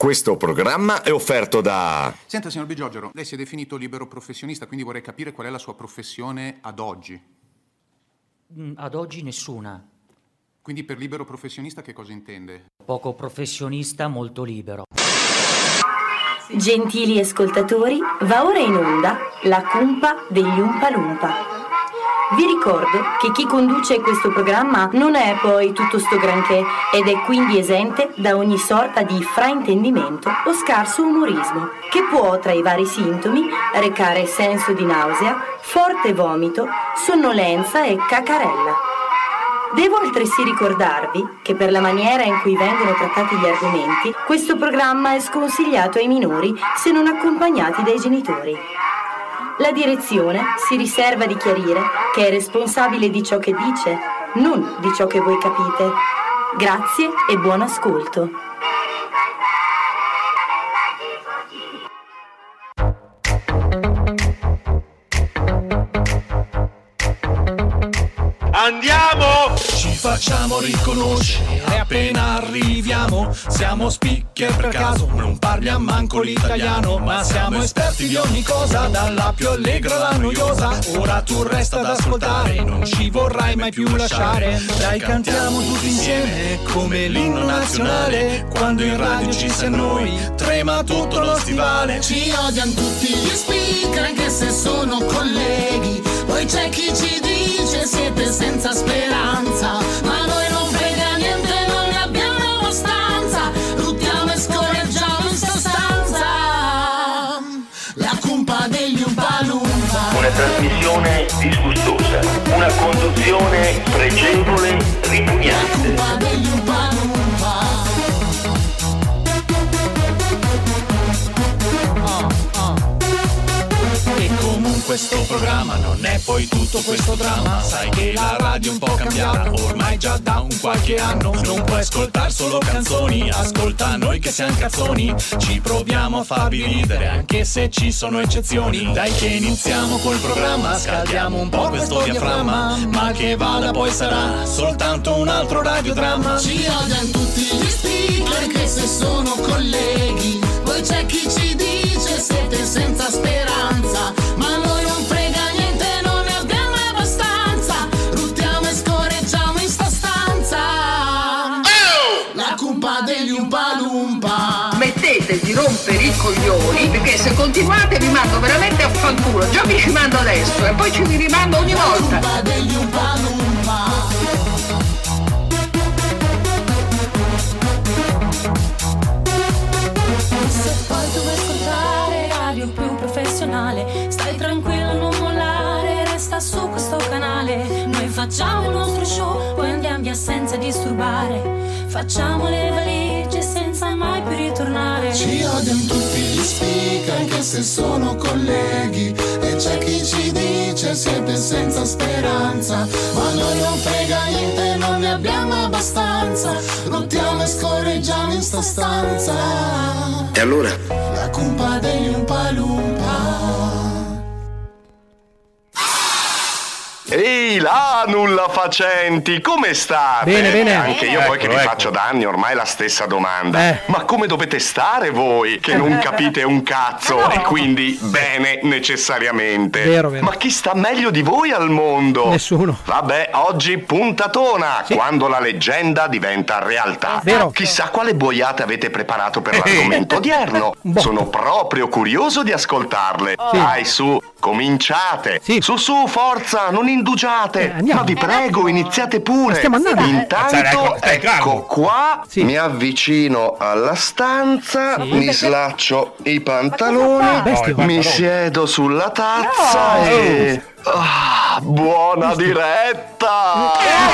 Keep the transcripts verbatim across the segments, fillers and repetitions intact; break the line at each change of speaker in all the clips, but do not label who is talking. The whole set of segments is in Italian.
Questo programma è offerto da...
Senta, signor Bigiogero, lei si è definito libero professionista, quindi vorrei capire qual è la sua professione ad oggi.
Mm, ad oggi nessuna.
Quindi per libero professionista che cosa intende?
Poco professionista, molto libero.
Gentili ascoltatori, va ora in onda la cumpa degli Umpa Lumpa. Vi ricordo che chi conduce questo programma non è poi tutto sto granché ed è quindi esente da ogni sorta di fraintendimento o scarso umorismo, che può tra i vari sintomi recare senso di nausea, forte vomito, sonnolenza e cacarella. Devo altresì ricordarvi che per la maniera in cui vengono trattati gli argomenti, questo programma è sconsigliato ai minori se non accompagnati dai genitori. La direzione si riserva di chiarire che è responsabile di ciò che dice, non di ciò che voi capite. Grazie e buon ascolto.
Andiamo!
Ci facciamo riconoscere appena arriviamo. Siamo speaker per caso, non parliamo manco l'italiano, ma siamo esperti di ogni cosa, dalla più allegra alla noiosa. Ora tu resta ad ascoltare, non ci vorrai mai più lasciare. Dai, cantiamo tutti insieme come l'inno nazionale. Quando in radio ci sei noi, trema tutto lo stivale.
Ci odiano tutti gli speaker anche se sono colleghi. Poi c'è chi ci dice siete senza speranza, ma noi non frega niente, non ne abbiamo abbastanza. Luttiamo e scorreggiamo in sostanza. La cumpa degli Umpa Lumpa.
Una trasmissione disgustosa, una conduzione pregevole, ripugnante.
La cumpa degli Umpa Lumpa.
Questo programma non è poi tutto questo dramma. Sai che la radio è un po' cambiata, ormai già da un qualche anno. Non puoi ascoltare solo canzoni, ascolta noi che siamo cazzoni. Ci proviamo a farvi ridere anche se ci sono eccezioni. Dai che iniziamo col programma, scaldiamo un po' questo diaframma. Ma che vada poi sarà soltanto un altro radiodramma.
Ci odiano tutti gli speaker anche se sono colleghi. Poi c'è chi ci dice siete senza speranza, ma noi non frega niente, non ne abbiamo abbastanza. Ruttiamo e scorreggiamo in sta stanza. Oh! La cumpa degli Umpa Lumpa.
Smettete di rompere i coglioni, perché se continuate vi mando veramente a fanculo. Già vi ci mando adesso e poi ci vi rimando ogni
La
volta.
cumpa degli Umpa Lumpa.
Stai tranquillo, non mollare, resta su questo canale. Noi facciamo il nostro show, poi andiamo via senza disturbare. Facciamo le valigie senza mai più ritornare.
Ci odiano tutti gli speaker anche se sono colleghi. E c'è chi ci dice siete senza speranza, ma noi non frega niente, non ne abbiamo abbastanza. Lottiamo e scorreggiamo in sta stanza.
E allora?
La cumpa degli Umpa Lumpa.
Ehi là, nulla facenti, come state?
Bene, bene.
Anche io poi che
Eccolo,
vi
ecco.
faccio da anni ormai la stessa domanda.
Eh.
Ma come dovete stare voi che non capite un cazzo e quindi bene necessariamente?
Vero, vero.
Ma chi sta meglio di voi al mondo?
Nessuno.
Vabbè, oggi puntatona,
Sì.
quando la leggenda diventa realtà.
Vero.
Chissà quale boiate avete preparato per l'argomento odierno.
Boh.
Sono proprio curioso di ascoltarle.
Sì.
Dai, su, cominciate.
Sì.
Su, su, forza, non indugiate.
Eh, andiamo.
Ma vi prego, iniziate pure.
Stiamo andando.
Intanto,
Ecco, stai
ecco
calmo.
qua,
Sì.
mi avvicino alla stanza,
Sì.
mi slaccio i pantaloni,
Bestia.
mi siedo sulla tazza
No.
e... Ah, buona diretta!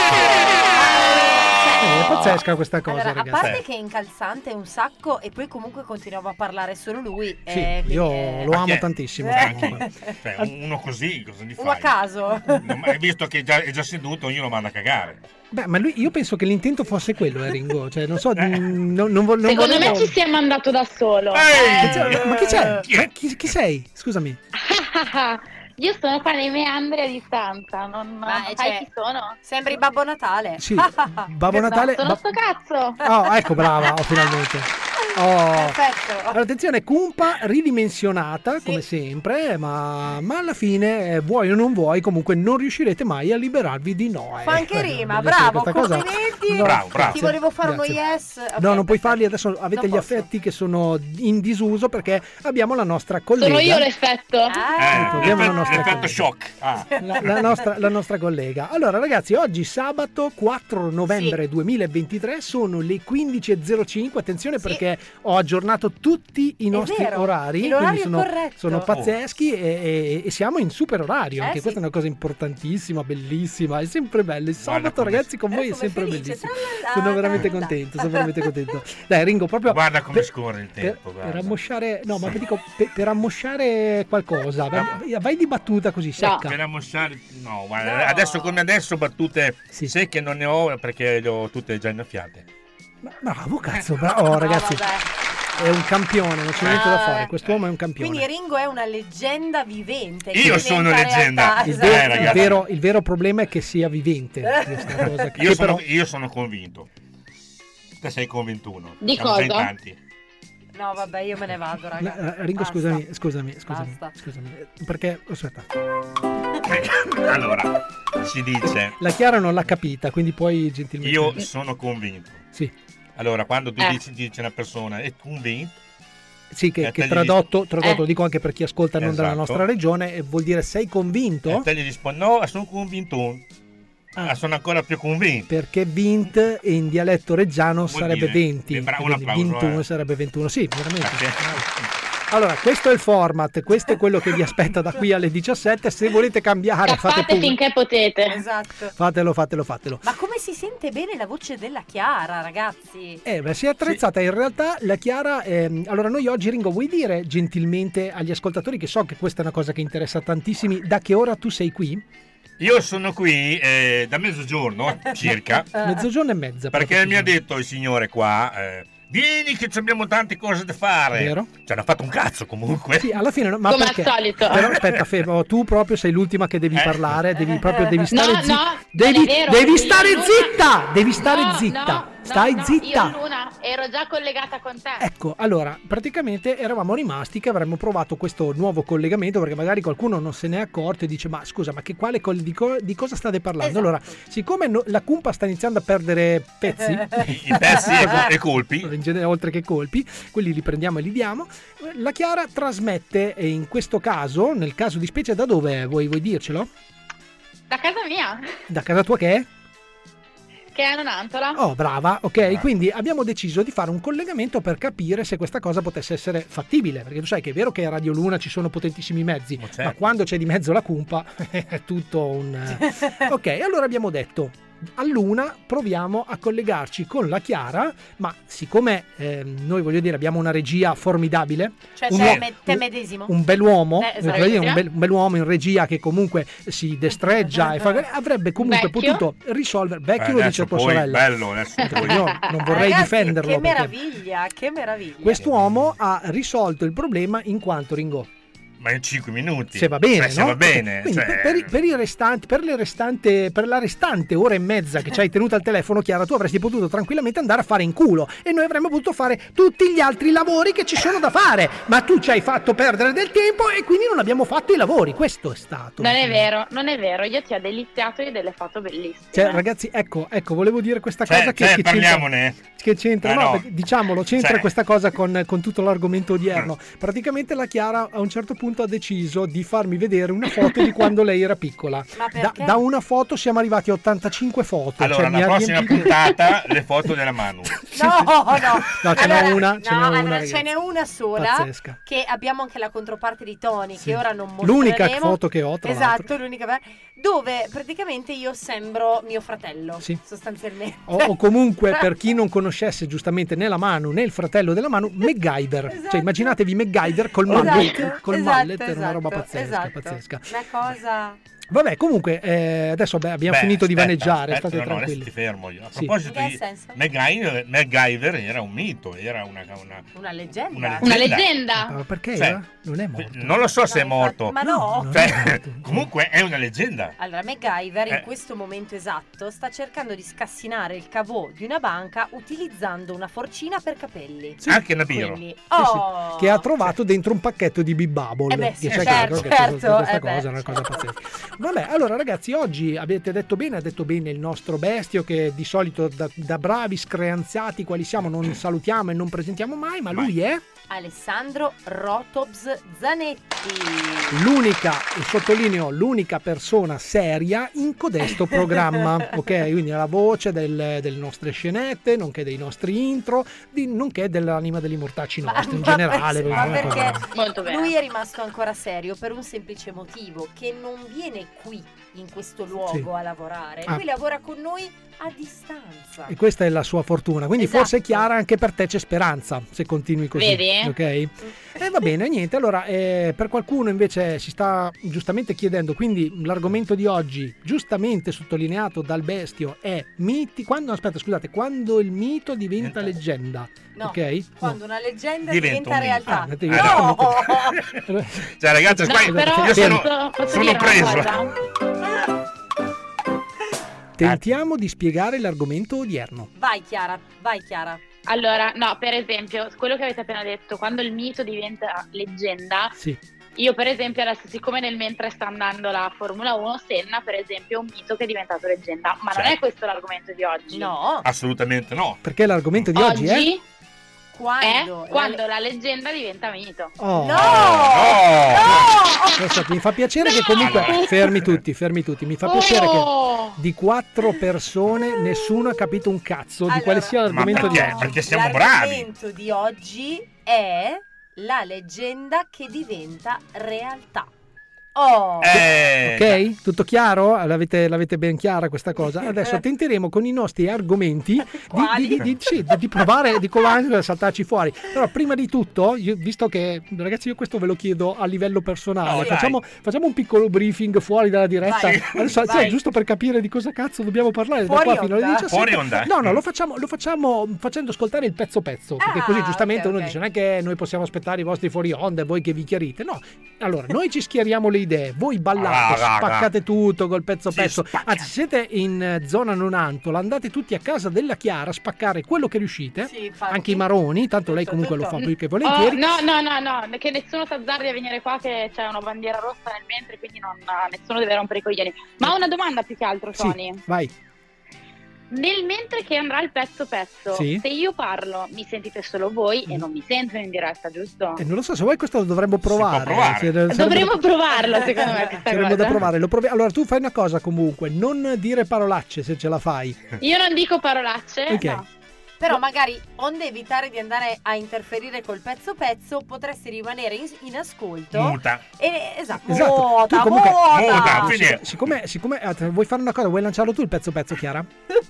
Eh, è pazzesca questa cosa,
Allora, a
ragazzi.
parte che è incalzante un sacco e poi comunque continuava a parlare solo lui.
Sì,
eh, quindi,
io
eh,
lo amo
chi è?
tantissimo.
Eh.
comunque.
Cioè, un- uno così, cosa gli fai?
Uno a caso.
Non- Hai visto che già, è già seduto, ognuno lo manda a cagare.
Beh, ma lui, io penso che l'intento fosse quello, eh, Ringo. Cioè, non so, mm, non, non, vo- non
Secondo
volevo...
me ci si è mandato da solo.
Ehi!
Cioè, ma chi c'è?
Chi è?
Ma chi, chi sei? Scusami.
Io sono qua nei meandri a distanza, non
Ma,
sai
cioè,
chi sono?
Sembri Babbo Natale.
Sì, Babbo Natale...
No, sono
ba-
sto cazzo.
Oh, ecco, brava, oh, finalmente. Oh.
Perfetto.
Allora, attenzione, Cumpa ridimensionata sì. come sempre, ma, ma alla fine, eh, vuoi o non vuoi, comunque non riuscirete mai a liberarvi di Noè.
Fa anche rima,
eh,
bravo,
complimenti.
No,
bravo, bravo.
Ti volevo fare
Grazie.
uno yes. Okay,
no, non puoi
perfetto.
farli adesso, avete
Non
gli
posso.
affetti che sono in disuso perché abbiamo la nostra collega.
Sono io l'effetto.
Ah.
Abbiamo la
l'effetto,
nostra
l'effetto
collega.
shock. Ah.
La, la nostra, la nostra collega. Allora ragazzi, oggi sabato quattro novembre
Sì.
duemilaventitré sono le quindici e zero cinque. Attenzione
Sì.
perché ho aggiornato tutti i
È
nostri
vero,
orari,
l'orario
quindi sono,
è corretto.
sono pazzeschi e, e- e siamo in super orario.
Eh,
Anche
sì.
questa è una cosa importantissima, bellissima, è sempre bello. Il sabato
come-
ragazzi con voi è
come
sempre
felice.
bellissimo.
Tra-la-la,
Sono veramente
tra-la-la.
contento, sono veramente contento. Dai Ringo, proprio
Guarda come
per-
scorre il
per,
tempo.
per
guarda.
ammosciare, no, ma vi dico per, per ammosciare qualcosa. Vai, vai di battuta così secca.
Per ammossare, no, guarda, adesso come adesso battute
Sì.
secche non ne ho perché le ho tutte già innaffiate.
Ma- Bravo, cazzo, bravo. Oh, ragazzi,
vabbè.
è un campione, non c'è niente da
Ah,
fare. Quest'uomo è un campione.
Quindi Ringo è una leggenda vivente.
Io
che
sono
diventa
leggenda.
realtà.
Il,
Eh,
vero,
Esatto.
il
ragazzi.
vero- il vero problema è che sia vivente. Questa cosa che
Io,
però-
sono, io sono convinto. Te sei convinto uno.
Di
Siamo già in
cosa?
tanti.
No, vabbè, io me ne vado, raga.
Eh, Ringo,
Basta.
scusami, scusami, scusami,
Basta.
scusami, eh, perché aspetta,
Allora, si dice,
la Chiara non l'ha capita, quindi puoi gentilmente.
io sono convinto.
Sì,
Allora, quando tu
Eh.
dici, dici una persona è convinto,
sì, che,
Eh,
che
te gli
tradotto, tradotto
Eh.
lo dico anche per chi ascolta non dalla
Esatto.
nostra regione, eh, vuol dire sei
e
convinto?
te gli rispondi no, sono convinto.
Ah.
Ah, sono ancora più convinto.
Perché vint in dialetto reggiano
Vuol
sarebbe
dire-
venti,
eh, bravo, un
quindi
applauso,
ventuno
eh.
sarebbe ventuno, sì, veramente.
Grazie.
Allora, questo è il format, questo è quello che vi aspetta da qui alle diciassette. Se volete cambiare, fate
Scappate
pure.
finché potete.
Esatto.
Fatelo, fatelo, fatelo.
Ma come si sente bene la voce della Chiara, ragazzi?
Eh, beh, si è attrezzata. In realtà la Chiara. ehm, allora, noi oggi, Ringo, vuoi dire gentilmente agli ascoltatori, che so che questa è una cosa che interessa tantissimi, da che ora tu sei qui?
Io sono qui eh, da mezzogiorno circa,
Mezzogiorno e mezza.
perché mi ha detto il signore qua, eh, vieni che abbiamo tante cose da fare.
Vero?
Ci hanno fatto un cazzo comunque.
Sì, alla fine, no, ma
Come al
perché?
solito.
Però aspetta, Febo, tu proprio sei l'ultima che devi
Eh.
parlare, devi proprio devi stare
No,
zitta.
no,
devi
non è vero,
devi
io
stare
Luna-
zitta, devi stare
No,
zitta.
no,
Stai
no,
zitta.
Io Luna ero già collegata con te.
Ecco, allora, praticamente eravamo rimasti che avremmo provato questo nuovo collegamento, perché magari qualcuno non se n'è accorto e dice ma scusa, ma che quale col- di, co- di cosa state parlando?
Esatto.
Allora, siccome no- la Cumpa sta iniziando a perdere pezzi,
I pezzi e, e colpi.
in genere, oltre che colpi, quelli li prendiamo e li diamo, la Chiara trasmette, e in questo caso, nel caso di specie, da dove vuoi, vuoi dircelo?
Da casa mia,
Da casa tua che è?
che è a Nonantola.
Oh, brava, ok, quindi abbiamo deciso di fare un collegamento per capire se questa cosa potesse essere fattibile, perché tu sai che è vero che a Radio Luna ci sono potentissimi mezzi,
Ma certo.
ma quando c'è di mezzo la Cumpa è tutto un... Ok, allora abbiamo detto, a Luna proviamo a collegarci con la Chiara, ma siccome ehm, noi, voglio dire, abbiamo una regia formidabile,
Cioè,
un,
te,
uo-
me- te medesimo.
un bell'uomo,
Eh, esatto.
voglio dire, un, bel- un bell'uomo in regia che comunque si destreggia e fa, avrebbe comunque
Vecchio?
potuto risolvere, vecchio
Eh,
lo dice
adesso
tua
poi,
sorella.
bello, adesso poi.
Io non vorrei
Ragazzi,
difenderlo.
Che
perché
meraviglia, che meraviglia.
quest'uomo ha risolto il problema in quanto, Ringo,
Ma in cinque minuti.
se va bene,
Beh, se
no?
va bene.
Quindi
cioè,
per, per i, per i restanti, per le restante, per la restante ora e mezza che ci hai tenuto al telefono, Chiara, tu avresti potuto tranquillamente andare a fare in culo e noi avremmo potuto fare tutti gli altri lavori che ci sono da fare, ma tu ci hai fatto perdere del tempo e quindi non abbiamo fatto i lavori. Questo è stato.
Non è vero, non è vero, io ti ho deliziato e delle foto bellissime.
Cioè, ragazzi, ecco, ecco, volevo dire questa
cioè,
cosa che,
cioè,
che
parliamone.
c'entra, che c'entra
Eh,
no,
no.
perché, diciamolo, c'entra
Cioè.
questa cosa con, con tutto l'argomento odierno. Praticamente la Chiara a un certo punto ha deciso di farmi vedere una foto di quando lei era piccola.
Ma
Da,
perché?
da una foto siamo arrivati a ottantacinque foto.
Allora,
cioè, mi
la
ha
prossima
riempito-
puntata le foto della Manu.
No, no.
No, ce n'è
Allora,
una, ce n'è
no,
una,
allora,
ragazzi.
ce n'è una sola.
Pazzesca.
Che abbiamo anche la controparte di Tony,
Sì.
che ora non mostreremo.
L'unica foto che ho, tra
Esatto,
l'altro.
l'unica. Dove praticamente io sembro mio fratello,
Sì.
sostanzialmente.
O, o comunque, per chi non conoscesse giustamente né la Manu né il fratello della Manu, MacGyver.
Esatto.
Cioè, immaginatevi MacGyver col
Esatto,
mallet, col
esatto,
mallet, era una roba
esatto,
pazzesca,
esatto.
pazzesca.
Una cosa.
Vabbè, comunque, eh, adesso beh, abbiamo
Beh,
finito
aspetta,
di vaneggiare,
aspetta,
state
no, no,
tranquilli.
adesso ti fermo io. A
Sì.
proposito
In che
di
senso?
MacGyver, MacGyver era un mito, era una, una,
Una leggenda.
una
Una
leggenda.
leggenda.
Ma perché
Cioè,
era? Non è morto.
Non lo so se è morto.
Ma no.
non
Cioè,
è morto.
comunque è una leggenda.
Allora, MacGyver in
Eh.
questo momento esatto sta cercando di scassinare il cavò di una banca utilizzando una forcina per capelli.
Anche Nabiro.
Quindi,
Sì, sì,
oh,
che ha trovato dentro un pacchetto di Bibabble.
Eh beh, sì,
Che sai
certo,
che- che-
certo,
questa
eh beh,
cosa è una cosa pazzesca. Vabbè, allora ragazzi, oggi avete detto bene, ha detto bene il nostro bestio, che di solito da, da bravi screanzati quali siamo non salutiamo e non presentiamo mai, ma lui è
Alessandro Rotobs Zanetti.
l'unica, e sottolineo l'unica persona seria in codesto programma, ok? Quindi la voce del- delle nostre scenette, nonché dei nostri intro, di- nonché dell'anima degli mortacci
Ma-
nostri in
ma
generale.
per- ma
una cosa-
perché
Molto bene.
lui è rimasto ancora serio per un semplice motivo, che non viene qui in questo luogo
Sì.
a lavorare,
Ah.
lui lavora con noi a distanza.
E questa è la sua fortuna, quindi
Esatto.
forse Chiara anche per te c'è speranza se continui così.
Vedi?
Ok? E va bene, niente. Allora, eh, per qualcuno invece si sta giustamente chiedendo, quindi l'argomento di oggi, giustamente sottolineato dal bestio, è miti. Quando, aspetta, scusate, quando il mito diventa leggenda.
No,
ok?
quando una leggenda
Diventa
diventa,
un mito.
realtà.
Ah, devi-
no!
Cioè, ragazzi,
No,
qua-
però
io sono,
posso, posso
sono
dire
preso.
una cosa?
Tentiamo di spiegare l'argomento odierno.
Vai Chiara, vai Chiara.
Allora, no, per esempio, quello che avete appena detto, quando il mito diventa leggenda,
Sì.
io per esempio adesso, siccome nel mentre sta andando la Formula uno, Senna per esempio è un mito che è diventato leggenda, ma non
Certo.
è questo l'argomento di oggi.
No,
Assolutamente no.
Perché l'argomento di oggi,
Oggi
è?
quando,
è quando la leggenda diventa mito.
Oh.
No!
No!
Adesso mi fa piacere che comunque
No.
fermi tutti, fermi tutti. Mi fa piacere
Oh!
che di quattro persone nessuno ha capito un cazzo di
Allora,
quale sia l'argomento
ma
di
perché?
oggi.
Perché siamo bravi.
L'argomento di oggi è la leggenda che diventa realtà. Oh!
Eh,
Ok? Tutto chiaro? L'avete, l'avete ben chiara questa cosa? Adesso tenteremo con i nostri argomenti di,
Quali?
di, di, di- sì, di provare di provare a saltarci fuori. Però prima di tutto, io- visto che ragazzi io questo ve lo chiedo a livello personale,
Oh, dai.
facciamo, facciamo un piccolo briefing fuori dalla diretta.
Vai.
Adesso,
Vai.
cioè, giusto per capire di cosa cazzo dobbiamo parlare da
Fuori
qua fino alle
onda?
diciassette.
Fuori onda.
No, no, lo facciamo, lo facciamo facendo ascoltare il pezzo pezzo, perché
Ah,
così giustamente
ok,
uno
ok.
dice non è che noi possiamo aspettare i vostri fuori onda e voi che vi chiarite. No, allora noi ci schiariamo le idee, voi ballate,
Ah, raga.
spaccate tutto col pezzo
Si
pezzo.
spacca.
Anzi, siete in eh, zona nonantola, andate tutti a casa della Chiara a spaccare quello che riuscite,
Sì, infatti.
anche i maroni, tanto lei
Tutto,
comunque
tutto.
lo fa più che
Oh,
volentieri.
no, no, no, no, che nessuno s'azzardi a venire qua che c'è una bandiera rossa nel mentre, quindi non, nessuno deve rompere i coglioni. Ma ho una domanda più che altro, Tony.
Sì, vai.
Nel mentre che andrà il pezzo pezzo,
Sì.
se io parlo mi sentite solo voi e non mi sentono in diretta, giusto?
E non lo so, se vuoi questo lo dovremmo provare.
provare.
Se- sarebbe
Dovremmo
da-
provarlo, secondo me, questa
Sarebbe
cosa.
da provare. Lo provi- Allora tu fai una cosa comunque, non dire parolacce se ce la fai.
Io non dico parolacce,
Ok.
no.
Però magari, onde evitare di andare a interferire col pezzo pezzo, potresti rimanere in, in ascolto.
Muta.
E, esatto,
Esatto.
muta,
Tu comunque-
muta.
Muta,
Sic-
quindi-
siccome, siccome ah, te- vuoi fare una cosa, vuoi lanciarlo tu il pezzo pezzo, Chiara?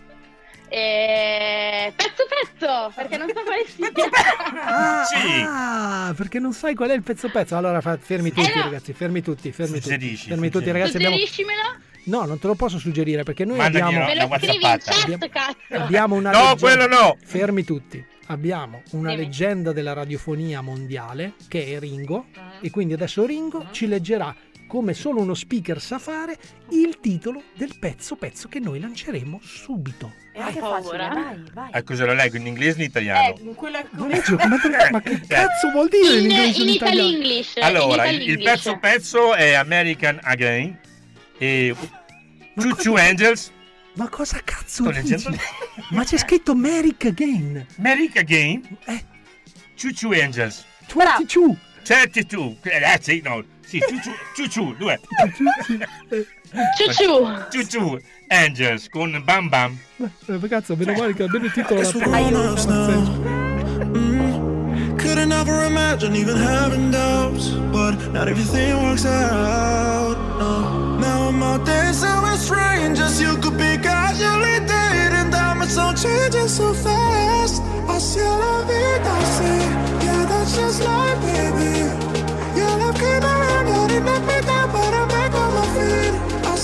E... Pezzo pezzo, perché non so quale sia.
Ah,
Sì.
ah, perché non sai qual è il pezzo pezzo. Allora fa- fermi tutti,
Eh no.
ragazzi, fermi tutti, fermi tutti.
Suggerisci,
Fermi tutti,
suggerisci.
ragazzi. Abbiamo...
Suggeriscimelo?
No, non te lo posso suggerire perché noi
Mandagli
abbiamo,
Me
La
lo scrivi in
WhatsAppata.
chat, cazzo.
abbiamo una
No,
leggenda-
quello no.
Fermi tutti. Abbiamo una
Dimmi.
leggenda della radiofonia mondiale che è Ringo
Mm.
e quindi adesso Ringo ci leggerà come solo uno speaker sa fare il titolo del pezzo pezzo che noi lanceremo subito.
È anche
Ho
facile,
paura.
vai, vai.
Eh, cosa lo leggo in inglese o in italiano?
Eh, quello è
Ma,
come...
leggi- ma- ma che cazzo vuol dire in
In,
inglese e
in
in
Italy
italiano?
English.
Allora,
in
il,
Italy
il pezzo pezzo è American Again e Choo Choo Angels.
Ma cosa cazzo
Sto
dici?
leggendo.
Ma c'è scritto Merrick Again.
Merrick Again.
Eh,
Choo Choo Angels.
ventidue.
trentadue. Eh, sì, no. Sì, Choo Choo, Choo Choo, due.
Ciu ciu.
Choo Choo Angels con Bam Bam.
Eh, cazzo, meno male che almeno il titolo
Guess
la
we're grown-ups now. Mm. Could've never imagined even having doubts, but not everything works out. No. Now I'm out dancing with strangers. You could be casually dating. Diamonds don't change so fast. I see la vida, I see. Yeah, that's just life, baby. Your love came around, and it knocked me down, but I'm back on my feet. I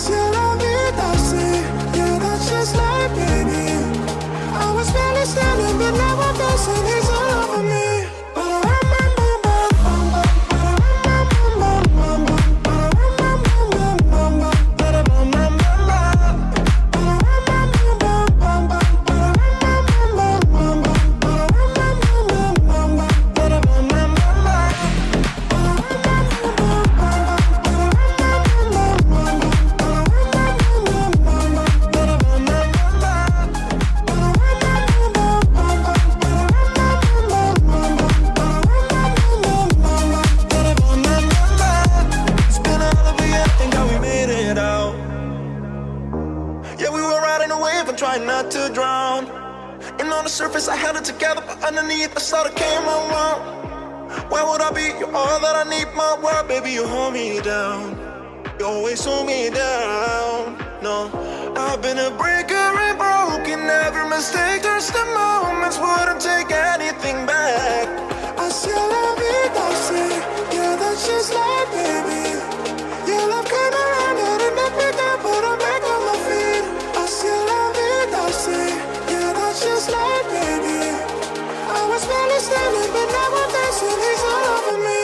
surface I held it together, but underneath I started came unwound. Where would I be? You're all that I need, my world, baby, you hold me down. You always hold me down. No, I've been a breaker and broken. Every mistake turns to moments. Wouldn't take anything back. I still love it, I say. Yeah, that's just like, baby. Your love came around and it knocked me down, but I'm back on my feet. I still love it, I say. Yeah, that's just like, baby. I was barely standing, but now I'm dancing. He's all over me.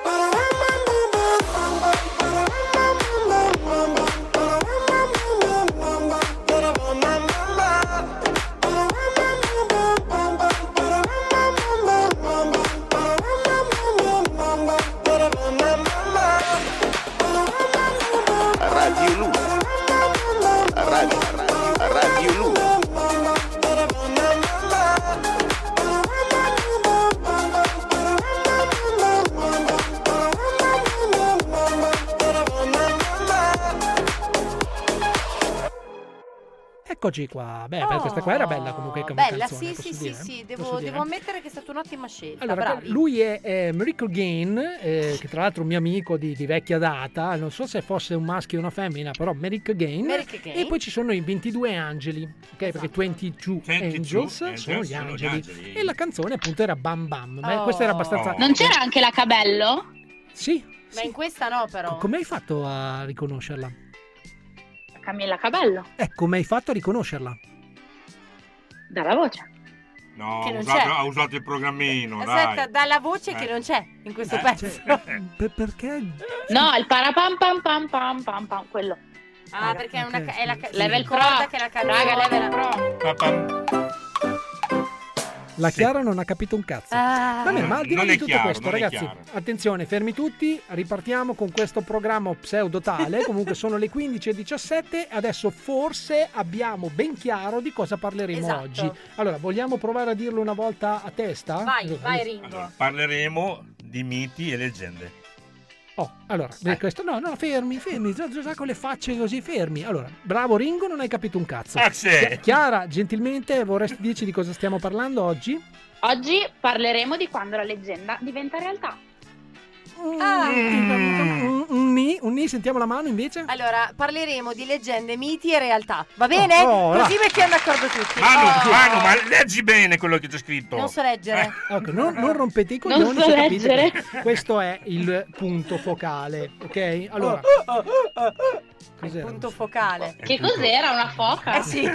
Radio Luna. Radio, Radio Luna.
Eccoci qua. Beh, oh, questa qua era bella comunque come
bella,
canzone.
sì, sì,
dire?
sì, sì.
Posso
Devo,
dire?
devo ammettere che è stata un'ottima scelta.
Allora,
bravi.
lui è, è Miracle Gain, eh, che tra l'altro è un mio amico di, di vecchia data, non so se fosse un maschio o una femmina, però Miracle Gain.
Miracle Gain.
E poi ci sono i ventidue angeli, ok?
Esatto.
Perché ventidue Angels,
Angels
sono gli
sono gli
angeli.
angeli.
E la canzone appunto era Bam Bam. Beh,
Oh.
questa era abbastanza...
Non c'era anche la Cabello?
Sì.
Ma in questa no, però.
Come hai fatto a riconoscerla?
Camilla Cabello.
Eh, come hai fatto a riconoscerla?
Dalla voce.
No,
Che
ha
non
usato,
c'è.
ha usato il programmino,
Aspetta,
dai.
dalla voce
Eh.
che non c'è in questo
Eh,
pezzo.
Per- perché?
No, il parapam pam pam pam pam pam, quello.
Ah, perché è una
Ok,
ca- è la
sì,
ca-
sì.
Level
si
Pro.
ricorda che la canzone
Raga, Level Pro.
Pa-pam.
La Chiara non ha capito un cazzo.
Ah.
Va bene, ma al di là
Non
di
è
tutto
chiaro,
questo,
non è
ragazzi,
chiaro.
attenzione, fermi tutti, ripartiamo con questo programma pseudotale. Comunque sono le quindici e diciassette. Adesso forse abbiamo ben chiaro di cosa parleremo
Esatto.
oggi. Allora, vogliamo provare a dirlo una volta a testa?
Vai,
Allora,
vai Ringo.
Allora, parleremo di miti e leggende.
Oh, allora, beh, questo no, no, fermi, fermi, già, già con le facce così, fermi. Allora, bravo Ringo, non hai capito un cazzo.
Ah, sì.
Chi- Chiara, gentilmente vorresti dirci di cosa stiamo parlando oggi?
Oggi parleremo di quando la leggenda diventa realtà.
Ah.
Un, un ni, un ni, sentiamo la mano invece.
Allora, parleremo di leggende, miti e realtà. Va bene?
Oh, oh,
Così
là.
mettiamo d'accordo tutti.
Manu,
Oh.
Manu, ma leggi bene quello che c'è scritto.
Non so leggere.
Ecco, non, non rompete i
Non
coglioni,
so
se capite
leggere.
che questo è il punto focale, ok? Allora, cos'era?
Punto focale.
Che cos'era? Una foca?
Eh sì.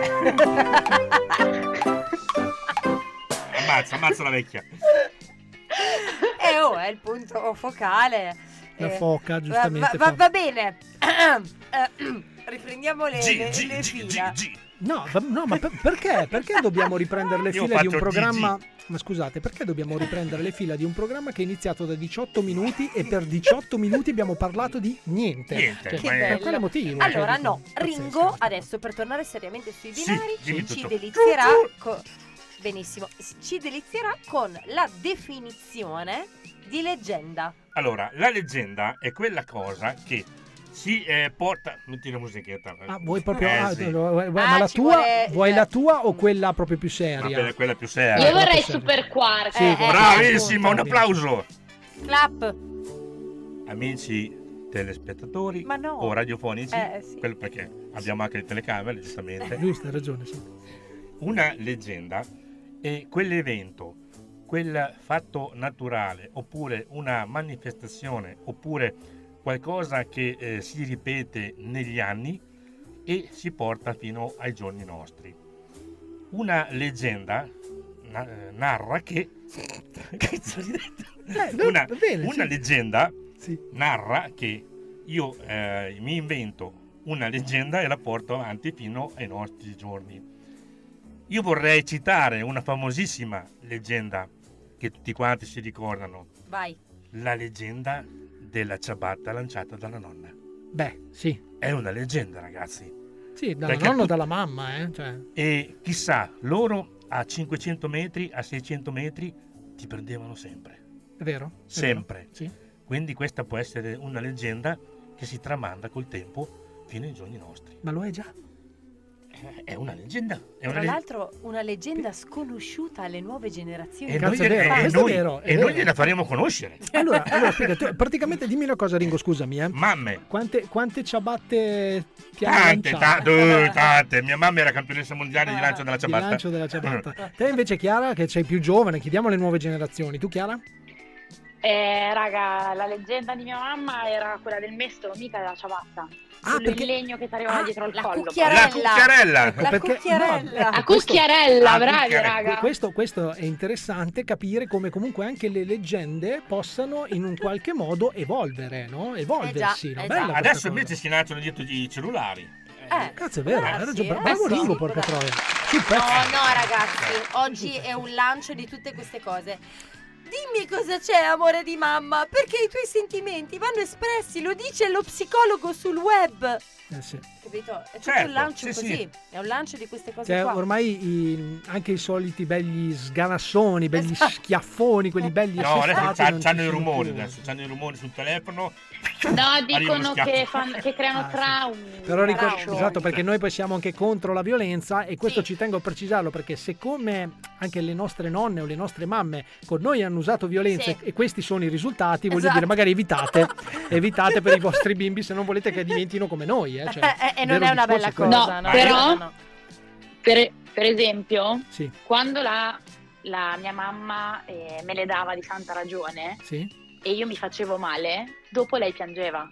Ammazza, ammazza la vecchia.
Eh oh, è il punto focale.
La
Eh,
foca,
va,
giustamente.
va-
fa-
va bene. Eh, Riprendiamo le,
G,
le-
G,
le
G,
fila.
G, G.
No, va- no, ma per- perché? Perché dobbiamo riprendere le
Io ho
fila di un
fatto
programma?
G G.
Ma scusate, perché dobbiamo riprendere le fila di un programma che è iniziato da diciotto minuti e per diciotto minuti abbiamo parlato di niente?
Niente,
Cioè,
ma
per
è-
bello.
quale motivo?
Allora,
Cioè, dico,
no,
pazzesco.
Ringo adesso per tornare seriamente sui
Sì,
binari
dimmi
ci
tutto.
delizierà co- benissimo, ci delizierà con la definizione di leggenda.
Allora, la leggenda è quella cosa che si eh, porta. Metti la musichetta.
Ah, vuoi proprio
Eh,
ah,
sì.
vuoi- vuoi-
Ah,
ma la
ci
tua
vuole-
vuoi la tua o quella proprio più
Ma
seria?
quella, quella più seria.
Io vorrei
Sì.
Super Quark.
Sì,
Eh,
guarda.
Bravissimo, un
appunto.
applauso.
Clap.
Amici telespettatori
Ma no.
o radiofonici,
Eh, sì.
quello perché abbiamo anche le telecamere, giustamente.
Giusto, hai ragione, sì.
Una leggenda è quell'evento, quel fatto naturale, oppure una manifestazione, oppure qualcosa che eh, si ripete negli anni e si porta fino ai giorni nostri. Una leggenda na- eh, narra che Cazzo di detto?
Eh, no,
una,
va bene,
una
sì.
leggenda
Sì.
narra che io eh, mi invento una leggenda e la porto avanti fino ai nostri giorni. Io vorrei citare una famosissima leggenda che tutti quanti si ricordano,
Vai.
la leggenda della ciabatta lanciata dalla nonna.
Beh, sì.
È una leggenda, ragazzi.
Sì, dalla
Perché
nonna o
tu-
dalla mamma, eh? Cioè,
E chissà, loro a cinquecento metri, a seicento metri ti prendevano sempre.
è vero? È
Sempre.
vero? Sì.
Quindi questa può essere una leggenda che si tramanda col tempo fino ai giorni nostri.
Ma lo è già.
è una leggenda. È una
Tra
le-
l'altro una leggenda sconosciuta alle nuove generazioni.
E
Cazzo,
noi,
è vero,
e
questo è
noi-
vero, è
e noi
vero.
gliela faremo conoscere.
Allora, allora spiega, tu, praticamente dimmi una cosa, Ringo, scusami, eh.
Mamme.
Quante, quante ciabatte ti hanno
Tante,
lanciato?
tante, uh, tante. Mia mamma era campionessa mondiale di lancio della
Il
ciabatta.
lancio della ciabatta. Te invece, Chiara, che sei più giovane, chiediamo alle nuove generazioni. Tu, Chiara?
Eh, raga, la leggenda di mia mamma era quella del mestolo, mica della ciabatta.
Ah,
Quello
perché-
in legno che ti arrivava dietro il
la
collo.
cucchiarella.
La cucchiarella.
Ecco,
La
perché-
cucchiarella.
no, ecco,
La
questo-
cucchiarella,
La
bravi
cucchiarella.
raga.
Questo, questo è interessante capire come comunque anche le leggende possano in un qualche modo evolvere, no? Evolversi.
Eh già,
no?
eh
Bella
già.
questa
Adesso
cosa.
invece si lanciano dietro i cellulari.
Eh,
Cazzo, è vero,
può
hai
darsi,
ragione.
eh.
Bravo
Eh, sì,
Ringo,
sì,
porca
può
troia.
darsi.
Su,
No,
pezzo.
no, ragazzi, oggi è un lancio di tutte queste cose. Dimmi cosa c'è, amore di mamma, perché i tuoi sentimenti vanno espressi, lo dice lo psicologo sul web.
Eh, sì.
Capito? È tutto
Certo,
un lancio
sì,
così,
sì.
è un lancio di queste cose
Cioè,
qua.
ormai i- anche i soliti belli sganassoni, belli
Esatto.
schiaffoni, quelli belli
No, adesso
assestati,
c'ha-
non ci
c'hanno i
sono
rumori
più.
adesso, c'hanno i rumori sul telefono.
No,
Arriva
dicono
uno schiaffo.
che, fanno, che creano
Ah, sì.
traumi.
Però ricordo,
traumi.
esatto, perché noi poi siamo anche contro la violenza e questo
Sì.
ci tengo a precisarlo perché siccome anche le nostre nonne o le nostre mamme con noi hanno usato violenza
Sì.
e questi sono i risultati, voglio
Esatto.
dire, magari evitate, evitate per i vostri bimbi se non volete che diventino come noi. Eh, cioè,
Eh, eh, e non
vero
è una
discorso
bella
è quello.
cosa,
No,
no,
però-
no, no.
Per, per esempio,
Sì,
quando la, la mia mamma eh, me le dava di santa ragione
sì.
e io mi facevo male, dopo lei piangeva.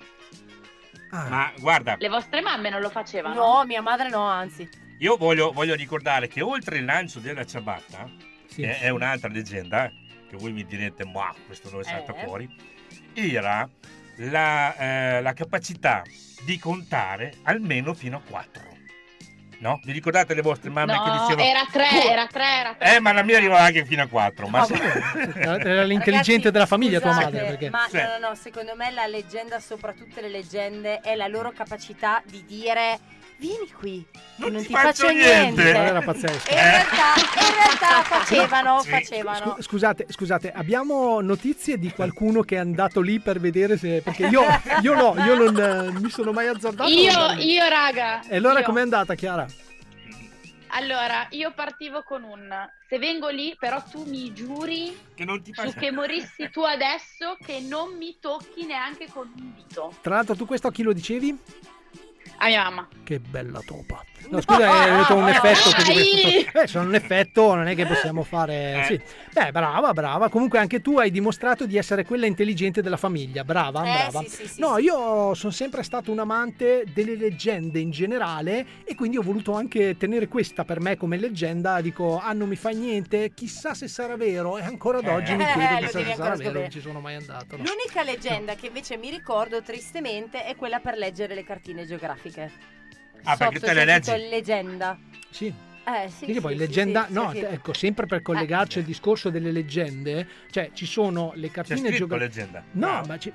Ah,
Ma guarda,
Le vostre mamme non lo facevano?
No, mia madre no, anzi.
io voglio, voglio ricordare che oltre il lancio della ciabatta,
sì.
che è un'altra leggenda, che voi mi direte, ma questo dove salta
Eh.
fuori, era la, eh, la capacità di contare almeno fino a quattro. No? Vi ricordate le vostre mamme
No,
che dicevano...
era tre, era tre, era tre.
Eh, ma la mia arrivava anche fino a quattro. Ma
No,
se-
Era l'intelligente
Ragazzi,
della famiglia tua
scusate,
madre. Perché...
Ma
Cioè-
no, no, no, secondo me la leggenda, sopra tutte le leggende, è la loro capacità di dire vieni qui, che
Non
non
ti
ti
faccio
faccio
niente."
niente.
Era pazzesco.
E in realtà, in realtà facevano,
Sì.
facevano.
Scu- Scusate, scusate, abbiamo notizie di qualcuno che è andato lì per vedere se... Perché io, io no, io non eh, mi sono mai azzardato. a
Io,
andare lì.
io raga.
E allora
io.
com'è andata, Chiara?
Allora, io partivo con un se vengo lì, però tu mi giuri
che non ti
su
faccio...
che morissi tu adesso che non mi tocchi neanche con un dito.
Tra l'altro tu questo a chi lo dicevi?
A mia mamma.
Che bella topa. No, scusa, hai detto un effetto. Così questo... Eh, sono un effetto, non è che possiamo fare...
Eh.
Sì. Beh, brava, brava. Comunque anche tu hai dimostrato di essere quella intelligente della famiglia. Brava,
Eh,
brava.
sì, sì, sì,
no,
sì.
io sono sempre stato un amante delle leggende in generale e quindi ho voluto anche tenere questa per me come leggenda. Dico, ah, non mi fa niente, chissà se sarà vero. E ancora ad oggi mi
Eh,
chiedo
lo
chissà
devi
se sarà
ancora
vero,
scoprire.
non ci sono mai andato. no.
L'unica leggenda che invece mi ricordo tristemente è quella per leggere le cartine geografiche.
Ah, perché
Sotto
te le
c'è
leggi?
scritto leggenda.
Sì.
Eh, sì,
Quindi
sì,
poi
sì,
leggenda,
sì,
no,
sì, sì.
ecco, sempre per collegarci al discorso delle leggende, cioè ci sono le
C'è
cartine
scritto
geografiche.
leggenda.
No,
Ah.
ma ci...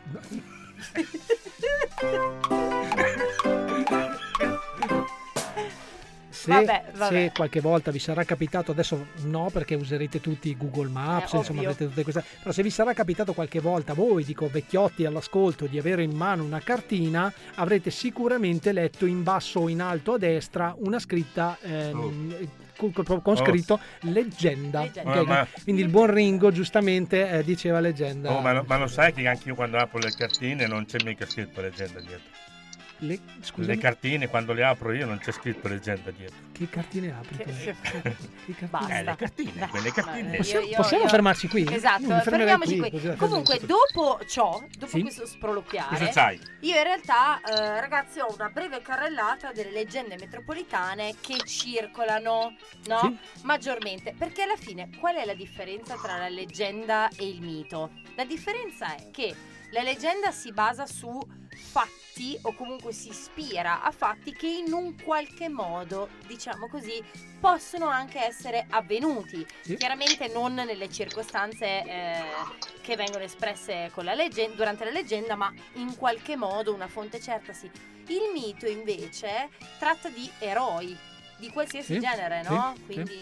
Se,
Vabbè, vabbè.
se qualche volta vi sarà capitato, adesso no perché userete tutti Google Maps,
Eh,
insomma
ovvio.
avrete tutte queste, però se vi sarà capitato qualche volta, voi dico vecchiotti all'ascolto, di avere in mano una cartina, avrete sicuramente letto in basso o in alto a destra una scritta ehm, con, con- con scritto leggenda.
Leggenda.
Ok?
Oh, ma-
Quindi il buon Ringo giustamente eh, diceva leggenda.
Oh, ma, lo, ma lo sai che anche io quando apro le cartine non c'è mica scritto leggenda dietro.
Le, scusami,
Le cartine quando le apro io non c'è scritto leggenda dietro.
che cartine apri? tu?
Che-
Che cartine?
Basta.
Eh, le cartine,
Dai,
quelle cartine.
io-
Possiamo,
io-
possiamo
io-
fermarci qui?
Esatto,
Io mi fermerei
fermiamoci qui.
così la
Comunque,
fermiamo
dopo ciò, dopo
Sì?
questo sproloquiare,
Cosa c'hai?
io in realtà, eh, ragazzi, ho una breve carrellata delle leggende metropolitane che circolano, no?
Sì.
Maggiormente. Perché alla fine, qual è la differenza tra la leggenda e il mito? La differenza è che la leggenda si basa su fatti o comunque si ispira a fatti che in un qualche modo, diciamo così, possono anche essere avvenuti.
Sì.
Chiaramente non nelle circostanze eh, che vengono espresse con la leggen- durante la leggenda, ma in qualche modo una fonte certa sì. Il mito invece tratta di eroi, di qualsiasi
Sì,
genere,
sì,
no?
sì.
Quindi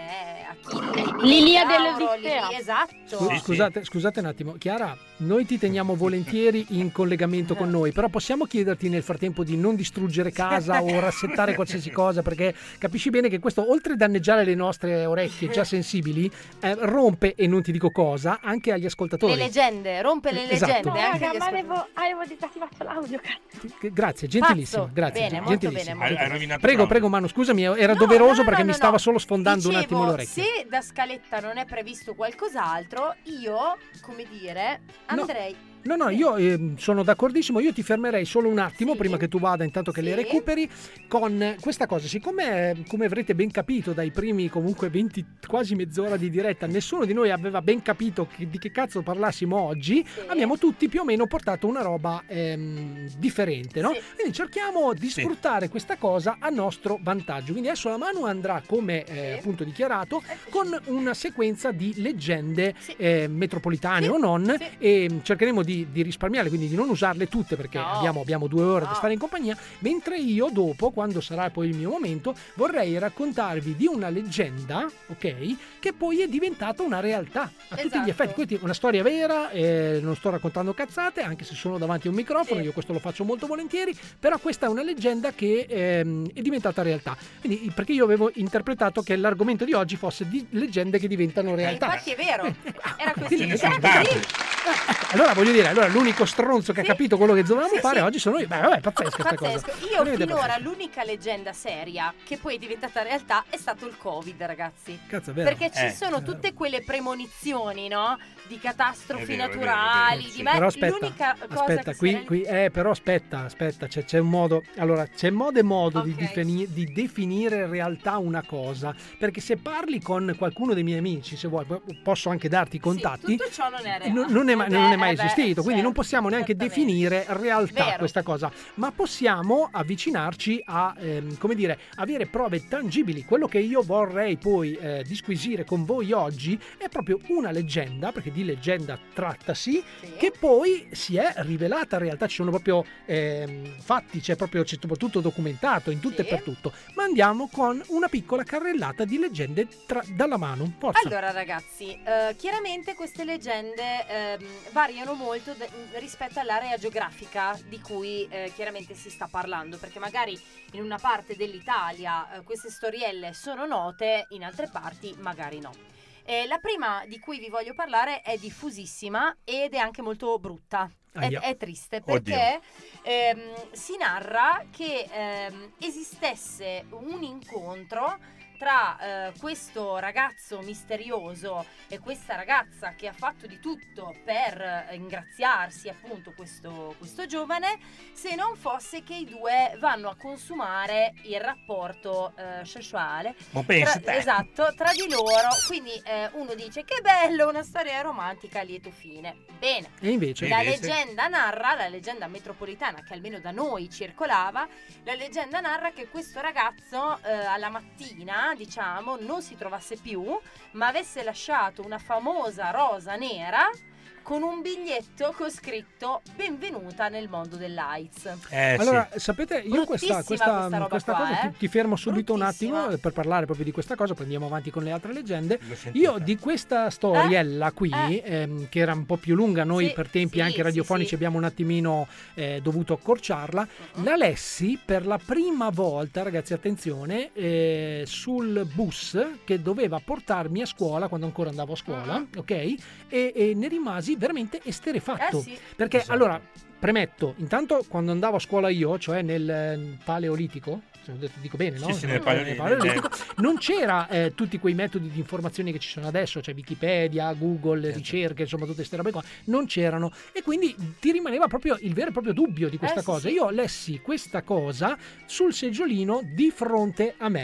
è Achille,
L'Iliade
Lauro,
dell'Odissea.
Lili- esatto.
Scu- Scusate, scusate un attimo, Chiara, noi ti teniamo volentieri in collegamento con noi, però possiamo chiederti nel frattempo di non distruggere casa o rassettare qualsiasi cosa, perché capisci bene che questo, oltre a danneggiare le nostre orecchie già sensibili, eh, rompe, e non ti dico cosa, anche agli ascoltatori.
Le leggende, rompe le
Esatto.
leggende.
No,
anche
Raga,
agli
ma
ascoltatori.
avevo, avevo disattivato l'audio, cazzo.
Grazie, gentilissimo,
Pazzo.
grazie.
Bene,
gen-
molto
gentilissimo.
bene, molto
Hai- hai rovinato
Prego,
l'audio.
prego Manu, scusami, era
No,
doveroso
no,
perché
no,
mi
no,
stava
no.
solo sfondando un
Dicevo,
attimo l'orecchio.
se da scaletta non è previsto qualcos'altro, io, come dire, andrei...
No, no, io eh, sono d'accordissimo, io ti fermerei solo un attimo
Sì.
prima che tu vada, intanto che
Sì.
le recuperi, con questa cosa. Siccome, eh, come avrete ben capito dai primi comunque venti, quasi mezz'ora di diretta, nessuno di noi aveva ben capito che- di che cazzo parlassimo oggi,
Sì.
abbiamo tutti più o meno portato una roba ehm, differente, no?
Sì.
Quindi cerchiamo di
Sì.
sfruttare questa cosa a nostro vantaggio. Quindi adesso la Manu andrà, come eh,
Sì.
appunto dichiarato,
Eccoci.
con una sequenza di leggende
Sì.
eh, metropolitane
Sì.
o non,
Sì.
e cercheremo di, di risparmiarle, quindi di non usarle tutte, perché
No.
abbiamo, abbiamo due ore
No.
da stare in compagnia, mentre io dopo, quando sarà poi il mio momento, vorrei raccontarvi di una leggenda, ok, che poi è diventata una realtà a tutti
Esatto.
gli effetti. Quindi una storia vera, eh, non sto raccontando cazzate, anche se sono davanti a un microfono,
Sì.
io questo lo faccio molto volentieri, però questa è una leggenda che ehm, è diventata realtà. Quindi, perché io avevo interpretato che l'argomento di oggi fosse di leggende che diventano
Eh,
realtà.
infatti è vero, era così.
quindi-
Ce ne
Era
sono
così.
tante.
Eh, allora voglio dire, allora l'unico stronzo che ha
Sì.
capito quello che dovevamo
Sì,
fare
sì.
oggi sono io. Beh, vabbè, pazzesca questa
Pazzesco.
cosa.
Io
Veramente
finora
pazzesca.
l'unica leggenda seria che poi è diventata realtà è stato il Covid, ragazzi.
Cazzo, è vero.
Perché ci
Eh.
sono
È vero.
tutte quelle premonizioni, no? Di catastrofi
È vero, è vero, è
naturali.
vero,
di
sì.
me-
Però aspetta,
l'unica cosa
aspetta,
che
qui,
si era-
qui, eh, però aspetta, aspetta, c'è, c'è un modo, allora, c'è modo e modo di,
Ok.
difini- di definire in realtà una cosa, perché se parli con qualcuno dei miei amici, se vuoi, po- posso anche darti i contatti,
Sì, tutto ciò non è reale.
non, non è, ma-
Eh
non è
beh,
mai
eh beh,
esistito, quindi non
certo,
possiamo neanche
certamente.
definire realtà
Vero.
questa cosa, ma possiamo avvicinarci a, ehm, come dire, avere prove tangibili. Quello che io vorrei poi eh, disquisire con voi oggi è proprio una leggenda, perché di leggenda trattasi,
Sì.
che poi si è rivelata in realtà. Ci sono proprio ehm, fatti, c'è proprio c'è tutto documentato in tutto
Sì.
e per tutto. Ma andiamo con una piccola carrellata di leggende tra- dalla mano. Forza.
Allora ragazzi, eh, chiaramente queste leggende ehm, variano molto de- rispetto all'area geografica di cui eh, chiaramente si sta parlando, perché magari in una parte dell'Italia eh, queste storielle sono note, in altre parti magari no. Eh, la prima di cui vi voglio parlare è diffusissima ed è anche molto brutta. È,
Aia.
è triste perché ehm, si narra che ehm, esistesse un incontro tra eh, questo ragazzo misterioso e questa ragazza che ha fatto di tutto per eh, ingraziarsi appunto questo, questo giovane, se non fosse che i due vanno a consumare il rapporto eh, sessuale
Ma pensa
tra,
te.
esatto, tra di loro. Quindi eh, uno dice che bello, una storia romantica a lieto fine. Bene.
E invece,
La
Invece-
leggenda narra, la leggenda metropolitana che almeno da noi circolava, la leggenda narra che questo ragazzo eh, alla mattina, diciamo, non si trovasse più, ma avesse lasciato una famosa rosa nera con un biglietto con scritto benvenuta nel mondo dell'AIDS.
Eh,
allora,
sì.
sapete, io questa,
Bruttissima
questa,
questa roba
questa
qua,
cosa
eh.
ti, ti fermo subito un
Bruttissima.
attimo per parlare proprio di questa cosa, poi andiamo avanti con le altre leggende.
L'ho sentita.
Io di questa storiella qui,
Eh.
ehm, che era un po' più lunga, noi
Sì,
per tempi
sì,
anche
sì,
radiofonici
sì.
abbiamo un attimino eh, dovuto accorciarla,
Uh-huh.
la lessi per la prima volta, ragazzi attenzione, eh, sul bus che doveva portarmi a scuola quando ancora andavo a scuola,
Uh-huh.
ok? E, e ne rimasi veramente esterefatto.
Eh sì.
Perché
Esatto.
allora, premetto, intanto quando andavo a scuola io, cioè nel eh, Paleolitico, se ho detto- dico bene, no?
Sì, sì, nel
Eh,
Paleolitico.
non c'era eh, tutti quei metodi di informazione che ci sono adesso, cioè Wikipedia, Google,
Certo.
ricerche, insomma tutte queste robe qua, non c'erano, e quindi ti rimaneva proprio il vero e proprio dubbio di questa
Eh, sì,
cosa.
sì.
Io lessi questa cosa sul seggiolino di fronte a me.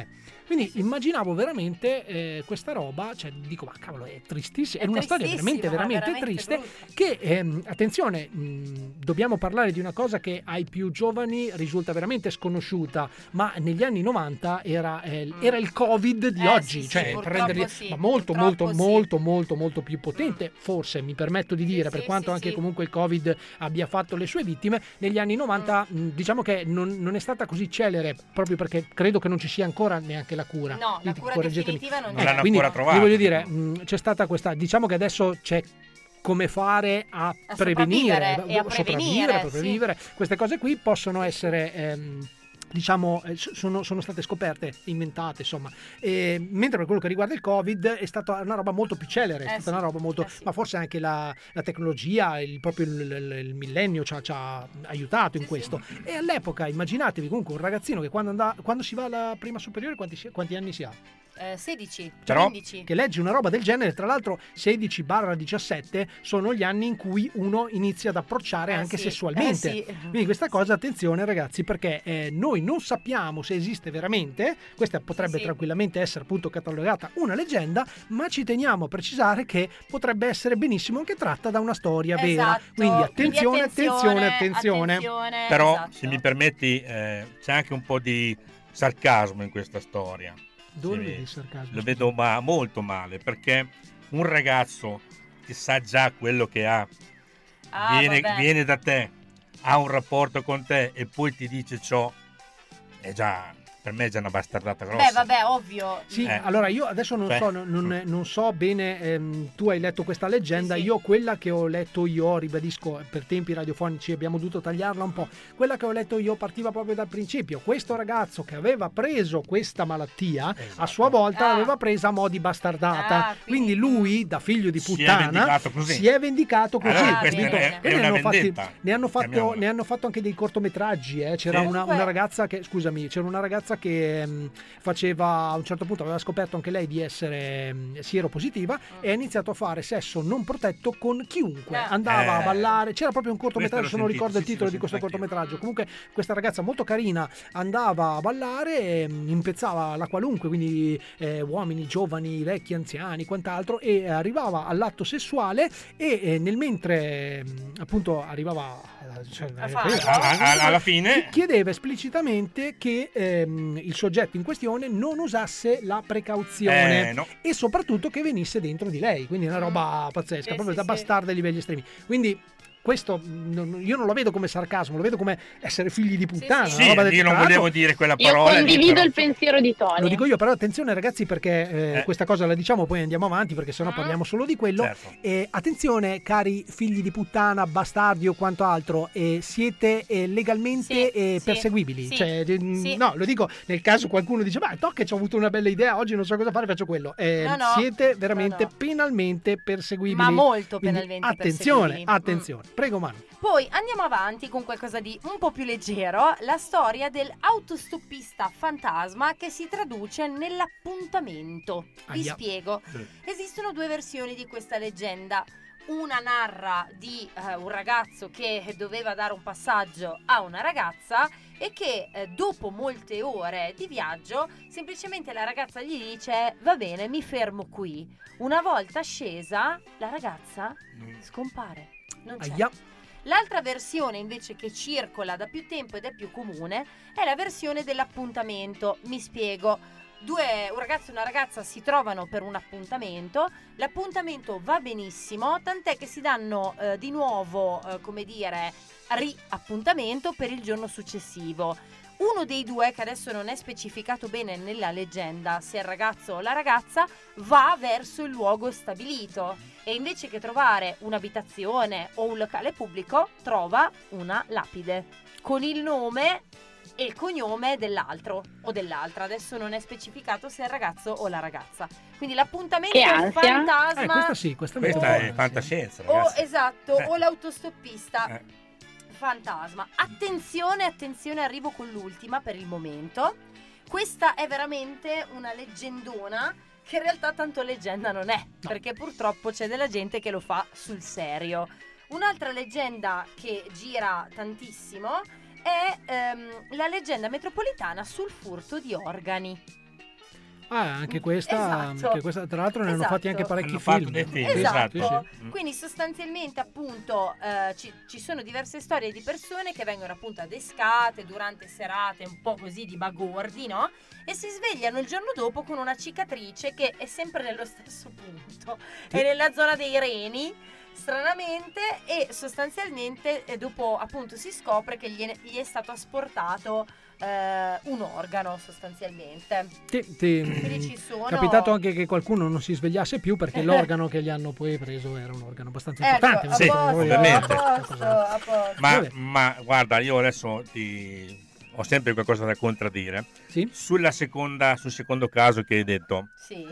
Quindi immaginavo veramente eh, questa roba, cioè dico ma cavolo è tristissima, è,
È
una storia veramente veramente,
veramente
triste
brutta.
che ehm, attenzione, mh, dobbiamo parlare di una cosa che ai più giovani risulta veramente sconosciuta, ma negli anni novanta era, eh, era il Covid di
Eh,
oggi,
sì,
cioè
sì,
per
purtroppo
renderli
sì,
ma molto molto
purtroppo sì.
molto molto molto più potente, forse mi permetto di dire, per
sì,
quanto
sì,
anche
sì.
comunque il Covid abbia fatto le sue vittime, negli anni novanta
Mm.
mh, diciamo che non, non è stata così celere, proprio perché credo che non ci sia ancora neanche la cura.
No, la
Quindi,
cura
correggetemi.
definitiva non
Non l'hanno
quindi,
ancora trovata.
io voglio dire, mh, c'è stata questa, diciamo che adesso c'è come fare a,
A
prevenire,
sopravvivere e a
sopravvivere,
prevenire,
a sopravvivere. Queste cose qui possono essere ehm, diciamo eh, sono, sono state scoperte, inventate, insomma. E, mentre per quello che riguarda il Covid è stata una roba molto più celere, è
Eh
stata
sì,
una roba molto,
eh sì.
ma forse anche la, la tecnologia, il, proprio il, il- il millennio ci ha, ci ha aiutato in questo. E all'epoca immaginatevi comunque un ragazzino che quando, andà, quando si va alla prima superiore quanti, si- quanti anni si ha?
Eh, sedici,
Però
quindici.
che leggi una roba del genere, tra l'altro sedici diciassette sono gli anni in cui uno inizia ad approcciare
Eh
anche
sì,
sessualmente.
eh sì.
Quindi questa cosa, attenzione ragazzi, perché eh, noi non sappiamo se esiste veramente, questa potrebbe
sì.
tranquillamente essere appunto catalogata una leggenda, ma ci teniamo a precisare che potrebbe essere benissimo anche tratta da una storia vera.
Esatto.
Quindi attenzione,
Quindi
attenzione, attenzione.
attenzione,
Però,
esatto.
se mi permetti, eh, c'è anche un po' di sarcasmo in questa storia.
Dove
Sì,
vedi il sarcasmo?
Lo vedo ma- molto male, perché un ragazzo che sa già quello che ha,
Ah,
viene,
vabbè.
viene da te, ha un rapporto con te e poi ti dice ciò, è già, per me è già una bastardata grossa.
Beh, vabbè, ovvio.
Sì,
Eh.
allora io adesso non
Cioè,
so, non, non- non so bene, ehm, tu hai letto questa leggenda,
Sì, sì.
io quella che ho letto io, ribadisco, per tempi radiofonici abbiamo dovuto tagliarla un po', quella che ho letto io partiva proprio dal principio, questo ragazzo che aveva preso questa malattia, a sua volta
Ah.
l'aveva presa a mo' di bastardata,
Ah,
quindi lui, da figlio di
Si è
puttana,
vendicato così.
si è vendicato così.
Allora,
Ah,
questa
bene.
è,
E
è
ne
una
hanno, fatti,
vendetta.
ne, hanno fatto,
chiamiamola.
ne hanno fatto anche dei cortometraggi. eh. C'era
Sì.
una,
Comunque-
una ragazza che, scusami, c'era una ragazza che mh, faceva, a un certo punto aveva scoperto anche lei di essere mh, sieropositiva e ha iniziato a fare sesso non protetto con chiunque.
Ah.
Andava a
Eh.
ballare, c'era proprio un cortometraggio,
Questo
se
l'ho
non ricordo il
sentito,
titolo
sì,
di
sì,
questo
l'ho sentito
cortometraggio. Comunque questa ragazza molto carina andava a ballare, e, mh, impezzava la qualunque, quindi eh, uomini, giovani, vecchi, anziani, quant'altro, e arrivava all'atto sessuale e eh, nel mentre mh, appunto arrivava cioè,
A
eh,
fare.
eh,
A- a- alla fine
chiedeva esplicitamente che ehm, il soggetto in questione non usasse la precauzione
Eh, no.
e soprattutto che venisse dentro di lei, quindi è una roba pazzesca,
Sì,
proprio
sì,
da
sì.
bastarda ai livelli estremi. Quindi questo mh, non- io non lo vedo come sarcasmo, lo vedo come essere figli di puttana.
sì.
una
sì,
roba del
io non
tra l'altro-
volevo dire quella
Io
parola lì,
condivido
però-
il pensiero di Tony.
Lo dico io, però attenzione ragazzi, perché eh,
Eh.
questa cosa la diciamo, poi andiamo avanti, perché sennò parliamo solo di quello.
Certo.
Eh, attenzione cari figli di puttana, bastardi o quanto altro, eh, siete eh, legalmente
Sì,
eh,
sì,
perseguibili.
sì,
Cioè, eh,
sì.
no, lo dico nel caso qualcuno dice, ma to che ci ho avuto una bella idea, oggi non so cosa fare, faccio quello. Eh,
No, no.
siete veramente
No, no.
penalmente perseguibili.
Ma molto
Quindi,
penalmente
attenzione,
perseguibili.
attenzione. Prego Manu.
Poi andiamo avanti con qualcosa di un po' più leggero, la storia dell'autostoppista fantasma che si traduce nell'appuntamento. Vi
Aia.
spiego. Esistono due versioni di questa leggenda. Una narra di eh, un ragazzo che doveva dare un passaggio a una ragazza e che eh, dopo molte ore di viaggio semplicemente la ragazza gli dice va bene, mi fermo qui. Una volta scesa la ragazza scompare, non c'è.
Aia.
L'altra versione invece che circola da più tempo ed è più comune è la versione dell'appuntamento. Mi spiego. Due, un ragazzo e una ragazza si trovano per un appuntamento, l'appuntamento va benissimo, tant'è che si danno eh, di nuovo, eh, come dire, riappuntamento per il giorno successivo. Uno dei due, che adesso non è specificato bene nella leggenda, se è il ragazzo o la ragazza, va verso il luogo stabilito e invece che trovare un'abitazione o un locale pubblico, trova una lapide con il nome e il cognome dell'altro o dell'altra. Adesso non è specificato se è il ragazzo o la ragazza. Quindi l'appuntamento
Che
è il
ansia.
fantasma
Eh, questa sì, questa, mi
Questa
piace.
è fantascienza,
o
ragazzi.
esatto
Eh.
o l'autostoppista
Eh.
fantasma. Attenzione, attenzione, arrivo con l'ultima per il momento. Questa è veramente una leggendona che in realtà tanto leggenda non è, perché purtroppo c'è della gente che lo fa sul serio. Un'altra leggenda che gira tantissimo è ehm, la leggenda metropolitana sul furto di organi.
Ah, anche questa,
Esatto.
anche questa tra l'altro ne hanno
Esatto.
fatti anche parecchi
Hanno
film.
fatto dei film,
Esatto,
esatto, sì.
quindi sostanzialmente appunto eh, ci, ci sono diverse storie di persone che vengono appunto adescate durante serate un po' così di bagordi, no? E si svegliano il giorno dopo con una cicatrice che è sempre nello stesso punto, è nella zona dei reni, stranamente, e sostanzialmente eh, dopo appunto si scopre che gli è, gli è stato asportato eh, un organo sostanzialmente.
Ti, ti-
Quindi ci sono-
È capitato anche che qualcuno non si svegliasse più perché l'organo che gli hanno poi preso era un organo abbastanza
Ecco,
importante.
a
Sì,
posto,
ovviamente.
a posto, a posto.
Ma,
Vabbè.
ma guarda, io adesso ti ho sempre qualcosa da contraddire.
Sì?
Sulla seconda, sul secondo caso che hai detto.
Sì.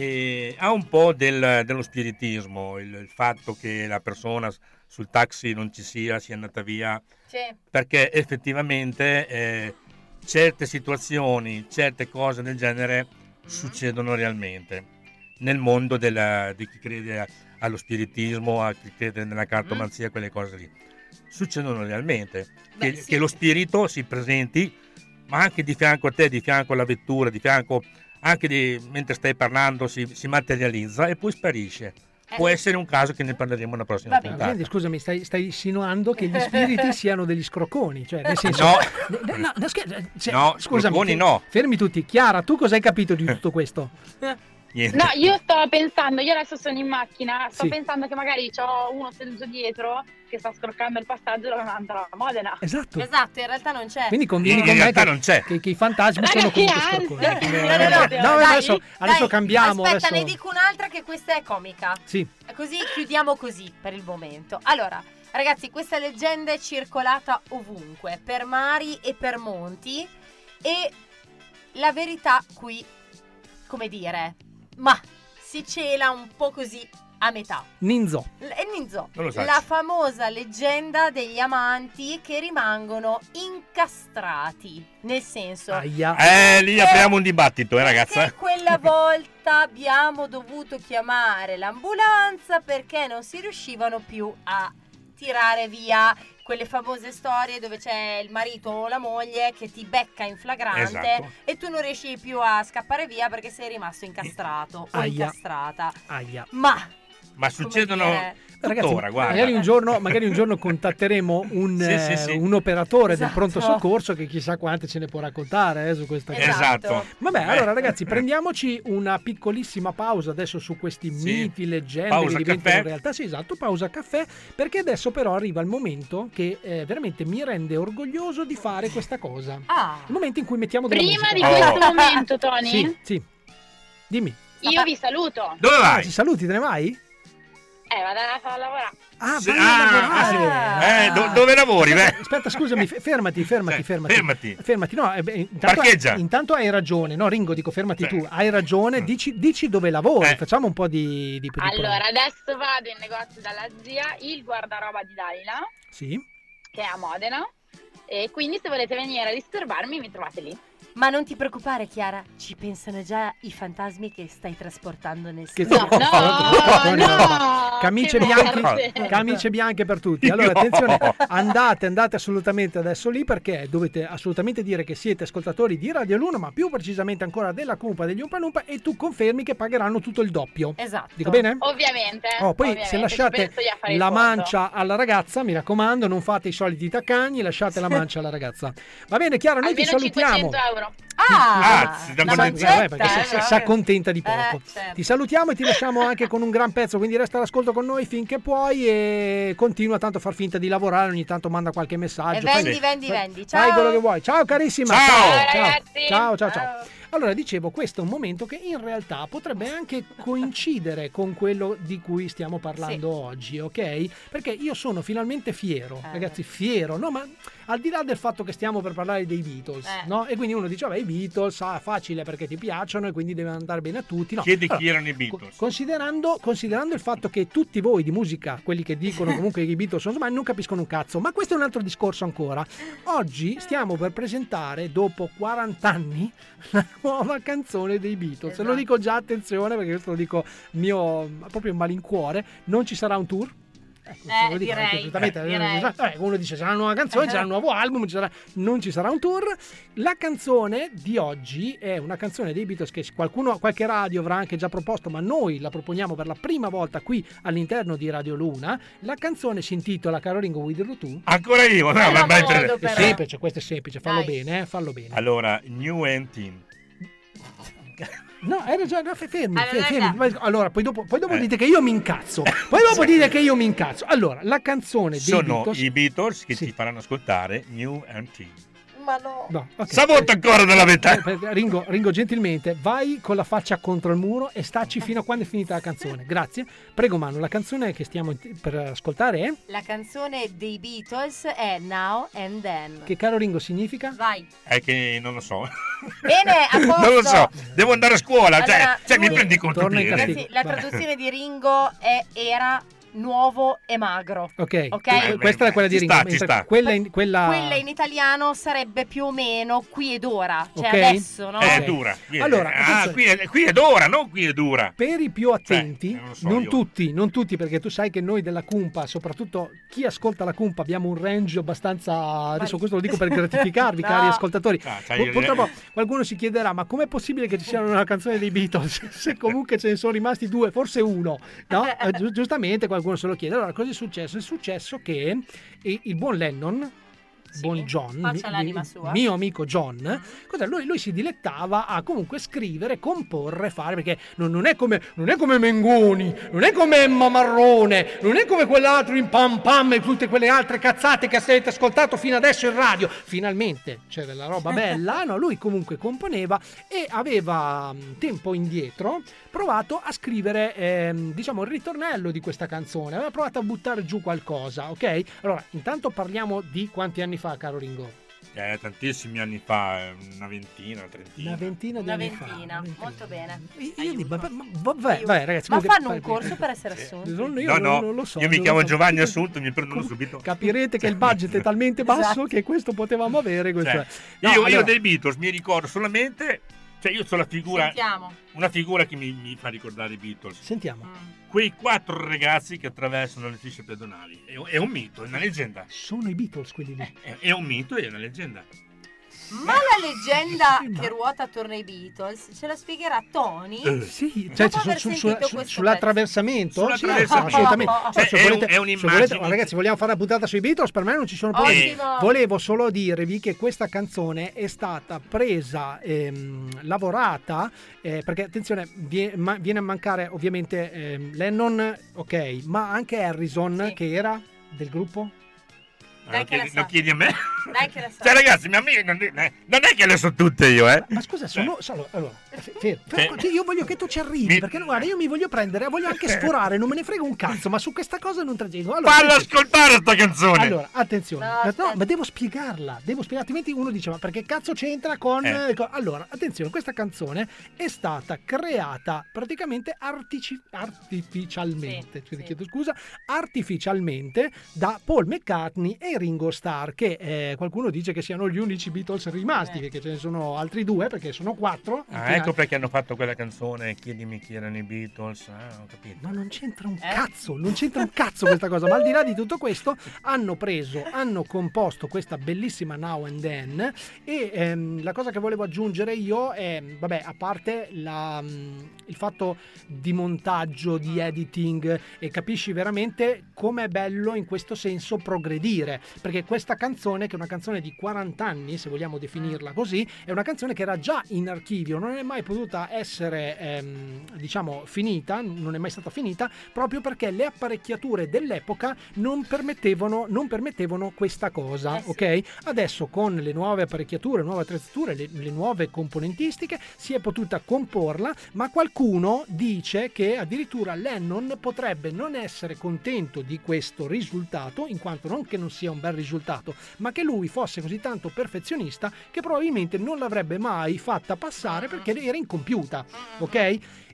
E ha un po' del- dello spiritismo, il, il fatto che la persona s- sul taxi non ci sia, sia andata via,
Sì.
perché effettivamente eh, certe situazioni, certe cose del genere succedono realmente nel mondo della- di chi crede a- allo spiritismo, a chi crede nella cartomanzia, quelle cose lì. Succedono realmente.
Beh,
che,
sì.
che lo spirito si presenti, ma anche di fianco a te, di fianco alla vettura, di fianco anche di, mentre stai parlando, si, si materializza e poi sparisce. Può
Eh.
essere un caso che ne parleremo una prossima
Va bene.
puntata.
Quindi scusami, stai, stai insinuando che gli spiriti siano degli scrocconi, cioè nel senso
No.
no, no, no, scherzo, cioè,
No,
scusami,
scrocconi
fe-
no.
fermi tutti. Chiara, tu cosa hai capito di tutto questo?
Niente.
No, io sto pensando, io adesso sono in macchina, sto
Sì.
pensando che magari c'ho uno seduto dietro che sta scroccando il passaggio davanti alla Modena.
Esatto.
Esatto, in realtà non c'è.
Quindi convieni
In
con me
realtà
che,
non c'è.
che, che i fantasmi
Raga,
sono
che
comunque
ansia!
scrocconi.
No, no, no,
No,
dai,
adesso, adesso
dai,
cambiamo.
Aspetta,
adesso...
ne dico un'altra che questa è comica.
Sì.
Così chiudiamo così per il momento. Allora, ragazzi, questa leggenda è circolata ovunque, per mari e per monti, e la verità qui, come dire, ma si cela un po' così a metà.
Ninzo.
L- E Ninzo,
Non lo sai.
la famosa leggenda degli amanti che rimangono incastrati, nel senso
Aia.
Eh, lì apriamo un dibattito, eh, ragazza.
che quella volta abbiamo dovuto chiamare l'ambulanza perché non si riuscivano più a tirare via quelle famose storie dove c'è il marito o la moglie che ti becca in flagrante
Esatto.
e tu non riesci più a scappare via perché sei rimasto incastrato o
Aia.
incastrata.
Aia.
Ma
Ma succedono
dire?
Ragazzi,
tuttora, guarda.
magari un giorno, magari un giorno contatteremo un,
Sì,
eh,
sì, sì.
un operatore del
Esatto.
pronto soccorso che chissà quante ce ne può raccontare eh, su questa cosa.
Esatto.
Vabbè,
Eh.
allora ragazzi, prendiamoci una piccolissima pausa adesso su questi
Sì.
miti, leggende
Pausa
che diventano
caffè.
realtà. Sì, esatto, pausa caffè, perché adesso però arriva il momento che eh, veramente mi rende orgoglioso di fare questa cosa.
Ah,
Il momento in cui mettiamo della
Prima di
musica.
Oh.
questo momento, Tony,
Sì, sì. Dimmi.
io vi saluto.
Dove
Ah,
vai?
ti saluti, te ne vai?
Eh, vado a lavorare.
Ah,
Sì,
vai
ah,
a lavorare.
Eh, do- dove lavori? Beh?
Aspetta, scusami, f- fermati, fermati,
Eh,
fermati.
fermati.
Fermati, no, eh, beh, intanto,
Parcheggia.
intanto hai ragione, no Ringo, dico fermati
Sì.
tu, hai ragione, dici, dici dove lavori,
Eh.
facciamo un po' di, di, di
Allora,
prova.
adesso vado in negozio dalla zia, il guardaroba di Dalila,
Sì?
che è a Modena, e quindi se volete venire a disturbarmi mi trovate lì.
ma non ti preoccupare, Chiara, ci pensano già i fantasmi che stai trasportando nel
Che
studio.
No, no, no,
Camicie
che
bianche,
morte.
camicie bianche per tutti. Allora,
No.
attenzione, andate, andate assolutamente adesso lì perché dovete assolutamente dire che siete ascoltatori di Radio Luna, ma più precisamente ancora della Cumpa degli Umpa Lumpa, e tu confermi che pagheranno tutto il doppio.
Esatto.
Dico bene?
Ovviamente.
Oh, poi
ovviamente,
se
ci
lasciate
penso io a fare il
la
conto.
mancia alla ragazza, mi raccomando, non fate i soliti taccagni, lasciate la mancia alla ragazza. Va bene, Chiara, noi ti
Almeno
salutiamo.
cinquecento euro.
Ah,
Ah, si dà
la
contenta.
Vabbè,
mancetta,
perché si,
eh,
si accontenta di poco.
Eh, certo.
Ti salutiamo e ti lasciamo anche con un gran pezzo, quindi resta all'ascolto con noi finché puoi e continua tanto a far finta di lavorare, ogni tanto manda qualche messaggio.
E vendi,
Fai-
vendi,
fai-
vendi.
Fai
Ciao.
quello che vuoi. Ciao carissima.
Ciao.
Ciao,
Ciao, ragazzi.
ciao, ciao, ciao.
Ciao.
Allora, dicevo, questo è un momento che in realtà potrebbe anche coincidere con quello di cui stiamo parlando oggi, ok? Perché io sono finalmente fiero,
Eh.
ragazzi, fiero, no? Ma al di là del fatto che stiamo per parlare dei Beatles,
Eh.
no? E quindi uno dice, vabbè, i Beatles, ah, facile perché ti piacciono e quindi deve andare bene a tutti. No.
Chiedi
Allora,
chi erano i
co-
Beatles.
Considerando, considerando il fatto che tutti voi di musica, quelli che dicono comunque che i Beatles sono ma non capiscono un cazzo, ma questo è un altro discorso ancora. Oggi stiamo per presentare, dopo quaranta anni, la nuova canzone dei Beatles.
Esatto.
Lo dico già, attenzione, perché questo lo dico mio proprio malincuore, non ci sarà un tour.
Eh,
Lo dico,
direi,
giustamente,
eh, direi.
vabbè, uno dice sarà una nuova canzone, sarà un nuovo album, ci sarà- non ci sarà un tour. La canzone di oggi è una canzone dei Beatles che qualcuno, qualche radio avrà anche già proposto, ma noi la proponiamo per la prima volta qui all'interno di Radio Luna. La canzone si intitola Caro Ringo, With You Too.
Ancora io? No, ma- ma-
È semplice, questo è semplice, fallo bene, eh, fallo bene.
Allora, New Team.
No, era già no, fermi,
Allora,
fermi, fermi. Allora, poi dopo, poi dopo
Eh.
dite che io mi incazzo. Poi dopo dite che io mi incazzo. Allora, la canzone dei
Sono
Beatles.
i Beatles che ti faranno ascoltare New Team.
Ma no.
No, ok.
Savotto ancora della metà.
Eh, perché, Ringo, Ringo, gentilmente, vai con la faccia contro il muro e staci fino a quando è finita la canzone. Grazie. Prego, Manu, la canzone che stiamo in- per ascoltare è?
La canzone dei Beatles è Now and Then.
Che, caro Ringo, significa?
Vai.
È che non lo so.
Bene, a posto.
Non lo so, devo andare a scuola. cioè,
Allora,
cioè, mi
lui-
prendi conto
Torna in
piede.
castigo.
Ragazzi, la
Vai.
traduzione di Ringo è era nuovo e magro.
Ok,
Ok?
Eh, questa è quella di
Ci
Ringo.
sta, ci
mentre
sta.
Quella, in, quella...
Quella in italiano sarebbe più o meno qui ed ora, cioè
Ok.
adesso, no?
È dura. Qui è-
Allora,
ah,
attenzione.
qui è, qui è dura, non qui è dura.
Per i più attenti,
Cioè, non lo so
non
io.
tutti, non tutti, perché tu sai che noi della Cumpa, soprattutto chi ascolta la Cumpa, abbiamo un range abbastanza. Adesso questo lo dico per gratificarvi,
No.
cari ascoltatori.
Ah, c'hai
Pur-
il-
Purtroppo qualcuno si chiederà: ma com'è possibile che ci sia una canzone dei Beatles se comunque ce ne sono rimasti due, forse uno? No? Eh, gi- giustamente qualcuno se lo chiede. Allora, cosa è successo? È successo che il il buon Lennon. Buon John,
faccia
mi-
l'anima
mi-
sua.
mio amico John, cos'è? Lui, lui si dilettava a comunque scrivere, comporre, fare, perché non, non è come non è come Mengoni, non è come Emma Marrone, non è come quell'altro in Pam Pam e tutte quelle altre cazzate che avete ascoltato fino adesso in radio. Finalmente c'è della roba bella, no? Lui comunque componeva e aveva mh, tempo indietro provato a scrivere ehm, diciamo il ritornello di questa canzone, aveva provato a buttare giù qualcosa, ok? Allora, intanto parliamo di quanti anni fa, caro Ringo?
Eh, tantissimi anni fa, eh, una ventina, una trentina.
Una ventina di
Una
anni
ventina, molto bene.
fa. Io dico, ma- ma- vabbè, vai, ragazzi,
Ma
comunque-
fanno un
vai,
corso per essere assunti?
Non- io
No,
non,
no,
non lo so.
io mi
non
chiamo
lo so.
Giovanni Assunto, mi prendono subito.
Capirete che il budget è talmente basso
Esatto.
che questo potevamo avere. Questo
Cioè,
è. No,
io, io
allora-
dei Beatles mi ricordo solamente, cioè io sono la figura,
Sentiamo.
una figura che mi, mi fa ricordare i Beatles.
Sentiamo.
Quei quattro ragazzi che attraversano le strisce pedonali. È, è un mito, è una leggenda.
Sono i Beatles quelli lì.
È, è un mito e è una leggenda.
Ma la leggenda che ruota attorno ai Beatles ce la spiegherà Tony?
Eh.
Sì,
Dopo
cioè, su-
aver
su-
sentito
su-
questo
sull'attraversamento? Sì,
Sull'attraversamento.
assolutamente.
Cioè,
Se
è
volete-
un- è
se
un'immagine-
volete- oh, ragazzi, vogliamo fare una puntata sui Beatles? Per me non ci sono problemi.
Ottimo.
Volevo solo dirvi che questa canzone è stata presa, ehm, lavorata, eh, perché attenzione, vie- ma- viene a mancare ovviamente ehm, Lennon, ok, ma anche Harrison,
Sì.
che era del gruppo?
Dai
lo,
che la
chiedi,
sa.
lo chiedi a me?
Dai che la sa.
Cioè ragazzi, ma mia, non, è- non è che le so tutte io, eh.
Ma scusa, sono, sono- allora, fe- fe-
Sì.
cioè, io voglio che tu ci arrivi,
Mi-
perché guarda, io mi voglio prendere, voglio anche sforare, non me ne frega un cazzo, ma su questa cosa non tragico. Allora,
Fallo
attenzione.
ascoltare sta canzone.
Allora, attenzione,
No,
no,
aspetta.
ma devo spiegarla, devo spiegare, altrimenti uno dice, ma perché cazzo c'entra con...
Eh.
con-" Allora, attenzione, questa canzone è stata creata praticamente artici- artificialmente,
Sì,
quindi
sì.
chiedo scusa, artificialmente da Paul McCartney e Ringo Starr, che eh, qualcuno dice che siano gli unici Beatles rimasti,
Eh.
perché ce ne sono altri due, perché sono quattro.
Ah, ecco perché hanno fatto quella canzone Chiedimi chi erano i Beatles. Ah, ho capito.
No, non c'entra un
Eh?
cazzo, non c'entra un cazzo questa cosa, ma al di là di tutto questo hanno preso, hanno composto questa bellissima Now and Then e ehm, la cosa che volevo aggiungere io è, vabbè, a parte la, mh, il fatto di montaggio, di editing, e capisci veramente com'è bello in questo senso progredire, perché questa canzone, che è una canzone di quaranta anni, se vogliamo definirla così, è una canzone che era già in archivio, non è mai potuta essere ehm, diciamo finita, non è mai stata finita, proprio perché le apparecchiature dell'epoca non permettevano, non permettevano questa cosa,
Eh sì.
ok? Adesso con le nuove apparecchiature, nuove attrezzature, le, le nuove componentistiche si è potuta comporla, ma qualcuno dice che addirittura Lennon potrebbe non essere contento di questo risultato, in quanto non che non sia un bel risultato, ma che lui fosse così tanto perfezionista che probabilmente non l'avrebbe mai fatta passare perché era incompiuta, ok?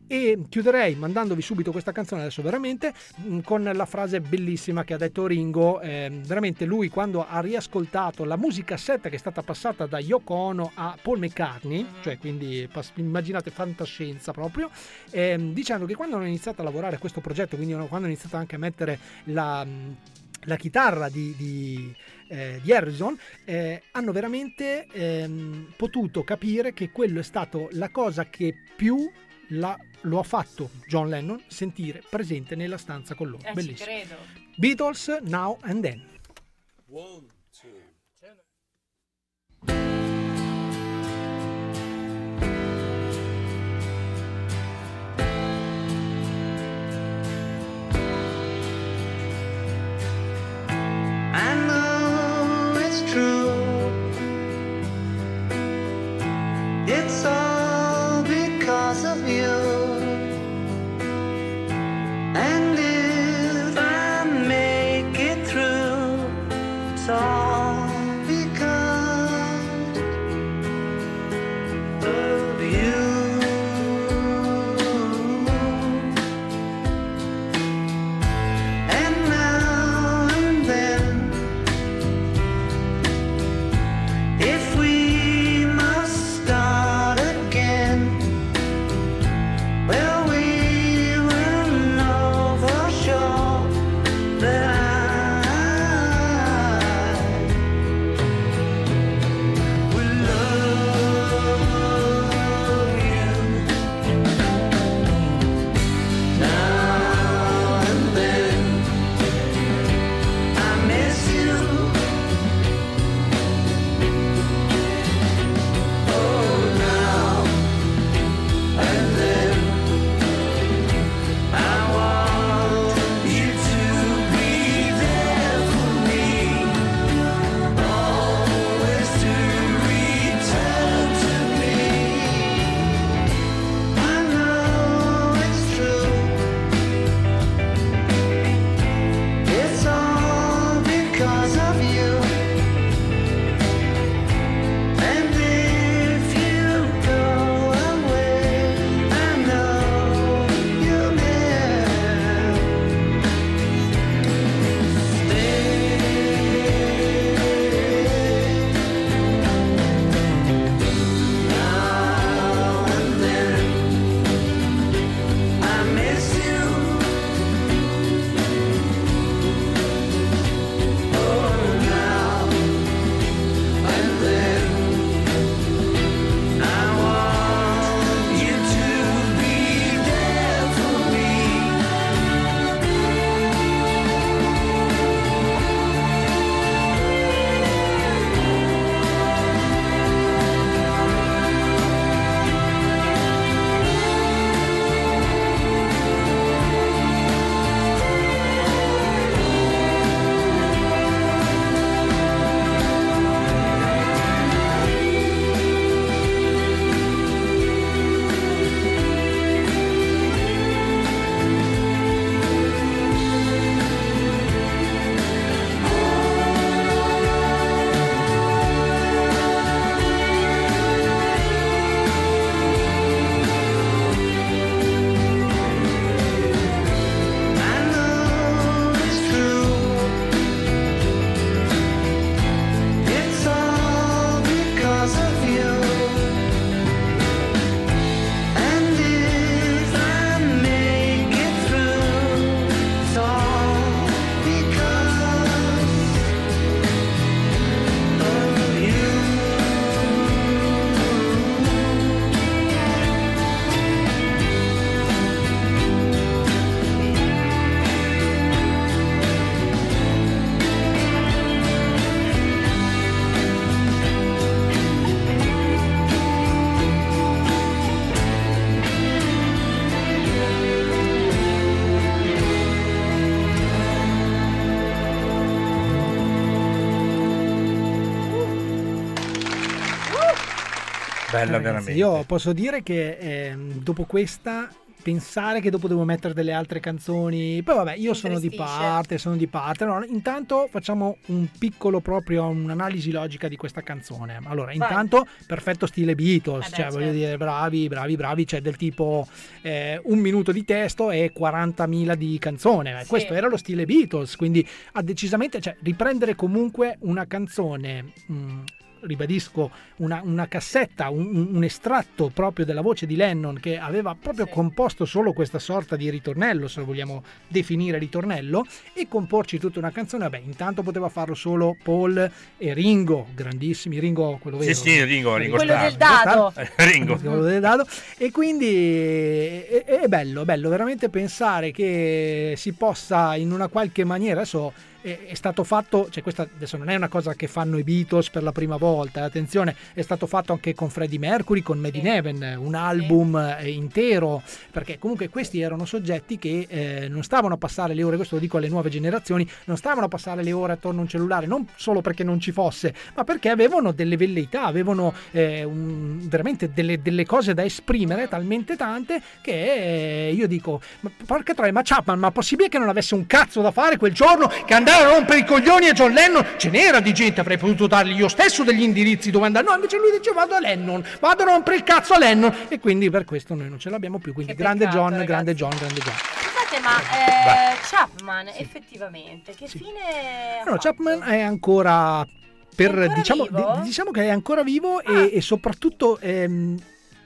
E chiuderei mandandovi subito questa canzone adesso veramente mh, con la frase bellissima che ha detto Ringo. Eh, veramente lui, quando ha riascoltato la musicassetta che è stata passata da Yoko Ono a Paul McCartney, cioè quindi pas- immaginate fantascienza proprio, eh, dicendo che quando hanno iniziato a lavorare a questo progetto, quindi quando hanno iniziato anche a mettere la... Mh, la chitarra di, di, eh, di Harrison, eh, hanno veramente ehm, potuto capire che quello è stato la cosa che più la, lo ha fatto John Lennon sentire presente nella stanza con loro.
Eh,
Bellissimo.
ci credo.
Beatles, Now and Then.
One, two.
I know it's true. It's all because of you. And if I make it through, it's all because of you. And now and then, if we must start again, well, we will know for sure that I will love you. Now and then, I miss you. Oh, now and then, I want you to be there for me, always to return to me. I know it's true. It's all because of you. And if you go away, I know you'll never stay. Now and then, I miss you. Oh, now and then, I want you to be there for me. I know it's true. It's all because of you. And if I make it through, it's all because of you.
Bella
Ragazzi,
veramente.
io posso dire che ehm, dopo questa pensare che dopo devo mettere delle altre canzoni, poi vabbè, io sono di parte, sono di parte. No, intanto facciamo un piccolo proprio un'analisi logica di questa canzone. Allora,
Vai.
intanto perfetto stile Beatles,
Eh beh,
cioè voglio
certo.
dire bravi, bravi, bravi, cioè del tipo eh, un minuto di testo e quarantamila di canzone. Eh, Questo era lo stile Beatles, quindi ha decisamente, cioè riprendere comunque una canzone, mh, ribadisco, una, una cassetta, un, un estratto proprio della voce di Lennon, che aveva proprio composto solo questa sorta di ritornello, se lo vogliamo definire ritornello, e comporci tutta una canzone. Vabbè, intanto poteva farlo solo Paul e Ringo, grandissimi, Ringo quello vero.
Sì, sì, Ringo, Ringo
Quello
Starr.
del dado.
Ringo.
Quello del dado. E quindi è, è bello, bello veramente pensare che si possa in una qualche maniera, adesso è, è stato fatto, cioè questa adesso non è una cosa che fanno i Beatles per la prima volta, eh, attenzione, è stato fatto anche con Freddie Mercury, con Made in Heaven, un album eh, intero, perché comunque questi erano soggetti che eh, non stavano a passare le ore, questo lo dico alle nuove generazioni, non stavano a passare le ore attorno a un cellulare, non solo perché non ci fosse, ma perché avevano delle velleità, avevano eh, un, veramente delle, delle cose da esprimere talmente tante che eh, io dico, ma porca troia, ma Chapman, ma possibile che non avesse un cazzo da fare quel giorno, che andava a rompere i coglioni a John Lennon? Ce n'era di gente, avrei potuto dargli io stesso degli indirizzi dove andare, no, invece lui dice vado a Lennon, vado a rompere il cazzo a Lennon, e quindi per questo noi non ce l'abbiamo più, quindi
Che
grande
peccato,
John,
ragazzi.
grande John, grande John.
Scusate, ma eh, Chapman effettivamente che fine ha
No,
fatto?
Chapman è ancora per
È ancora
diciamo,
vivo?
di- diciamo che è ancora vivo e, e soprattutto ehm,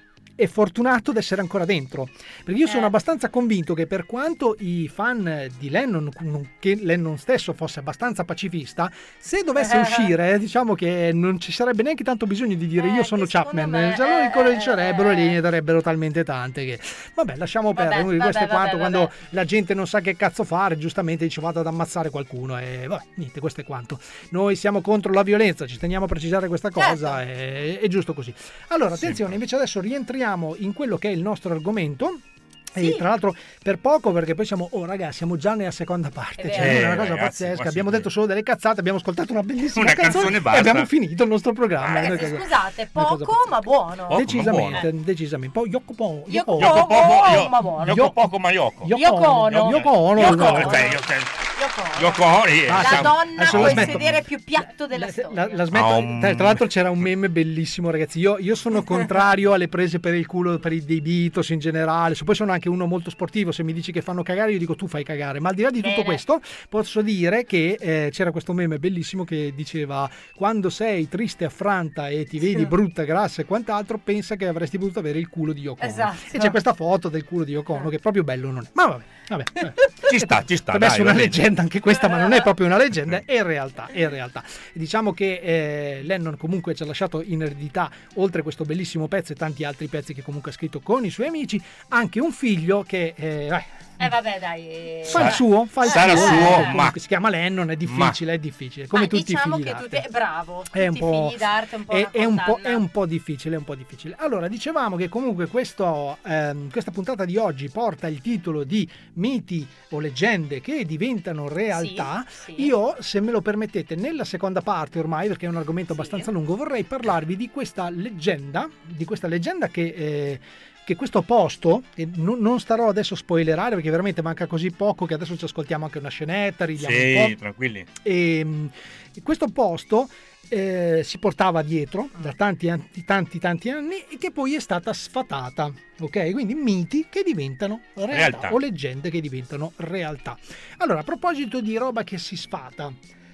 è fortunato di essere ancora dentro, perché io sono abbastanza convinto che per quanto i fan di Lennon, che Lennon stesso fosse abbastanza pacifista, se dovesse uscire diciamo che non ci sarebbe neanche tanto bisogno di dire io sono Chapman,
me,
già lo
eh,
riconoscerebbero e ne darebbero talmente tante che vabbè, lasciamo
Vabbè,
perdere.
vabbè,
Questo è
vabbè,
quanto
vabbè.
quando la gente non sa che cazzo fare, giustamente dice vado ad ammazzare qualcuno e vabbè, niente, questo è quanto. Noi siamo contro la violenza, ci teniamo a precisare questa cosa, è, è giusto così. Allora, attenzione, invece adesso rientriamo in quello che è il nostro argomento. E tra l'altro per poco, perché poi siamo, oh ragazzi, siamo già nella seconda parte,
È
cioè
vero.
è una
Eh,
cosa
ragazzi,
pazzesca.
ma
Abbiamo
sì.
detto solo delle cazzate, abbiamo ascoltato una bellissima
Una
canzone,
canzone
e
basta.
abbiamo finito il nostro programma.
Ragazzi,
Una cosa-
scusate,
una cosa
poco ma buono.
decisamente, decisamente. Poi Yoko Ono,
Yoko
Ono.
Ono,
poco, io-
ma buono.
Yoko poco ma Yoko.
Yoko Ono.
Yoko Ono.
Yoko
Yoko
Ono,
Ono.
cioè, io- cioè, Yoko Ono, eh,
La
siamo-
donna
adesso
con
la
il
smetto.
sedere più piatto della storia.
La, la smetto.
Um.
Tra, tra l'altro c'era un meme bellissimo, ragazzi. Io, io sono contrario alle prese per il culo per i dei Beatles in generale. Poi sono anche uno molto sportivo. Se mi dici che fanno cagare, io dico tu fai cagare. Ma al di là di tutto
Bene.
questo, posso dire che eh, c'era questo meme bellissimo che diceva: quando sei triste, affranta e ti vedi brutta, grassa e quant'altro, pensa che avresti potuto avere il culo di Yoko Ono.
Esatto.
E c'è questa foto del culo di Yoko Ono che proprio bello non è. Ma vabbè, vabbè. vabbè.
Ci sta, ci sta.
Potrebbe
dai,
essere
va
una
bene.
leggenda anche questa, ma non è proprio una leggenda, è in realtà, è in realtà. Diciamo che eh, Lennon comunque ci ha lasciato in eredità, oltre a questo bellissimo pezzo e tanti altri pezzi che comunque ha scritto con i suoi amici, anche un figlio che eh, eh,
Eh vabbè, dai. eh.
fa il suo, fa il
Sarà
suo,
suo,
eh,
ma-
comunque si chiama Lennon, è difficile, è difficile, come
Ma
tutti
diciamo
i figli
che
d'arte.
tutti, è bravo,
È un
tutti
po',
i figli d'arte un po'
è,
una
è un po',
condanna.
è un po' difficile, è un po' difficile. Allora, dicevamo che comunque questo, ehm, questa puntata di oggi porta il titolo di miti o leggende che diventano realtà.
Sì, sì.
Io, se me lo permettete, nella seconda parte ormai, perché è un argomento abbastanza lungo, vorrei parlarvi di questa leggenda, di questa leggenda che... Eh, che questo posto, e non, non starò adesso a spoilerare perché veramente manca così poco che adesso ci ascoltiamo anche una scenetta, ridiamo un
Sì,
po'.
tranquilli.
E, mh, questo posto eh, si portava dietro da tanti, tanti tanti tanti anni e che poi è stata sfatata, ok? Quindi miti che diventano realtà,
Realtà.
o leggende che diventano realtà. Allora, a proposito di roba che si sfata,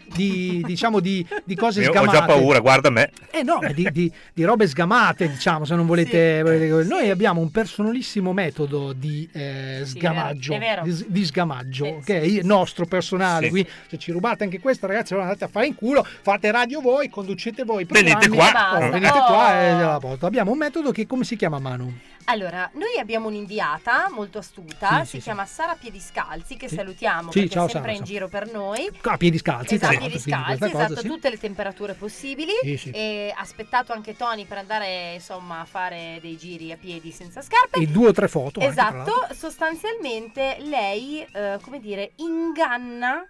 di diciamo di, di cose
Io ho
sgamate,
già paura, guarda me.
eh no, ma di, di, di robe sgamate, diciamo, se non volete. volete- Noi abbiamo un personalissimo metodo di eh,
Sì,
sgamaggio,
è vero, è vero.
di, di sgamaggio,
Sì,
ok?
sì, sì,
Nostro personale.
Sì.
Qui, se ci rubate anche questa, ragazzi, allora andate a fare in culo, fate radio voi, conducete voi i
Venite
programmi.
qua.
E basta.
Oh, venite
Oh.
qua e la porto. Abbiamo un metodo che come si chiama, Manu?
Allora, noi abbiamo un'inviata molto astuta,
Sì,
si
sì,
chiama Sara Piediscalzi, che
Sì.
salutiamo
Sì,
perché
ciao,
è sempre
Sara,
in
ciao.
giro per noi.
A piedi scalzi, tra
Esatto,
l'altro,
piedi
quindi
scalzi,
questa cosa,
esatto,
sì.
tutte le temperature possibili.
Sì, sì.
E ha aspettato anche Tony per andare insomma a fare dei giri a piedi senza scarpe.
E due o tre foto. anche, tra l'altro.
Esatto, sostanzialmente lei, eh, come dire, inganna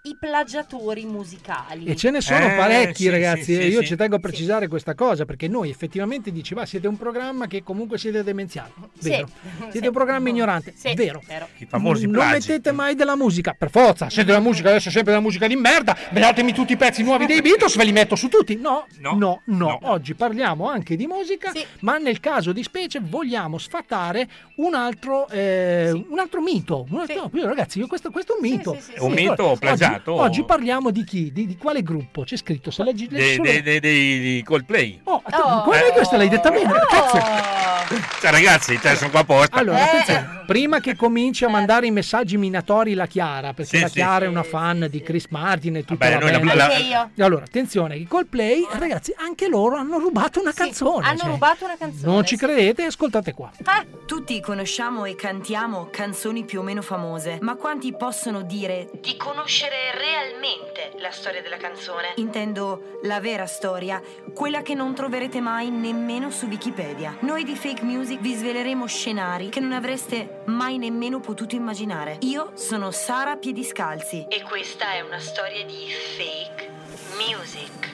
i plagiatori musicali.
E ce ne sono
Eh,
parecchi,
sì,
ragazzi,
sì,
e
sì,
io
sì.
ci tengo a precisare questa cosa, perché noi effettivamente dici, va, siete un programma che comunque siete demenziali,
Sì.
vero? Siete
Sì.
un programma ignorante,
Sì,
vero?
vero.
I famosi
Non
plagi.
mettete mai della musica, per forza, siete della musica, adesso sempre della musica di merda, datemi tutti i pezzi nuovi dei Beatles, ve li metto su tutti. No, no, no, no. Oggi parliamo anche di musica, ma nel caso di specie vogliamo sfatare un altro, eh, un altro mito. Un altro, no, ragazzi, io questo, questo è un mito.
È un mito
Oggi-
plagiato?
Oggi, parliamo di chi? Di, di quale gruppo? C'è scritto, se leggi, leggi
Dei,
solo-
dei, dei, dei- di Coldplay.
Oh, att- guarda, questa l'hai detta bene, cazzo.
Cioè, ragazzi, cioè, sono qua apposta.
Allora, attenzione, prima che cominci a mandare i messaggi minatori la Chiara, perché
Sì,
la
sì.
Chiara è una fan di Chris Martin e tutta
Vabbè,
la
noi la-
band.
la-
Anche io.
Allora, attenzione, i Coldplay, ragazzi, anche loro hanno rubato una canzone.
Hanno
cioè,
rubato una canzone.
non ci credete? Ascoltate qua.
Tutti conosciamo e cantiamo canzoni più o meno famose, ma quanti possono dire di conoscere realmente la storia della canzone? Intendo la vera storia, quella che non troverete mai nemmeno su Wikipedia. Noi di Fake Music vi sveleremo scenari che non avreste mai nemmeno potuto immaginare. Io sono Sara Piediscalzi e questa è una storia di Fake Music.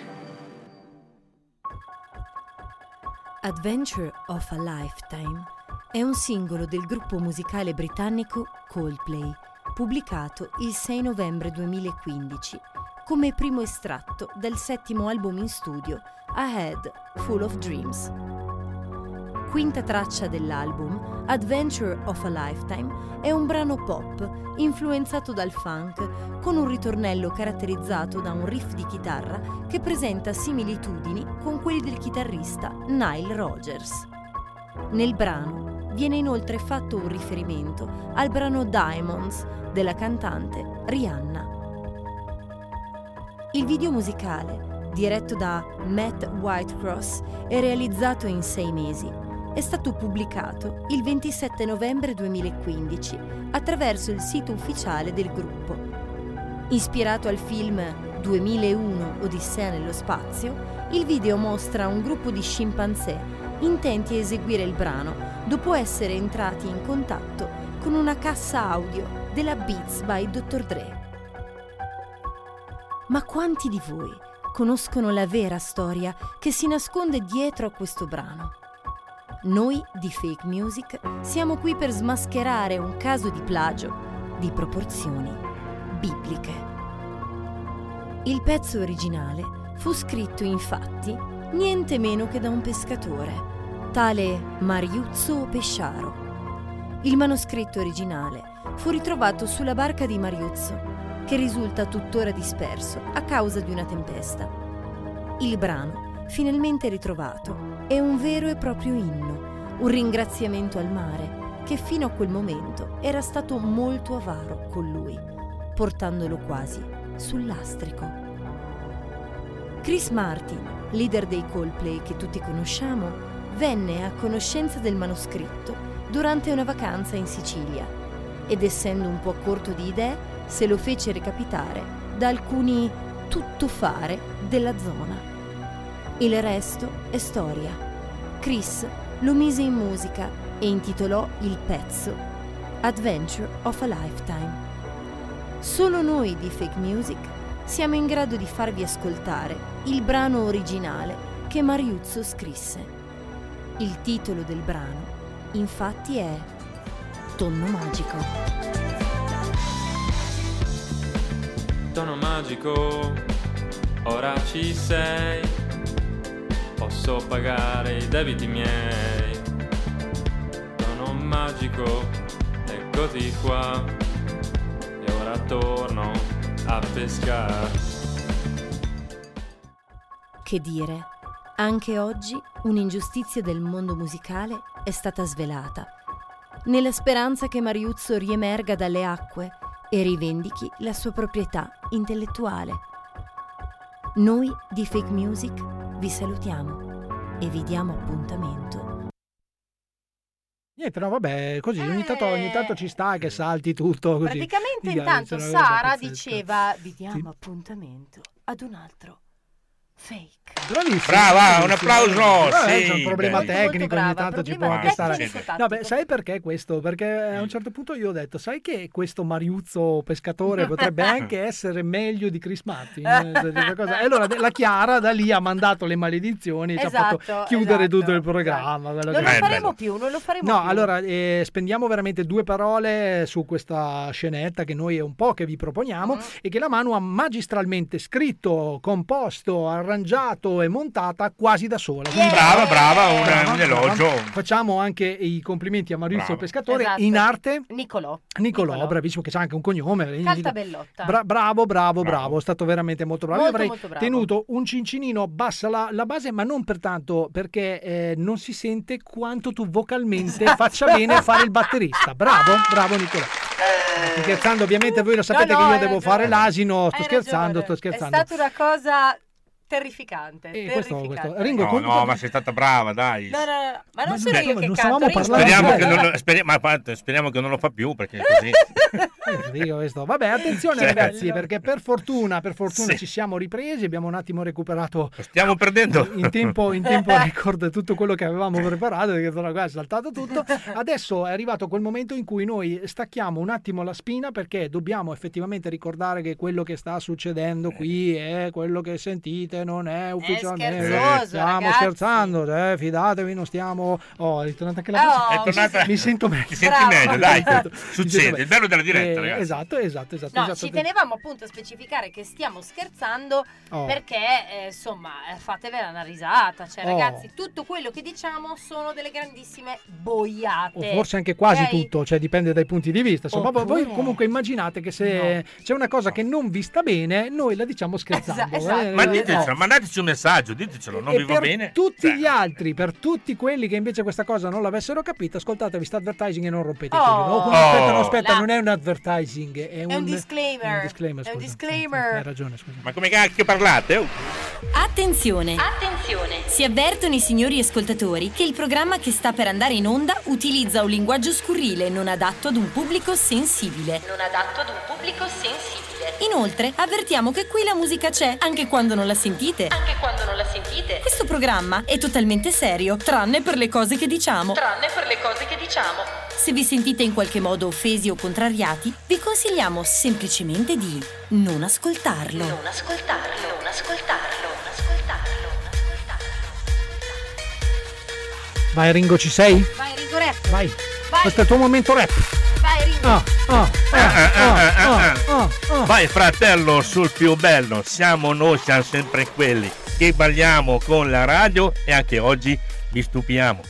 Adventure of a Lifetime è un singolo del gruppo musicale britannico Coldplay, pubblicato il sei novembre duemilaquindici come primo estratto dal settimo album in studio A Head Full of Dreams. Quinta traccia dell'album, Adventure of a Lifetime è un brano pop influenzato dal funk, con un ritornello caratterizzato da un riff di chitarra che presenta similitudini con quelli del chitarrista Nile Rodgers. Nel brano viene inoltre fatto un riferimento al brano Diamonds della cantante Rihanna. Il video musicale, diretto da Matt Whitecross e realizzato in sei mesi, è stato pubblicato il ventisette novembre duemilaquindici attraverso il sito ufficiale del gruppo. Ispirato al film duemilauno Odissea nello spazio, il video mostra un gruppo di scimpanzé intenti a eseguire il brano dopo essere entrati in contatto con una cassa audio della Beats by dottor Dre. Ma quanti di voi conoscono la vera storia che si nasconde dietro a questo brano? Noi di Fake Music siamo qui per smascherare un caso di plagio di proporzioni bibliche. Il pezzo originale fu scritto infatti niente meno che da un pescatore, tale Mariuzzo Pesciaro. Il manoscritto originale fu ritrovato sulla barca di Mariuzzo, che risulta tuttora disperso a causa di una tempesta. Il brano, finalmente ritrovato, è un vero e proprio inno, un ringraziamento al mare che fino a quel momento era stato molto avaro con lui, portandolo quasi sul lastrico. Chris Martin, leader dei Coldplay che tutti conosciamo, venne a conoscenza del manoscritto durante una vacanza in Sicilia ed essendo un po' corto di idee se lo fece recapitare da alcuni tuttofare della zona. Il resto è storia. Chris lo mise in musica e intitolò il pezzo Adventure of a Lifetime. Solo noi di Fake Music siamo in grado di farvi ascoltare il brano originale che Mariuzzo scrisse. Il titolo del brano, infatti, è Tonno Magico.
Tono magico, ora ci sei, posso pagare i debiti miei. Tono magico, eccoti qua, e ora torno a pescare.
Che dire, anche oggi un'ingiustizia del mondo musicale è stata svelata, nella speranza che Mariuzzo riemerga dalle acque e rivendichi la sua proprietà intellettuale. Noi di Fake Music vi salutiamo e vi diamo appuntamento.
Niente, no, vabbè, così ogni tanto, ogni tanto ci sta che salti tutto così.
Praticamente
Dica,
intanto
c'è una cosa
Sara
pazzesca.
diceva vi diamo appuntamento ad un altro fake.
Bravissimo.
Brava, un applauso.
Eh,
Sì,
c'è un problema
bellissimo.
tecnico, ogni tanto ci può
brava.
anche stare.
Tecnico,
No, beh, sai perché questo? Perché a un certo punto io ho detto, sai che questo Mariuzzo pescatore potrebbe anche essere meglio di Chris Martin? E allora la Chiara da lì ha mandato le maledizioni e ci ha
Esatto,
fatto chiudere
esatto,
tutto il programma.
Non lo faremo più, non lo faremo
No,
più.
allora eh, spendiamo veramente due parole su questa scenetta che noi è un po' che vi proponiamo
Mm.
e che la Manu ha magistralmente scritto, composto, arrangiato e montata quasi da sola. Quindi
Brava, brava, un,
brava,
un elogio.
brava. Facciamo anche i complimenti a Maurizio
Bravo.
Pescatore,
Esatto.
in arte
Nicolò.
Nicolò, bravissimo, che c'ha anche un cognome.
Caltabellotta.
Bra- bravo, bravo, bravo, è stato veramente molto bravo.
Molto,
Io avrei
molto bravo.
tenuto un cincinino bassa la, la base, ma non pertanto perché eh, non si sente quanto tu vocalmente faccia bene a fare il batterista. Bravo, bravo Nicolò. Sto scherzando, ovviamente voi lo sapete
No, no,
che io
hai
devo
ragione.
fare l'asino, sto
Hai
scherzando,
ragione.
sto scherzando.
È stata una cosa terrificante.
E questo-
terrificante.
questo- Ringo,
No,
con-
no, ma sei stata brava, dai.
No, no, no, ma non
Ma
sono
non-
io
non
che
stavamo
canto. Ringo.
parlando
Speriamo
di-
che, non lo, speri- ma, infatti, speriamo che non lo fa più, perché così.
Eh, dico questo. Vabbè, attenzione
Cioè-
ragazzi, perché per fortuna, per fortuna
Sì.
ci siamo ripresi, abbiamo un attimo recuperato
Stiamo perdendo.
in tempo, in tempo record tutto quello che avevamo preparato, perché sennò qua è saltato tutto. Adesso è arrivato quel momento in cui noi stacchiamo un attimo la spina, perché dobbiamo effettivamente ricordare che quello che sta succedendo qui è quello che sentite, non è ufficialmente.
scherzoso,
Stiamo
ragazzi.
scherzando, eh, fidatevi, non stiamo. Oh, è tornata anche la
Oh,
voce.
È tornata-
Mi sento meglio.
Ti senti
Bravo.
meglio, dai.
Mi sento
Succede,
meglio.
il bello della diretta,
Eh,
ragazzi.
Esatto, esatto, esatto.
No,
esatto.
ci tenevamo appunto a specificare che stiamo scherzando
Oh.
perché eh, insomma eh, fatevela una risata, cioè
Oh.
ragazzi tutto quello che diciamo sono delle grandissime boiate.
O forse anche quasi
ok?
tutto, cioè dipende dai punti di vista. Insomma,
Oppure-
voi comunque immaginate che se c'è una cosa che non vi sta bene, noi la diciamo scherzando.
Esatto,
eh.
Ma
Eh,
ditecelo,
no.
mandateci un messaggio, ditecelo, non
E
vi va
per
bene?
tutti
Cioè,
gli altri, per tutti quelli che invece questa cosa non l'avessero capita, ascoltatevi sta advertising e non rompete i
Oh.
coglioni. Oh, aspetta, no, aspetta,
La-
non è un advertising, è,
È un disclaimer.
è un disclaimer,
È un
scusa.
disclaimer.
Hai ragione, scusa.
Ma come cacchio parlate? Oh.
Attenzione!
Attenzione!
Si avvertono i signori ascoltatori che il programma che sta per andare in onda utilizza un linguaggio scurrile non adatto ad un pubblico sensibile.
Non adatto ad un pubblico sensibile.
Inoltre, avvertiamo che qui la musica c'è, anche quando non la sentite.
Anche quando non la sentite.
Questo programma è totalmente serio, tranne per le cose che diciamo.
Tranne per le cose che diciamo.
Se vi sentite in qualche modo offesi o contrariati, vi consigliamo semplicemente di non ascoltarlo.
Non ascoltarlo. Non ascoltarlo. Non ascoltarlo. Non ascoltarlo.
Vai Ringo, ci sei?
Vai Ringo rap.
Vai.
Vai.
Questo è il tuo momento rap.
Vai Ringo.
Ah, ah,
Ah, ah, ah, ah,
ah, ah.
Vai fratello sul più bello, siamo noi, siamo sempre quelli che balliamo con la radio e anche oggi vi stupiamo.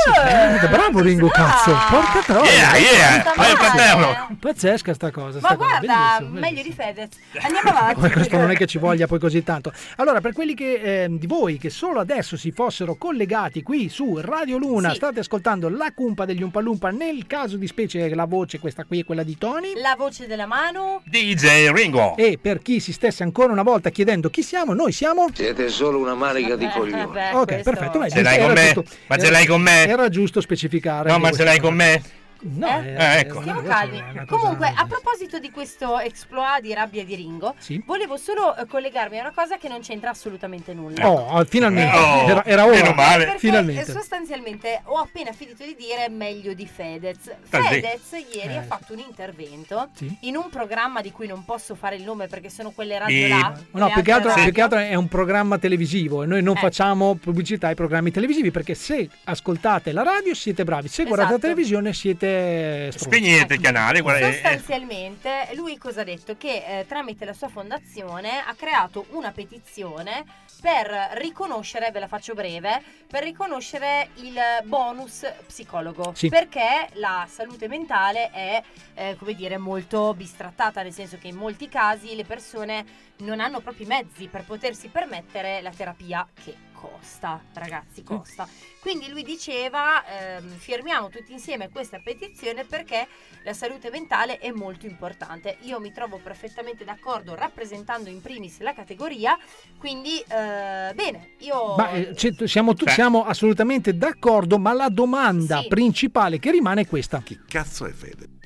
Eh, bravo Ringo, cazzo, porca troia.
Yeah, yeah,
Sta
vai
male.
fratello.
Pazzesca sta cosa.
Ma
sta cosa,
guarda,
bellissimo,
meglio
bellissimo.
di Fedez. Andiamo avanti.
Poi questo non è che ci voglia poi così tanto. Allora, per quelli che, eh, di voi che solo adesso si fossero collegati qui su Radio Luna,
Sì.
state ascoltando la cumpa degli Umpalumpa, nel caso di specie la voce questa qui è quella di Tony.
La voce della mano.
D J Ringo.
E per chi si stesse ancora una volta chiedendo chi siamo, noi siamo...
Siete solo una manica di
Eh,
coglioni.
beh,
Ok,
questo-
perfetto. beh,
Ce l'hai
era
con me?
giusto-
Ma ce
era-
l'hai con me?
Era giusto specificare.
No,
anche
ma ce
questa
l'hai
cosa.
con me?
No,
Eh?
era-
ecco.
era-
Stiamo
era
calmi.
una cosa-
Comunque, a proposito di questo exploit di rabbia di Ringo,
Sì.
volevo solo eh, collegarmi a una cosa che non c'entra assolutamente nulla.
Oh, finalmente.
Oh,
era, era
meno
ora.
male.
Perché
Finalmente.
eh, sostanzialmente ho appena finito di dire meglio di Fedez.
Ah, sì.
Fedez ieri
Eh,
ha fatto un intervento
Sì.
in un programma di cui non posso fare il nome perché sono quelle radio
Sì.
là.
No,
quelle
più che, altro,
altre
più che
radio.
altro è un programma televisivo e noi non
Eh.
facciamo pubblicità ai programmi televisivi, perché se ascoltate la radio siete bravi, se guardate la
Esatto.
televisione siete stronzi.
Spegnete il canale, guarda, eh, eh,
Sostanzialmente lui cosa ha detto? Che eh, tramite la sua fondazione ha creato una petizione per riconoscere, ve la faccio breve, per riconoscere il bonus psicologo.
Sì.
Perché la salute mentale è, eh, come dire, molto bistrattata, nel senso che in molti casi le persone non hanno proprio i mezzi per potersi permettere la terapia che costa, ragazzi, costa. Quindi lui diceva ehm, firmiamo tutti insieme questa petizione perché la salute mentale è molto importante. Io mi trovo perfettamente d'accordo rappresentando in primis la categoria, quindi eh, bene, io
Ma eh, c'è- siamo, tu-
Beh.
siamo assolutamente d'accordo, ma la domanda
Sì.
principale che rimane è questa.
Chi cazzo è Fede?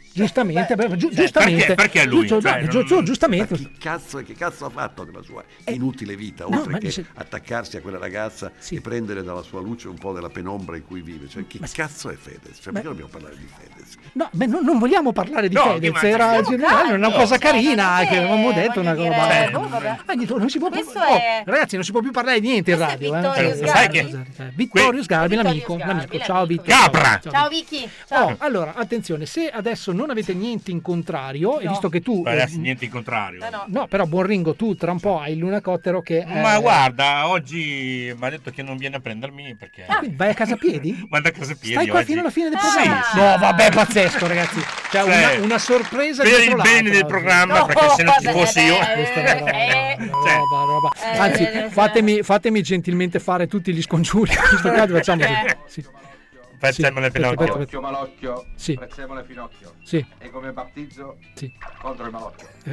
Giustamente, beh, giu- giustamente.
Perché, perché a lui?
Giu-
Cioè,
no, giu- giu- giustamente.
Ma chi cazzo, che cazzo ha fatto della sua inutile vita,
no,
oltre
ma
che
dice-
attaccarsi a quella ragazza e prendere dalla sua luce un po' della penombra in cui vive? Cioè, chi cazzo è Fedez? Cioè, perché dobbiamo parlare di Fedez?
No, beh, non, non vogliamo parlare di
No,
Fedez,
ma-
era
siamo
generale, una
calmi,
cosa
cioè,
carina
non è
che avevamo detto, una
voglio
roba.
dire, boh, vabbè.
Ma niente, non si può più,
Questo
oh,
è-
ragazzi, non si può più parlare di niente in
Questo è
radio.
Vittorio
eh.
Sgarbi.
Eh, Vittorio Sgarbi, l'amico,
Sgarbi,
l'amico.
l'amico.
Ciao Vicky.
Capra!
Ciao Vicky. Ciao.
Oh, allora, attenzione, se adesso non avete niente in contrario, e
No.
visto che tu...
Ma
eh,
adesso niente in contrario.
No, no.
no, però buon Ringo, tu tra un po' hai il Lunacottero che... eh,
Ma guarda, oggi mi ha detto che non viene a prendermi perché...
quindi vai a casa a piedi?
Vado a casa a piedi
Stai qua
oggi.
fino alla fine del
Sì,
programma?
sì.
No, vabbè, pazzesco, ragazzi. Cioè,
Cioè,
una, una sorpresa
per
dietro
il
l'altra
bene del
oggi.
programma,
No,
perché se non ci
vabbè,
fossi io...
eh, questa è una
Eh,
roba, roba, roba.
Eh,
Anzi,
eh,
fatemi, fatemi gentilmente fare tutti gli scongiuri. In questo caso facciamo così.
Eh.
Sì.
Prezzemolo e
Aspetta,
Pinocchio.
aspetta,
malocchio,
Sì.
prezzemolo e finocchio.
Sì.
E come battizzo
Sì.
contro il malocchio.
Eh.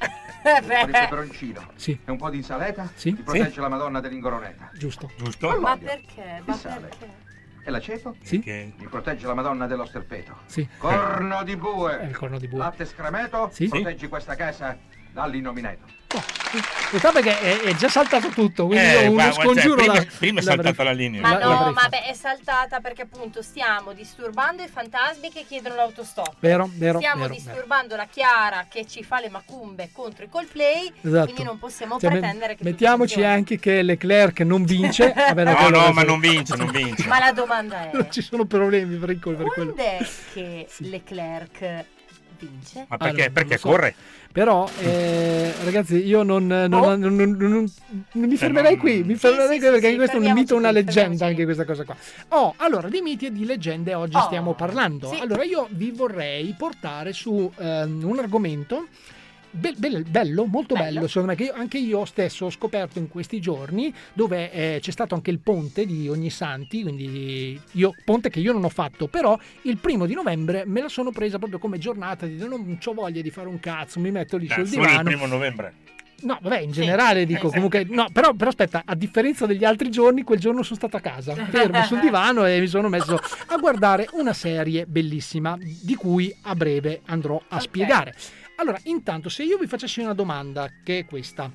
Eh,
Un po' di
beh.
peperoncino
Sì.
e un po' di insalata
Sì.
ti protegge
Sì.
la Madonna dell'Ingoroneta.
Giusto.
Giusto?
Ma perché? Ma
Il sale.
perché?
E l'aceto?
Sì.
Che...
Mi protegge la Madonna dello sterpeto.
Sì.
Corno di bue.
È il corno di bue.
Latte scremeto.
Sì.
Proteggi questa casa dall'innomineto.
Questa perché è, è già saltato tutto, quindi
Eh,
io uno
guarda,
scongiuro
cioè, prima-
la-
prima è
l'avrei-
saltata la linea.
Ma
la-
no,
l'avrei
ma
fatto.
beh, è saltata perché appunto stiamo disturbando i fantasmi che chiedono l'autostop.
Vero, vero,
Stiamo
vero,
disturbando la Chiara che ci fa le macumbe contro i Coldplay,
Esatto.
quindi non possiamo
Cioè, me-
pretendere che tutto
mettiamoci
funzioni.
anche che Leclerc non vince. Vabbè,
No,
quello
no,
adesso-
ma non vince, non vince.
Ma la domanda è:
Non ci sono problemi per, il- per quello.
quando è che Leclerc vince?
Ma perché?
Allora,
perché
non lo so.
corre?
Però, eh, ragazzi, io non, non, non, non- non- non- non mi fermerei
non-
qui. Mi fermerei
sì,
qui perché
sì,
questo è un
fermiamoci
mito, una
qui,
leggenda
fermiamoci
anche questa cosa qua. Oh, allora, di miti e di leggende oggi
Oh,
stiamo parlando.
sì.
Allora, io vi vorrei portare su ehm, un argomento. Be- be- bello, molto bello.
Bello.
secondo me, che io- anche io stesso ho scoperto in questi giorni, dove eh, c'è stato anche il ponte di Ognissanti, quindi io, ponte che io non ho fatto, però il primo di novembre me la sono presa proprio come giornata di non ho voglia di fare un cazzo, mi metto lì
Eh,
sul
solo il
divano.
primo novembre.
No, vabbè, in
Sì.
generale dico
Eh, sì.
comunque no, però, però aspetta, a differenza degli altri giorni, quel giorno sono stato a casa, fermo sul divano e mi sono messo a guardare una serie bellissima di cui a breve andrò a
Ok.
spiegare. Allora, intanto, se io vi facessi una domanda che è questa: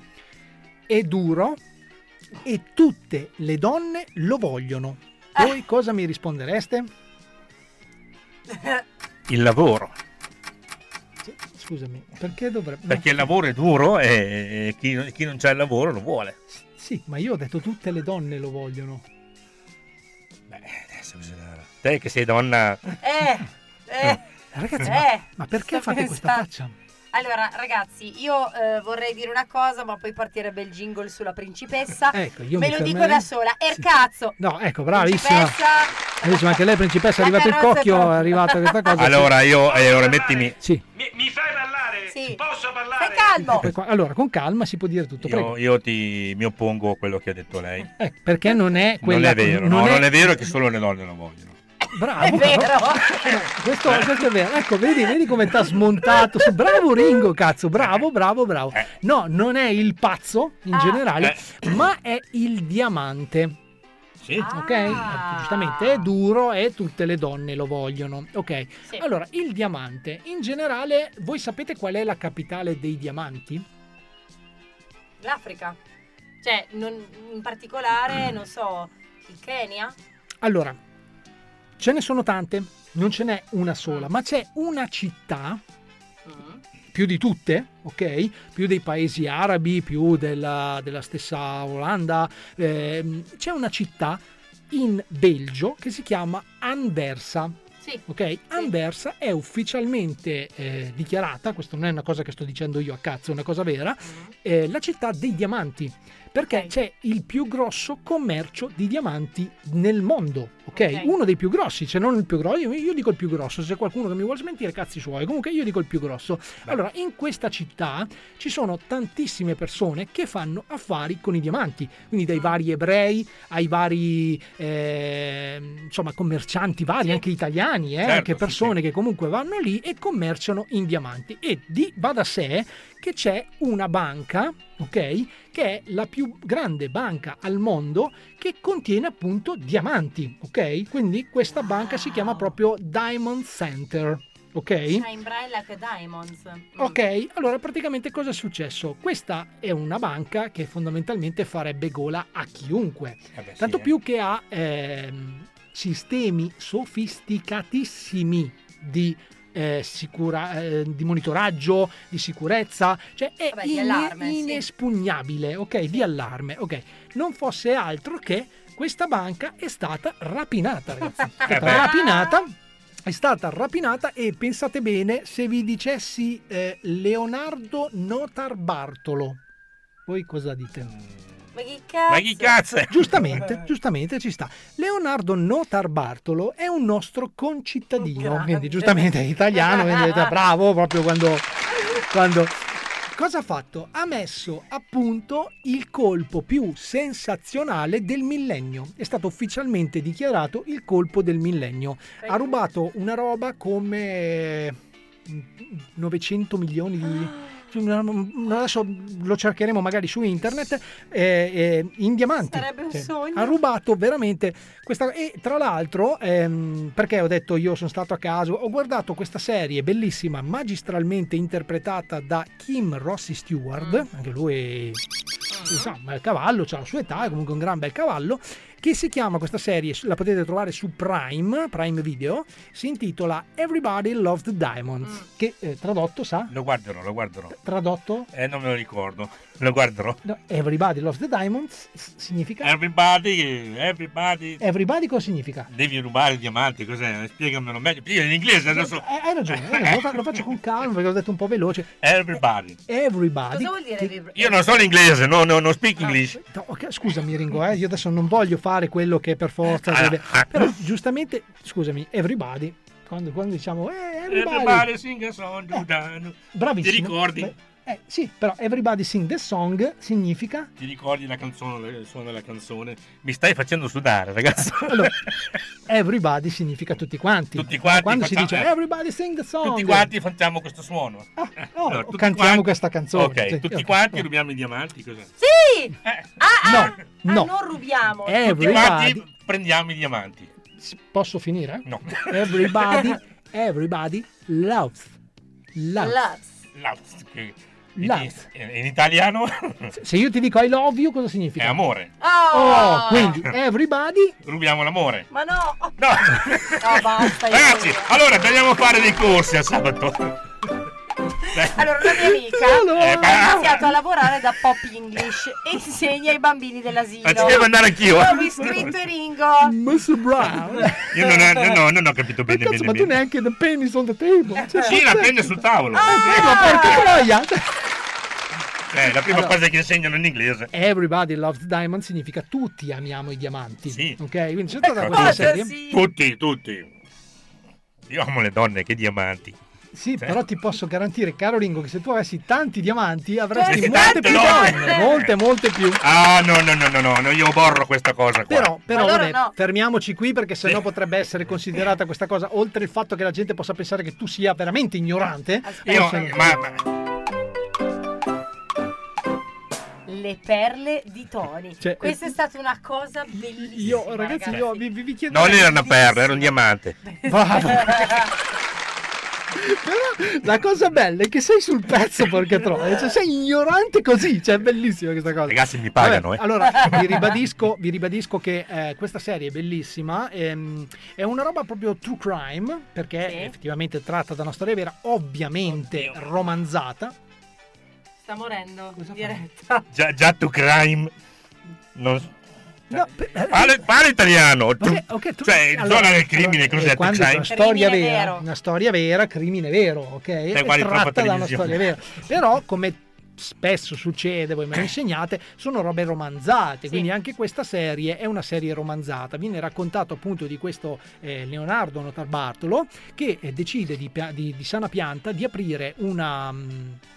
è duro e tutte le donne lo vogliono, voi cosa mi rispondereste?
Il lavoro.
Sì, scusami, perché dovrebbe...
Perché il lavoro è duro e e chi, chi non c'ha il lavoro lo vuole.
Sì, ma io ho detto tutte le donne lo vogliono.
Beh, adesso bisogna... Te che sei donna...
Eh, eh,
Ragazzi,
eh,
ma, ma perché
sto
fate questa
pensando.
faccia?
Allora, ragazzi, io eh, vorrei dire una cosa, ma poi partirebbe il jingle sulla principessa.
Ecco, io
Me
mi
lo dico
fermerei.
da sola. Er cazzo!
No, ecco, bravissima.
Principessa,
Bravissima, anche lei principessa, è
La
arrivato il
carrozza è
cocchio, è
pronta.
arrivata questa cosa.
Allora io... eh, ora mettimi...
Sì.
Mi, mi fai parlare?
Sì.
Posso parlare?
stai calmo!
Poi qua- Allora, con calma si può dire tutto, prego.
Io, io ti mi oppongo a quello che ha detto lei.
Eh, perché non è quella...
non è vero, no, non è vero che solo le donne lo vogliono.
Bravo,
È vero.
questo, questo è vero. Ecco, vedi, vedi come ti ha smontato. Su- Bravo Ringo, cazzo, bravo, bravo, bravo. No, non è il pazzo in
Ah.
generale, ma è il diamante.
Sì.
Ok?
Ah.
Giustamente è duro e tutte le donne lo vogliono. Ok.
Sì.
Allora, il diamante, in generale, voi sapete qual è la capitale dei diamanti?
L'Africa. Cioè, non- in particolare, non so, il Kenya?
Allora, ce ne sono tante, non ce n'è una sola, ma c'è una città,
Mm.
più di tutte, ok? Più dei paesi arabi, più della, della stessa Olanda, ehm, c'è una città in Belgio che si chiama Anversa.
Sì.
Ok, Anversa è ufficialmente eh, dichiarata, questo non è una cosa che sto dicendo io a cazzo, è una cosa vera, eh, la città dei diamanti, perché
Ok.
c'è il più grosso commercio di diamanti nel mondo, ok?
Ok.
Uno dei più grossi, se non il più grosso, io, io dico il più grosso, se c'è qualcuno che mi vuole smentire, cazzi suoi, comunque io dico il più grosso. Allora, in questa città ci sono tantissime persone che fanno affari con i diamanti, quindi dai vari ebrei ai vari, eh, insomma, commercianti vari, anche italiani, eh,
Certo,
anche
sì,
persone che comunque vanno lì e commerciano in diamanti. E di, va da sé che c'è una banca, ok, che è la più grande banca al mondo che contiene appunto diamanti, ok? Quindi questa banca si chiama proprio Diamond Center. ok?
Shine bright like diamonds.
Ok, allora praticamente cosa è successo? Questa è una banca che fondamentalmente farebbe gola a chiunque,
Eh beh, sì,
tanto
eh.
più che ha ehm, sistemi sofisticatissimi di, eh, sicura, eh, di monitoraggio, di sicurezza, cioè è
Vabbè, di
in-
allarme, sì.
inespugnabile, ok? Di allarme, ok? Non fosse altro che questa banca è stata rapinata, ragazzi. È stata
Eh beh.
rapinata. È stata rapinata e pensate bene, se vi dicessi eh, Leonardo Notarbartolo, voi cosa dite?
Ma che cazzo?
Ma chi cazzo è?
Giustamente, giustamente ci sta. Leonardo Notarbartolo è un nostro concittadino, quindi giustamente è italiano, quindi è bravo proprio quando... quando... Cosa ha fatto? Ha messo a punto il colpo più sensazionale del millennio. È stato ufficialmente dichiarato il colpo del millennio. Ha rubato una roba come novecento milioni di... adesso lo cercheremo magari su internet, eh, eh, in diamanti.
Sarebbe un
Sì.
sogno.
Ha rubato veramente questa, e tra l'altro ehm, perché ho detto io sono stato a caso, ho guardato questa serie bellissima, magistralmente interpretata da Kim Rossi Stewart, anche lui insomma è il cavallo, c'ha la sua età, è comunque un gran bel cavallo, che si chiama, questa serie la potete trovare su Prime, Prime Video, si intitola Everybody Loves the Diamonds, che eh, tradotto sa?
Lo guarderò, lo guarderò.
Tradotto?
Eh, non me lo ricordo. Lo guarderò.
No, Everybody Loves the Diamonds s- significa?
Everybody, everybody.
Everybody cosa significa?
Devi rubare i diamanti, cos'è? Spiegamelo meglio. Io in inglese adesso.
Eh, hai ragione, hai ragione, lo, fa- lo faccio con calma perché l'ho detto un po' veloce.
Everybody.
Everybody.
Cosa vuol dire? everybody?
Io non so l'inglese, no, no, non speak English.
No, ok, scusami Ringo, eh, io adesso non voglio fare quello che per forza deve... Però giustamente, scusami, everybody, quando, quando diciamo eh, everybody,
Everybody sing a song, Giordano.
bravissimo.
Ti ricordi?
Beh, eh, sì, però everybody sing the song significa...
Ti ricordi la canzone, il suono della canzone? Mi stai facendo sudare, ragazzo.
Allora, everybody significa tutti quanti.
Tutti quanti
Quando si
facciamo-
dice everybody sing the song.
Tutti quanti facciamo questo suono.
oh,
Allora, tutti
cantiamo
quanti-
questa canzone.
Ok,
Sì,
tutti
ok.
quanti rubiamo i diamanti, cos'è?
Sì!
Eh.
Ah,
No,
ah,
no.
ah, non rubiamo.
Tutti
Everybody...
quanti prendiamo i diamanti.
Posso finire?
No.
Everybody, everybody loves. Loves.
Loves.
Loves, che-
Loves.
In, in italiano
Se io ti dico I love you, cosa significa?
è amore.
Oh,
Oh, quindi everybody.
Rubiamo l'amore.
Ma no.
No.
No, basta. io-
Ragazzi, allora andiamo fare dei corsi a sabato.
Allora, una mia amica
Eh,
ha
ma-
iniziato a lavorare da Pop English e insegna ai bambini dell'asilo.
Ma ci devo andare anch'io.
Ho iscritto Ringo.
mister Brown.
Io non, no, no, non ho capito bene,
Cazzo,
bene,
ma tu
bene.
neanche the pennies on the table. Cioè,
Sì, la prende sul tavolo.
Eh, ma porca troia.
Eh, la prima
Allora.
cosa che insegnano in inglese.
Everybody loves diamond significa tutti amiamo i diamanti.
Sì.
Ok, quindi c'è stata
Ecco,
quella
tutti.
serie.
Tutti, tutti. Io amo le donne, che diamanti.
Sì, però ti posso garantire, caro Ringo, che se tu avessi tanti diamanti avresti
Sì,
molte
tante
più
donne.
donne. Molte, molte più.
Ah, no, no, no, no, no, no, io borro questa cosa qua.
Però, però
Allora
vabbè,
no.
fermiamoci qui perché sennò potrebbe essere considerata questa cosa, oltre il fatto che la gente possa pensare che tu sia veramente ignorante.
Io,
possa-
ma, ma-
Le perle di Tony.
Cioè,
Questa è stata una cosa bellissima.
Io, ragazzi, io vi, vi, vi chiedo...
non era una perla, era un diamante.
Bravo. Però la cosa bella è che sei sul pezzo, porca troia, cioè sei ignorante così, cioè è bellissima questa cosa.
Ragazzi, mi pagano,
Vabbè,
eh.
Allora, vi ribadisco, vi ribadisco che eh, questa serie è bellissima, ehm, è una roba proprio true crime, perché
Sì.
effettivamente tratta da una storia vera, ovviamente romanzata.
Sta morendo in diretta.
Già, già tu crime. Non...
No, per- eh,
Parla, parla italiano. Tu-
ok, ok, tu-
cioè, in
allora-
zona del crimine,
allora,
cos'è
eh,
tu
quando è
crime?
una storia
Crimine
vera,
vero.
una storia vera, crimine vero, ok? È
guardi troppa
tratta da una
televisione.
storia vera. Però come spesso succede, voi me lo insegnate, sono robe romanzate, quindi anche questa serie è una serie romanzata. Viene raccontato appunto di questo eh, Leonardo Notarbartolo che eh, decide di, pia- di, di sana pianta di aprire una... mh,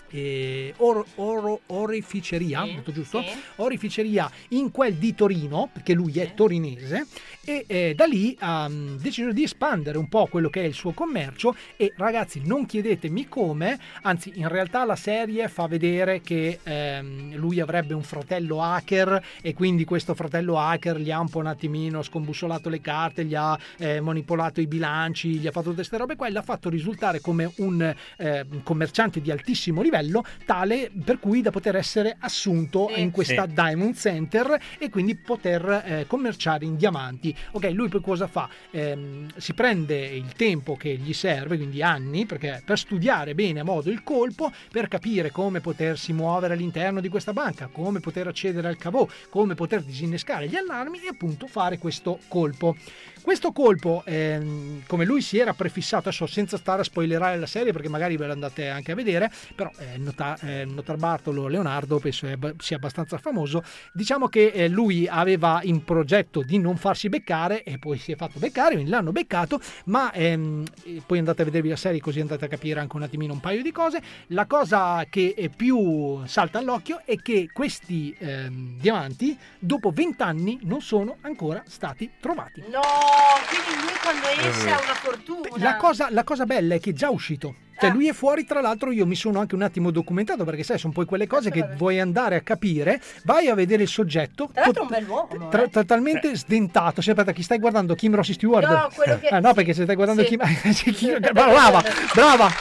eh, or, or, oreficeria,
Sì,
detto giusto?
sì.
Oreficeria in quel di Torino, perché lui è torinese, e eh, da lì ha um, deciso di espandere un po' quello che è il suo commercio. E ragazzi, non chiedetemi come, anzi in realtà la serie fa vedere che ehm, lui avrebbe un fratello hacker e quindi questo fratello hacker gli ha un po' un attimino scombussolato le carte, gli ha eh, manipolato i bilanci, gli ha fatto tutte queste robe qua e l'ha fatto risultare come un eh, commerciante di altissimo livello, tale per cui da poter essere assunto
Sì.
in questa
Sì.
Diamond Center e quindi poter eh, commerciare in diamanti. Ok, lui poi cosa fa? Ehm, si prende il tempo che gli serve, quindi anni, perché per studiare bene a modo il colpo, per capire come potersi muovere all'interno di questa banca, come poter accedere al cavò, come poter disinnescare gli allarmi e appunto fare questo colpo. Questo colpo, ehm, come lui si era prefissato, adesso senza stare a spoilerare la serie perché magari ve la andate anche a vedere, però eh, nota, eh, Notarbartolo Leonardo penso è, sia abbastanza famoso. Diciamo che eh, lui aveva in progetto di non farsi beccare e poi si è fatto beccare, quindi l'hanno beccato, ma ehm, poi andate a vedervi la serie così andate a capire anche un attimino un paio di cose. La cosa che è più salta all'occhio è che questi ehm, diamanti dopo vent'anni non sono ancora stati trovati.
No, quindi lui quando esce ha una fortuna.
La cosa, la cosa bella è che è già uscito. Cioè lui è fuori, tra l'altro io mi sono anche un attimo documentato perché sai sono poi quelle cose che vuoi andare a capire, vai a vedere il soggetto.
Tra l'altro è un bell'uomo.
Tra-
eh.
totalmente sdentato. Sì, aspetta, chi stai guardando? Kim Rossi Stewart?
No, quello che-
Ah, no,
sì.
perché se stai guardando
Sì.
Kim... sì, Kim- brava, brava.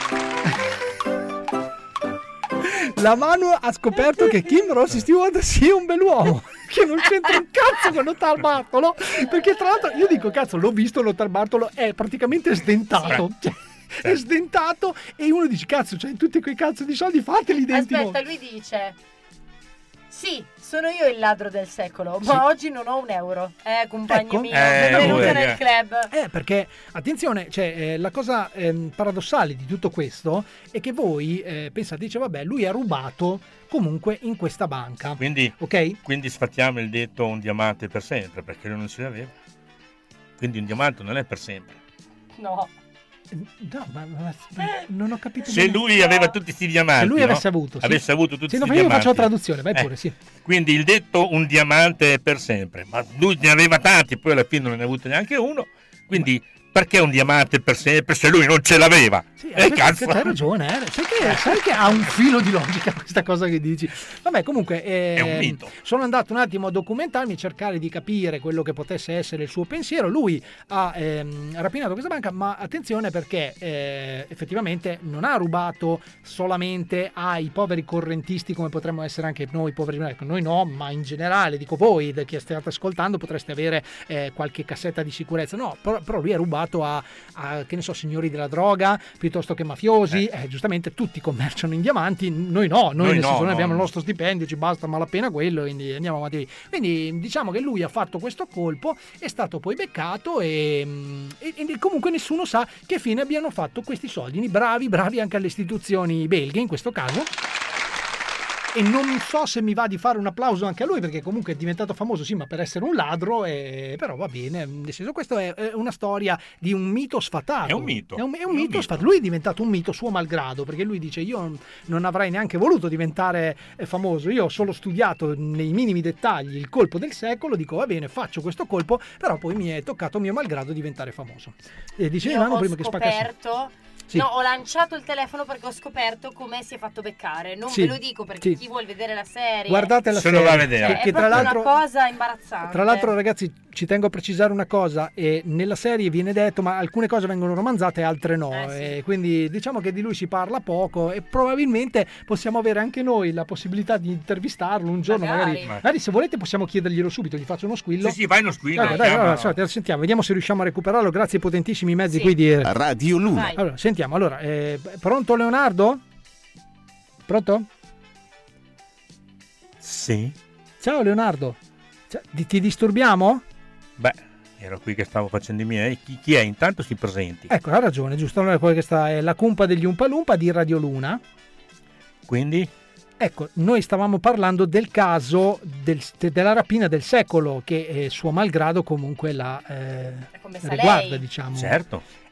La Manu ha scoperto che Kim Rossi Stewart sia un bell'uomo, che non c'entra un cazzo con Notarbartolo, perché tra l'altro io dico cazzo, l'ho visto Notarbartolo, è praticamente sdentato. Cioè, è sdentato e uno dice cazzo, cioè tutti quei cazzo di soldi fateli i denti
Aspetta,
nuovi.
lui dice: sì, sono io il ladro del secolo, ma
Sì.
oggi non ho un euro. Eh, compagni
Ecco.
miei,
Eh,
benvenuti
pure.
nel club.
Eh, perché, attenzione, cioè, eh, la cosa ehm, paradossale di tutto questo è che voi eh, pensate, dice, vabbè, lui ha rubato comunque in questa banca.
Quindi,
ok?
quindi sfattiamo il detto un diamante per sempre, perché lui non ce l'aveva. Quindi un diamante non è per sempre.
No.
No, ma, ma- ma non ho capito.
Se
bene.
lui aveva tutti questi diamanti,
Se lui
no?
avesse avuto, sì.
avesse avuto tutti
Sì, no,
questi
ma io faccio la
diamanti.
traduzione, vai
Eh,
pure, sì.
Quindi il detto un diamante è per sempre, ma lui ne aveva tanti, poi alla fine non ne ha avuto neanche uno. Quindi perché un diamante per sempre se lui non ce l'aveva?
Sì,
eh,
eh,
cazzo.
C'hai ragione, eh. sai, che, sai che ha un filo di logica questa cosa che dici. Vabbè, comunque eh,
È un mito.
sono andato un attimo a documentarmi, a cercare di capire quello che potesse essere il suo pensiero. Lui ha ehm, rapinato questa banca, ma attenzione perché eh, effettivamente non ha rubato solamente ai poveri correntisti come potremmo essere anche noi poveri, ecco, noi no, ma in generale, dico voi, da chi state ascoltando potreste avere eh, qualche cassetta di sicurezza. No, però, però lui ha rubato a, a, che ne so, signori della droga piuttosto che mafiosi. Eh. Eh, giustamente tutti commerciano in diamanti, noi no, noi,
Noi
nel
no,
senso noi
no.
abbiamo il nostro stipendio, ci basta malapena quello, quindi andiamo avanti. Quindi diciamo che lui ha fatto questo colpo, è stato poi beccato e, e, e comunque nessuno sa che fine abbiano fatto questi soldini. Bravi, bravi anche alle istituzioni belghe in questo caso. E non so se mi va di fare un applauso anche a lui perché comunque è diventato famoso, sì, ma per essere un ladro, e... però va bene, nel senso questo è è una storia di un mito sfatato.
È un mito.
È un, è un
È un
mito
mito.
sfatato. Lui è diventato un mito suo malgrado, perché lui dice io non avrei neanche voluto diventare eh, famoso, io ho solo studiato nei minimi dettagli il colpo del secolo, dico va bene, faccio questo colpo, però poi mi è toccato a mio malgrado diventare famoso. E dice
Io
Ivano
ho
prima che spaccasse.
scoperto.
Sì.
No, ho lanciato il telefono perché ho scoperto come si è fatto beccare. Non
Sì,
ve lo dico perché
sì.
chi vuol vedere la serie.
Guardate la
Se
serie.
lo va a vedere.
Cioè,
Che,
è
che tra
proprio
l'altro
una cosa imbarazzante.
Tra l'altro, ragazzi, ci tengo a precisare una cosa: e nella serie viene detto, ma alcune cose vengono romanzate, altre no.
Eh, sì.
E quindi diciamo che di lui si parla poco e probabilmente possiamo avere anche noi la possibilità di intervistarlo un giorno.
Magari.
Magari, magari se volete possiamo chiederglielo subito, gli faccio uno squillo.
Sì, sì, fai uno squillo.
Dai, dai,
chiama-
allora, aspetta, sentiamo, vediamo se riusciamo a recuperarlo grazie ai potentissimi mezzi
Sì.
qui di
Radio Luna.
Vai.
Allora, sentiamo, allora, eh, pronto Leonardo? Pronto?
Sì.
Ciao Leonardo. Ciao, ti, ti disturbiamo?
Beh, ero qui che stavo facendo i miei. Chi, chi è? Intanto si presenti.
Ecco, ha ragione, giusto. Allora, questa è la cumpa degli Umpalumpa di Radio Luna.
Quindi?
Ecco, noi stavamo parlando del caso del- della rapina del secolo che eh, suo malgrado comunque la eh,
È commessa
riguarda,
lei.
diciamo.
Certo.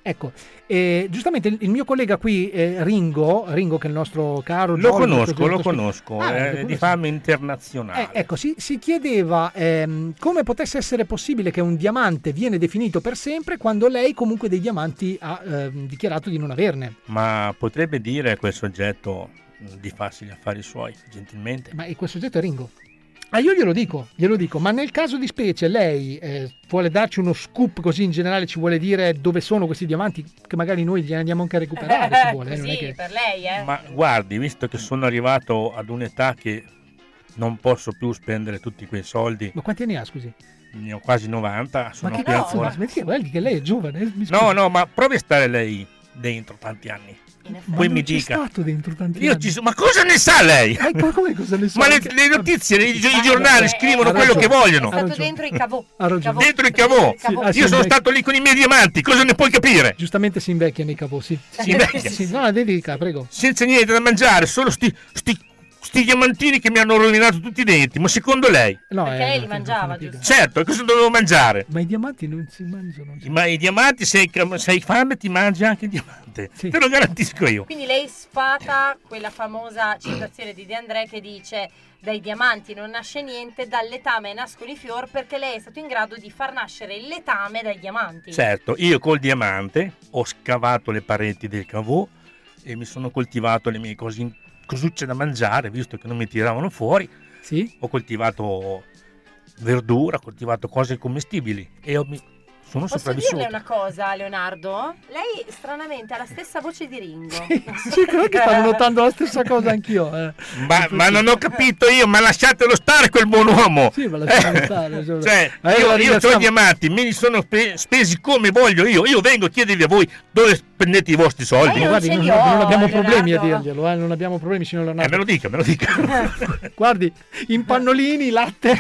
Ecco, eh, giustamente il, il mio collega qui, eh, Ringo, Ringo che è il nostro caro...
Lo
Giorgio,
conosco,
così-
lo
così-
conosco,
Ah,
è
lo
di
conosci.
fama internazionale.
Eh, ecco, si, si chiedeva ehm, come potesse essere possibile che un diamante viene definito per sempre quando lei comunque dei diamanti ha ehm, dichiarato di non averne.
Ma potrebbe dire a quel soggetto mh, di farsi gli affari suoi, gentilmente?
Ma e quel soggetto è Ringo. Ah, io glielo dico, glielo dico, ma nel caso di specie lei eh, vuole darci uno scoop così in generale, ci vuole dire dove sono questi diamanti che magari noi li andiamo anche a recuperare se vuole. eh, non è
Sì,
che...
per lei, eh.
Ma guardi, visto che sono arrivato ad un'età che non posso più spendere tutti quei soldi,
Ma quanti anni ha, scusi?
ne ho quasi novanta,
Ma
sono
che
qui
cazzo?
ancora.
Ma smetti, guardi che lei è giovane. eh, mi
No,
scusi.
no, ma provi a stare lei dentro tanti anni.
Ma
Poi
non
mi
c'è
dica.
stato dentro tanti
Io
anni.
ci so- ma cosa ne sa lei?
Ma co- come cosa ne so?
Ma le,
Che-
le notizie, i, i
Ah,
giornali
eh,
scrivono
ha
quello
ragione.
che vogliono.
È stato dentro i cavò.
Ha ragione.
Dentro il cavò.
Sì, ah, sì,
Io sono
sì.
stato lì con i miei diamanti, cosa ne puoi capire?
Giustamente si invecchia nei cavò, sì.
Si invecchia.
Sì, no, dedica, prego.
Senza niente da mangiare, solo sti, sti, sti diamantini che mi hanno rovinato tutti i denti. Ma secondo lei?
No,
Perché
eh,
lei li
no,
mangiava, giusto?
Certo, e cosa dovevo mangiare?
Ma i diamanti non si mangiano.
Ma i diamanti, se hai, se hai fame ti mangi anche il diamante. Te lo garantisco io.
Quindi lei sfata quella famosa citazione di De André che dice: dai diamanti non nasce niente, dal letame nascono i fior, perché lei è stato in grado di far nascere il letame dai diamanti.
Certo, io col diamante ho scavato le pareti del cavò e mi sono coltivato le mie cose, cosucce da mangiare, visto che non mi tiravano fuori.
Sì.
Ho coltivato verdura, ho coltivato cose commestibili e ho, mi, sono
Posso
sopravvissuto.
dirle una cosa, Leonardo? Lei stranamente ha la stessa voce di Ringo.
Sì, credo che stavo notando la stessa cosa anch'io. Eh.
Ma, ma non ho capito io, ma lasciatelo stare quel buon uomo.
Sì, ma lasciamo stare. cioè,
Cioè,
ma io la
io, io ho
ringraziamo.
i diamanti, me li sono spe- spesi come voglio io. Io vengo a chiedervi a voi dove spendete i vostri soldi.
Ma guardi, non, non abbiamo problemi a dirglielo, eh, non abbiamo problemi, signor Leonardo.
Eh, me lo dica, me lo dica.
Guardi, in pannolini, latte,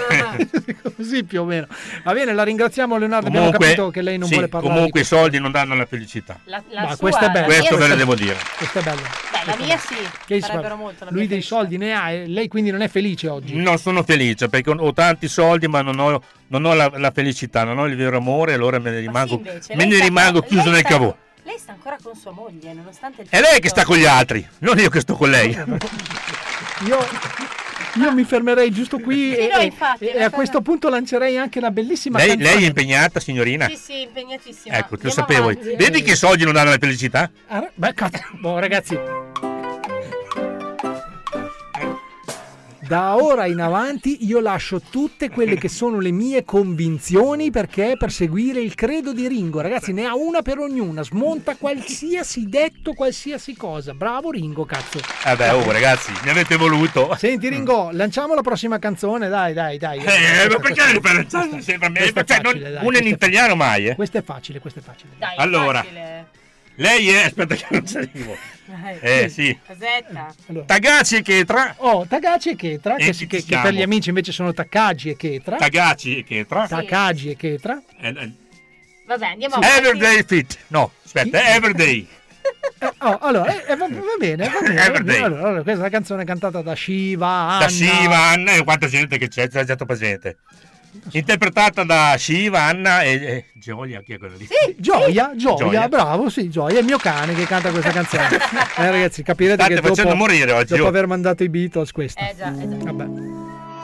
così più o meno. Va bene, la ringraziamo Leonardo, abbiamo capito che lei non
sì,
vuole parlare.
comunque i
di questo.
soldi non danno la felicità.
La, la
Ma
sua-
questo è bello.
la
Questo
mia
ve lo
sì.
devo dire.
Questo è bello.
Beh, la mia sì,
Che
sarebbero molto la
lui
mia
dei soldi ne ha e lei quindi non è felice oggi.
Non sono felice perché ho tanti soldi, ma non ho, non ho la, la felicità, non ho il vero amore, e allora me ne rimango,
invece,
me
lei
ne
sta-
rimango
lei
chiuso nel
sta-
cavò.
Lei sta ancora con sua moglie, nonostante il
È lei
fatto-
che sta con gli altri, non io che sto con lei.
Io, io mi fermerei giusto qui
Sì,
e,
no,
e-
infatti,
e
la
a
cosa-
questo punto lancerei anche una bellissima
Lei,
canzone.
lei è impegnata, signorina?
Sì, sì, impegnatissima.
Ecco, te lo
Andiamo
sapevo.
avanti.
Vedi che i soldi non danno la felicità?
Ah, beh, cazzo. Boh, ragazzi. Da ora in avanti io lascio tutte quelle che sono le mie convinzioni perché per seguire il credo di Ringo, ragazzi, ne ha una per ognuna, smonta qualsiasi detto, qualsiasi cosa. Bravo Ringo, cazzo.
Eh beh, oh ragazzi, mi avete voluto.
Senti Ringo, lanciamo la prossima canzone, dai, dai, dai.
Eh, ma perché devi fare sempre a me?
Questa è
Cioè, non-
facile, dai,
una in
questa è
italiano mai, eh?
Questo è facile, questo è facile.
Dai,
Allora.
facile.
Lei è... Aspetta che non ci arrivo. Eh, sì.
Cosetta.
Tagaci e Chetra.
Oh, Tagaci e Chetra,
E
che,
ci
che- che
siamo.
per gli amici invece sono Takagi e Chetra.
Tagaci e Chetra.
Takagi e Chetra.
Eh, eh,
Vabbè, andiamo avanti.
Everyday Fit. No, aspetta, Everyday.
Eh, oh, allora, eh, eh, va, va bene, va bene. va
Everyday.
bene. Allora, allora, questa è una canzone cantata da Shiva, Anna.
Da Shiva, Anna e quanta gente che c'è, c'è già presente. Interpretata da Shiva, Anna e, e Gioia, chi è quella lì?
Sì, Gioia, Gioia,
Gioia.
bravo, sì, Gioia, è il mio cane che canta questa canzone. Eh, ragazzi, capirete
State
che dopo,
facendo morire oggi,
dopo
oh.
aver mandato i Beatles questa.
Eh già, eh già.
Vabbè.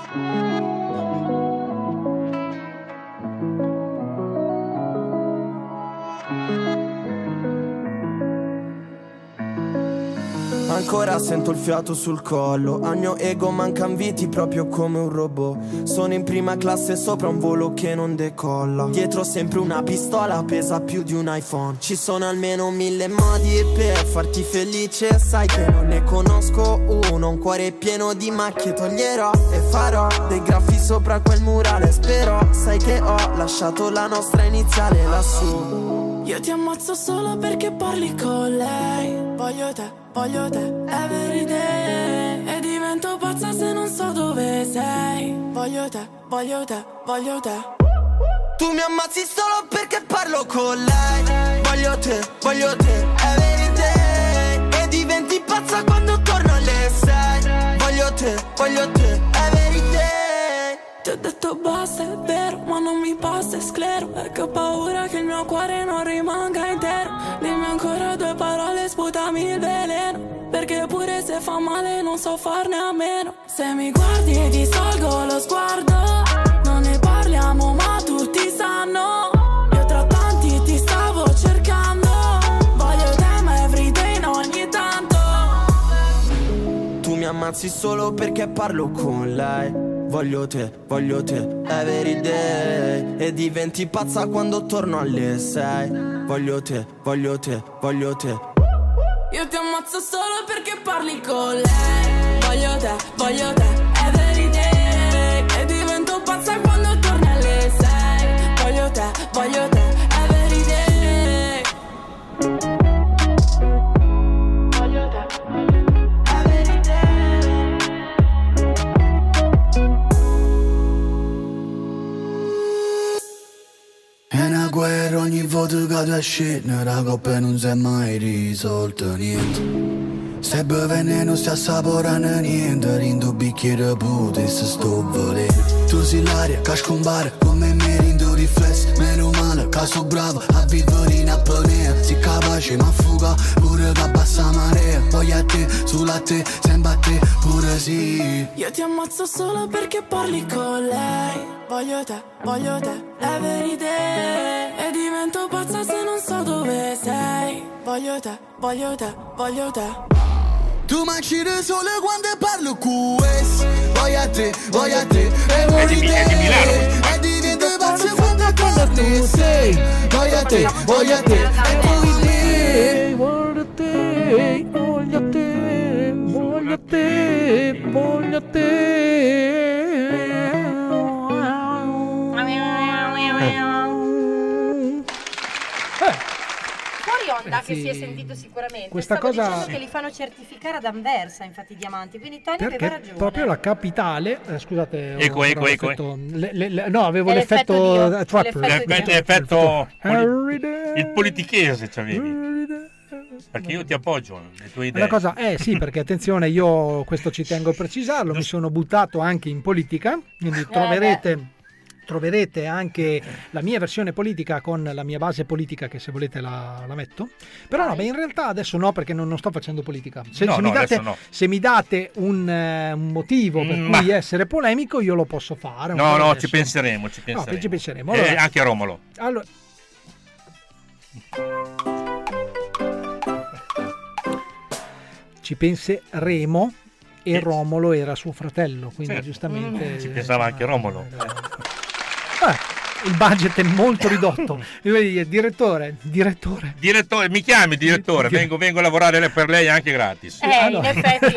Ancora sento il fiato sul collo, al mio ego mancan viti proprio come un robot. Sono in prima classe sopra un volo che non decolla. Dietro sempre una pistola pesa più di un iPhone. Ci sono almeno mille modi per farti felice. Sai che non ne conosco uno, un cuore pieno di macchie. Toglierò e farò dei graffi sopra quel murale. Spero, sai che ho lasciato la nostra iniziale lassù.
Io ti ammazzo solo perché parli con lei. Voglio te, voglio te, every day. E divento pazza se non so dove sei. Voglio te, voglio te, voglio te.
Tu mi ammazzi solo perché parlo con lei. Voglio te, voglio te, every day. E diventi pazza quando torno alle sei. Voglio te, voglio te, every day.
Ti ho detto basta, è vero, ma non mi passa, è sclero. E che ho paura che il mio cuore non rimanga intero. Dimmi ancora due parole, sputami il veleno, perché pure se fa male non so farne a meno. Se mi guardi e ti salgo lo sguardo, non ne parliamo ma tutti sanno. Io tra tanti ti stavo cercando, voglio te ma everyday in ogni tanto.
Tu mi ammazzi solo perché parlo con lei. Voglio te, voglio te, every day. E diventi pazza quando torno alle sei. Voglio te, voglio te, voglio te.
Io ti ammazzo solo perché parli con lei. Voglio te, voglio te, every day. E divento pazza quando torni alle sei. Voglio te, voglio te, every day. Voglio te, every day.
È una guerra ogni volta che tu esci, la coppa non si è mai risolta niente. Stai bevendo, stai assaporando niente, rindo bicchiere pute se sto volendo. Tu sei l'aria che scompare, come me rindo riflesso. Meno male che sono bravo a vivere in apnea. Sei capace ma fuga pure che bassa marea. Voglio a te, sulla te, sempre a te, pure sì.
Io ti ammazzo solo perché parli con lei. Voglio te, voglio te, every day. E divento pazza se non so dove sei. Voglio te, voglio te, voglio te.
Tu mangi da solo quando parlo con questo. Voglio a te, voglio a te, every day. E divento pazza quando torni sei. Voglio a te, voglio a te, every day.
Voglio a te, voglio a te, voglio a te, voglio a te.
Fuori onda,
Eh,
che
sì.
si è sentito sicuramente.
Questa
Stavo
cosa-
dicendo che li fanno certificare ad Anversa, infatti i diamanti, quindi Tony aveva
Perché
ragione.
proprio la capitale, eh, scusate, ho
Eco, eco,
ancora
eco,
l'effetto- le- le- le- no, avevo
È l'effetto
l'effetto,
Dio,
eh, trap.
L'effetto, l'effetto
Every
poli- il politichese c'avevi. Perché io ti appoggio le tue idee.
Una cosa, eh sì, perché attenzione, io questo ci tengo a precisarlo, mi sono buttato anche in politica, quindi troverete troverete anche la mia versione politica con la mia base politica, che se volete la, la metto. Però no, beh, in realtà adesso no, perché non, non sto facendo politica. Se,
No,
se
no,
mi, date,
adesso no.
se mi date un, eh, un motivo per
Mm,
cui
ma-
essere polemico, io lo posso fare.
No,
ancora
no,
adesso.
ci penseremo, ci
No,
penseremo.
ci penseremo.
E
Allora-
anche Romolo.
Allora, ci penseremo e Romolo era suo fratello, quindi
Certo.
giustamente
Ci pensava anche Romolo.
eh, il budget è molto ridotto. Io voglio dire, direttore, direttore.
Direttore, mi chiami direttore,
Di-
vengo, vengo a lavorare per lei anche gratis.
Eh, in effetti.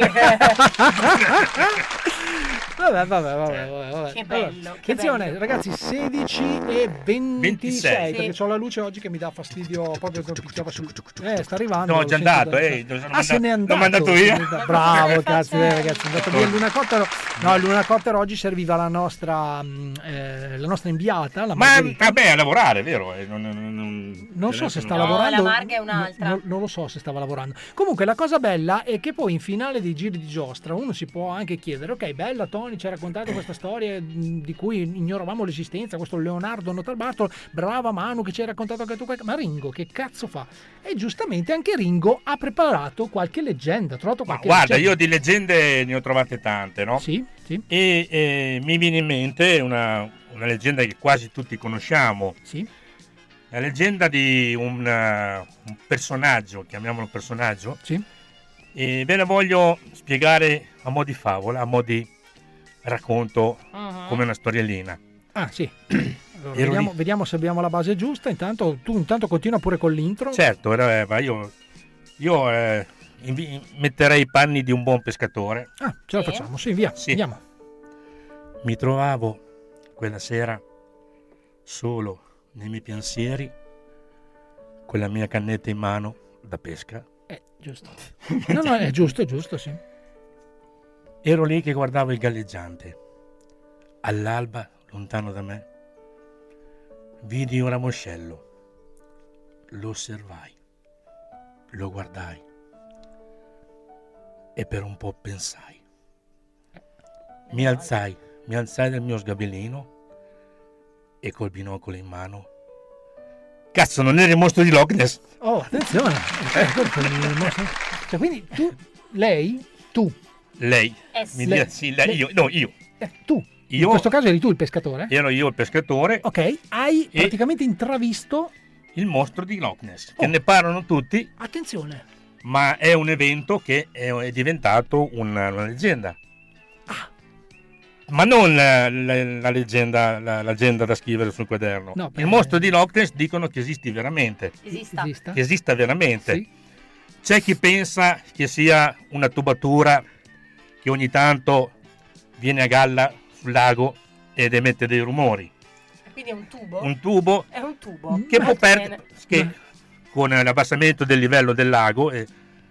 Vabbè, vabbè, vabbè, vabbè, vabbè.
Che bello,
Allora,
che
attenzione,
bello.
ragazzi, sedici e ventisei,
ventisei.
perché
Sì.
ho la luce oggi che mi dà fastidio proprio che picchiava sul. Eh, sta arrivando.
No,
lo
già
sento
andato,
da-
eh, l'ho
Ah,
mandato-
se n'è
l'ho
andato.
mandato
se
io.
n'è andato. Bravo, cazzo, eh, ragazzi, è andato via il lunacottero. No, il lunacottero oggi serviva la nostra mh, eh, la nostra inviata, la
Ma
Margherita.
vabbè, a lavorare, vero? Eh, Non, non, non,
Non so se sta
No,
lavorando.
la Marga è un'altra.
No, no, non lo so se stava lavorando. Comunque la cosa bella è che poi in finale dei giri di giostra uno si può anche chiedere: ok, bella Tony, ci ha raccontato questa storia mh, di cui ignoravamo l'esistenza, questo Leonardo Notarbartolo, brava Manu che ci hai raccontato anche tu, ma Ringo che cazzo fa? E giustamente anche Ringo ha preparato qualche leggenda, ha trovato
Ma
qualche
guarda,
leggenda.
io di leggende ne ho trovate tante, no?
Sì, sì.
E, e mi viene in mente una, una leggenda che quasi tutti conosciamo.
Sì.
La leggenda di un, uh, un personaggio, chiamiamolo personaggio.
Sì.
E ve la voglio spiegare a mo' di favola, a mo' di racconto,
Uh-huh.
come una storiellina.
Ah, sì. Allora,
Ero
vediamo,
lì.
vediamo se abbiamo la base giusta. Intanto tu intanto continua pure con l'intro.
Certo, era- eh, ma io, io eh, invi- metterei i panni di un buon pescatore.
Ah, ce la
Sì.
facciamo, sì, via.
Sì.
Andiamo.
Mi trovavo quella sera solo nei miei pensieri, con la mia cannetta in mano da pesca.
Eh, giusto. No, no, è giusto, è giusto, sì.
Ero lì che guardavo il galleggiante. All'alba, lontano da me, vidi un ramoscello. Lo osservai, lo guardai e per un po' pensai. Mi alzai, mi alzai dal mio sgabellino e col binocolo in mano. Cazzo, non era il mostro di Loch Ness?
Oh, attenzione. Cioè, quindi tu, lei, tu.
Lei.
Eh,
Mi
sì.
dia- sì, lei,
Lei.
io. No, io.
Eh, tu. In
Io
questo caso eri tu il pescatore?
ero io il pescatore.
Ok, hai
E-
praticamente intravisto.
Il mostro di Loch Ness,
Oh.
che ne parlano tutti,
Attenzione.
ma è un evento che è, è diventato una, una leggenda.
Ah.
Ma non la, la- la leggenda, la, la leggenda da scrivere sul quaderno.
No,
il
beh,
mostro di Loch Ness dicono che esisti veramente.
Esista.
Esista?
Che esista veramente.
Sì.
C'è chi pensa che sia una tubatura che ogni tanto viene a galla sul lago ed emette dei rumori.
Quindi è un tubo?
Un tubo
È un tubo.
che può
Molto
perdere,
bene.
che con l'abbassamento del livello del lago e,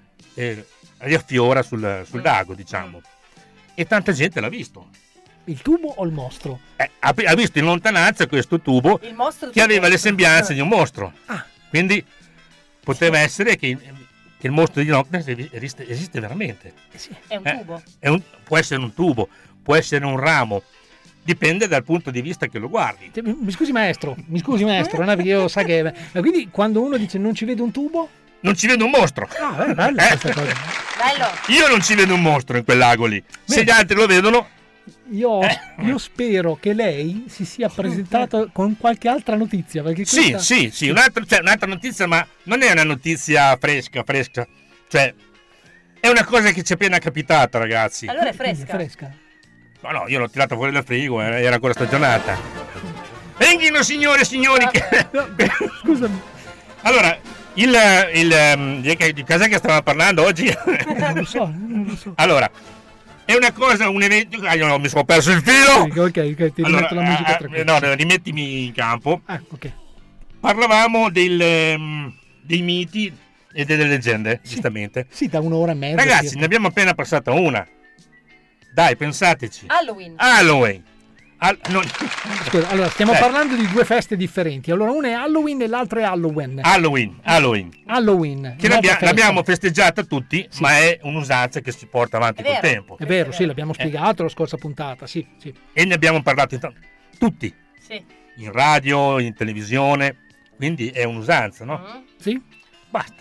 e riaffiora sul, sul lago, diciamo. E tanta gente l'ha visto.
Il tubo o il mostro?
Eh, ha, ha visto in lontananza questo tubo
Il mostro
che aveva le sembianze
Ah.
di un mostro.
Ah.
Quindi poteva essere che, che il mostro di Loch Ness esiste, esiste veramente.
È un
Eh,
tubo.
è un- può essere un tubo, può essere un ramo, dipende dal punto di vista che lo guardi.
Cioè, mi mi scusi maestro, mi scusi maestro, non è perché io sa che. Ma quindi quando uno dice non ci vedo un tubo?
Non ci vedo un mostro.
Ah, è bella questa cosa.
Bello.
Io non ci vedo un mostro in quel lago lì. Se gli altri lo vedono,
Io,
Eh.
io spero che lei si sia presentata con qualche altra notizia. Perché
sì,
questa-
sì, sì, un'altra, cioè, un'altra notizia, ma non è una notizia fresca, fresca. Cioè, è una cosa che ci è appena capitata, ragazzi.
Allora è
Quindi
fresca.
fresca.
No, no, io l'ho tirata fuori dal frigo, era, era ancora stagionata. Venghino, signore e signori. Che...
Scusami.
Allora, il, il, ehm, di che- di cosa che stavamo parlando oggi?
Non lo so, non lo so.
Allora, è una cosa, un evento. Ah, io no, mi sono perso il filo.
Ok, ok, ti
Allora,
rimetto la musica
ah,
tranquilla.
no, rimettimi in campo.
Ah, ok.
Parlavamo del, ehm, dei miti e delle leggende, giustamente.
Sì, da un'ora e mezza.
Ragazzi,
circa.
ne abbiamo appena passata una. Dai, pensateci.
Halloween.
Halloween. Al- non-
Scusa, allora, stiamo
Eh.
parlando di due feste differenti. Allora, una è Halloween e l'altra è Halloween.
Halloween, Halloween.
Halloween.
Che
nuova
l'abbia-
festa.
l'abbiamo festeggiata tutti, ma è un'usanza che si porta avanti
È
col
vero.
tempo.
È vero, sì, l'abbiamo spiegato la scorsa puntata, sì, sì.
E ne abbiamo parlato intanto- tutti,
Sì.
in radio, in televisione, quindi è un'usanza, no?
Mm.
Sì?
Basta.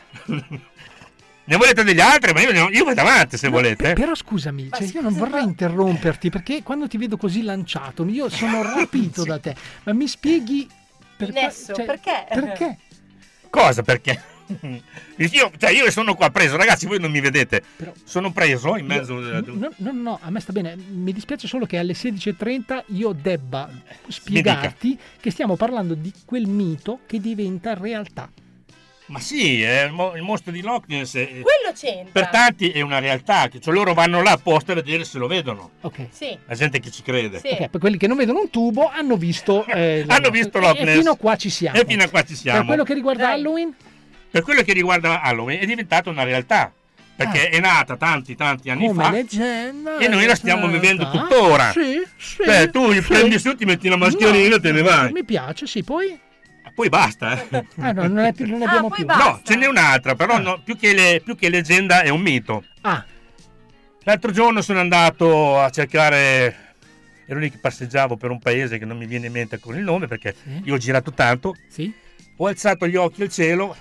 Ne volete degli altri? Ma io, io vado avanti se volete. eh.
Però scusami, cioè, io non vorrei interromperti perché quando ti vedo così lanciato, io sono rapito da te. Ma mi spieghi per
Il nesso,
cioè,
perché?
Perché?
Cosa? Perché? Io, cioè io sono qua preso, ragazzi, voi non mi vedete.
Però-
Sono preso in mezzo.
No, no, no, a me sta bene. Mi dispiace solo che alle sedici e trenta io debba spiegarti che stiamo parlando di quel mito che diventa realtà.
Ma sì, è il, mo- il mostro di Loch Ness. è-
Quello c'entra.
per tanti è una realtà, che cioè loro vanno là apposta a vedere se lo vedono.
Ok.
Sì.
La gente che ci crede.
Sì.
Ok, per quelli che non vedono un tubo hanno visto eh, la
Hanno
nostra-
visto Loch
e
Ness.
fino a qua ci siamo.
E fino a qua ci siamo.
Per quello che riguarda
Dai.
Halloween,
Per quello che riguarda Halloween è diventata una realtà. Perché è nata tanti tanti anni
Ah. come
fa.
leggenda
E noi la stiamo
realtà.
vivendo tuttora.
Sì, sì.
Cioè, tu gli
sì.
prendi su, ti metti la mascherina e te ne vai.
Mi piace, sì, poi
Poi basta. eh.
ah, no, non, è più, non ne
Ah,
abbiamo
poi
più.
basta.
No, ce n'è un'altra, però no, più, che le- più che leggenda è un mito.
Ah,
L'altro giorno sono andato a cercare, ero lì che passeggiavo per un paese che non mi viene in mente con il nome perché
Sì.
io ho girato tanto,
sì.
ho alzato gli occhi al cielo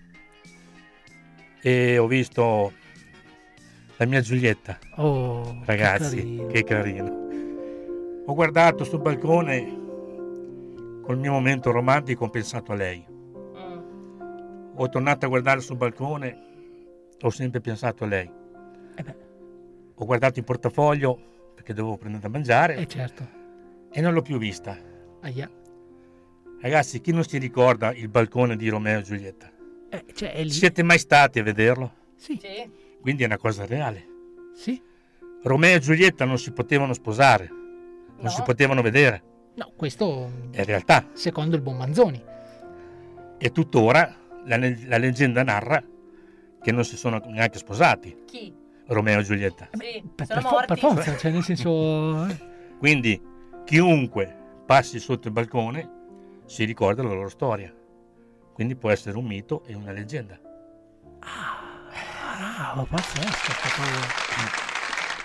e ho visto la mia Giulietta,
Oh,
ragazzi,
che carino.
che carino. Ho guardato sul balcone, col mio momento romantico ho pensato a lei.
Mm.
Ho tornato a guardare sul balcone, ho sempre pensato a lei.
Eh beh,
Ho guardato il portafoglio perché dovevo prendere da mangiare
eh certo.
e non l'ho più vista.
Ahia.
Ragazzi, chi non si ricorda il balcone di Romeo e Giulietta?
Eh, cioè, è lì.
Siete mai stati a vederlo?
Sì,
Sì.
Quindi è una cosa reale.
sì.
Romeo e Giulietta non si potevano sposare, non
No.
si potevano vedere,
No, questo
è realtà.
secondo il buon Manzoni.
E tuttora la, la leggenda narra che non si sono neanche sposati,
Chi?
Romeo e Giulietta.
Sì.
Per,
Sono
per fo-
morti.
per forza, cioè nel senso... eh.
Quindi chiunque passi sotto il balcone si ricorda la loro storia. Quindi può essere un mito e una leggenda.
Ah, pazzesco sta cosa.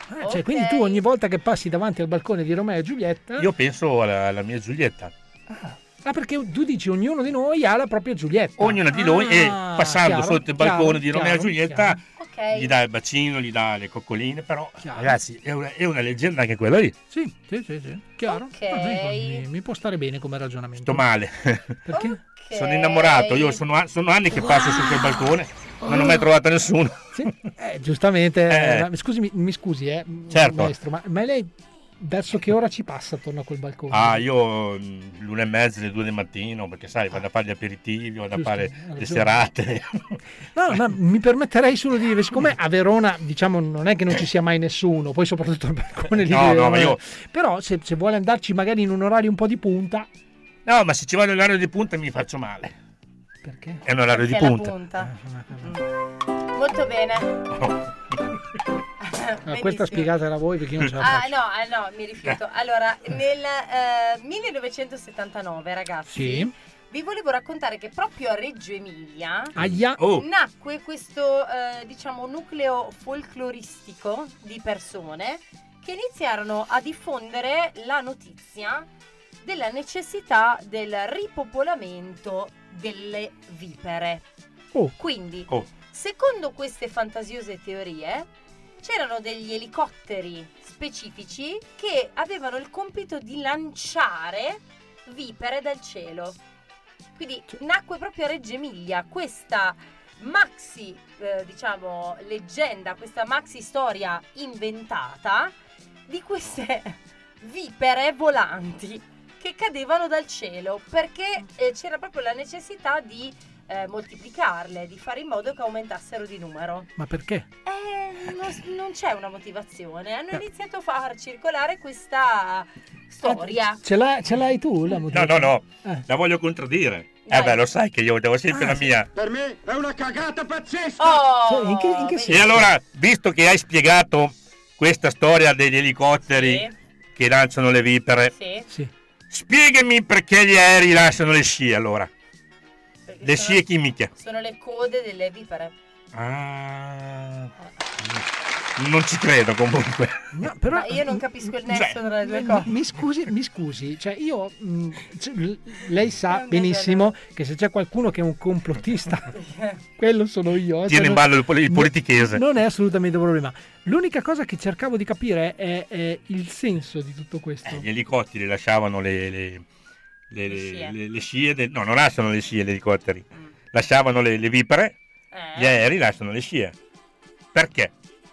Ah, cioè, quindi tu ogni volta che passi davanti al balcone di Romeo e Giulietta...
Io penso alla, alla mia Giulietta.
Ah. Ah, perché tu dici ognuno di noi ha la propria Giulietta.
Ognuna di noi, e
Ah,
passando
chiaro,
sotto il balcone
chiaro,
di Romeo e
chiaro,
Giulietta,
Ok.
gli dà il bacino, gli dà le coccoline, però
Chiaro.
ragazzi è una, è una leggenda anche quella lì.
Sì, sì, sì, sì. Chiaro.
Ok.
Ah, mi, mi- mi può stare bene come ragionamento.
Sto male.
Perché?
Sono innamorato, io sono, a- sono anni che passo su quel balcone, non ho mai trovato nessuno.
Eh, giustamente,
Eh.
eh, ma scusi, mi, mi scusi, eh,
Certo.
maestro, ma, ma lei verso che ora ci passa attorno a quel balcone?
Ah, io mh, l'una e mezza, le due del mattino, perché sai, vado a fare gli aperitivi, vado a
Giusto,
fare
hai
le
ragione.
serate.
No, ma mi permetterei solo di dire, siccome a Verona, diciamo, non è che non ci sia mai nessuno, poi soprattutto al balcone lì.
No,
di-
no, ma io-
Però se, se vuole andarci magari in un orario un po' di punta...
No, ma se ci vado all'orario di punta mi faccio male.
Perché?
È un orario di
Perché la
punta.
punta. Mm. Molto bene.
Ah, questa spiegatela voi perché io non ce la faccio.
Ah, no, ah, no, mi rifiuto. Allora, nel eh, millenovecentosettantanove, ragazzi,
Sì.
vi volevo raccontare che proprio a Reggio Emilia
Aia.
Oh.
nacque questo, eh, diciamo, nucleo folcloristico di persone che iniziarono a diffondere la notizia della necessità del ripopolamento delle vipere.
Oh.
Quindi,
Oh.
secondo queste fantasiose teorie, c'erano degli elicotteri specifici che avevano il compito di lanciare vipere dal cielo. Quindi nacque proprio a Reggio Emilia questa maxi, eh, diciamo, leggenda, questa maxi storia inventata di queste vipere volanti che cadevano dal cielo, perché eh, c'era proprio la necessità di eh, moltiplicarle, di fare in modo che aumentassero di numero.
Ma perché?
Eh, non, non c'è una motivazione. Hanno
Eh.
iniziato a far circolare questa storia.
Ce l'hai, ce l'hai tu la
No,
motivazione?
no, no,
Eh.
la voglio contraddire.
Dai.
Eh beh, lo sai che io devo sempre
Ah,
la
sì.
mia.
Per me è una cagata pazzesca!
Oh,
Cioè, in che- in che
vedi?
senso?
E allora, visto che hai spiegato questa storia degli elicotteri
Sì.
che lanciano le vipere,
Sì.
Sì.
spiegami perché gli aerei lanciano le scie allora.
Perché
Le
sono-
scie chimiche.
Sono le code delle vipere.
Ah, non ci credo comunque.
No, però,
Ma io non capisco il nesso
Cioè,
tra le due
Mi,
cose.
mi scusi, mi scusi, cioè io, mh, cioè, l- lei
È
sa
un
benissimo che se c'è qualcuno che è un complottista, quello sono io. eh,
Tiene
cioè,
in ballo il, poli- il
no-
politichese.
Non è assolutamente un problema. L'unica cosa che cercavo di capire è, è il senso di tutto questo.
Eh, gli elicotteri lasciavano le, le, le, le-
scie.
le- le scie del- no, non lasciano le scie gli elicotteri. Lasciavano le, le vipere,
Eh.
gli aerei lasciano le scie. Perché?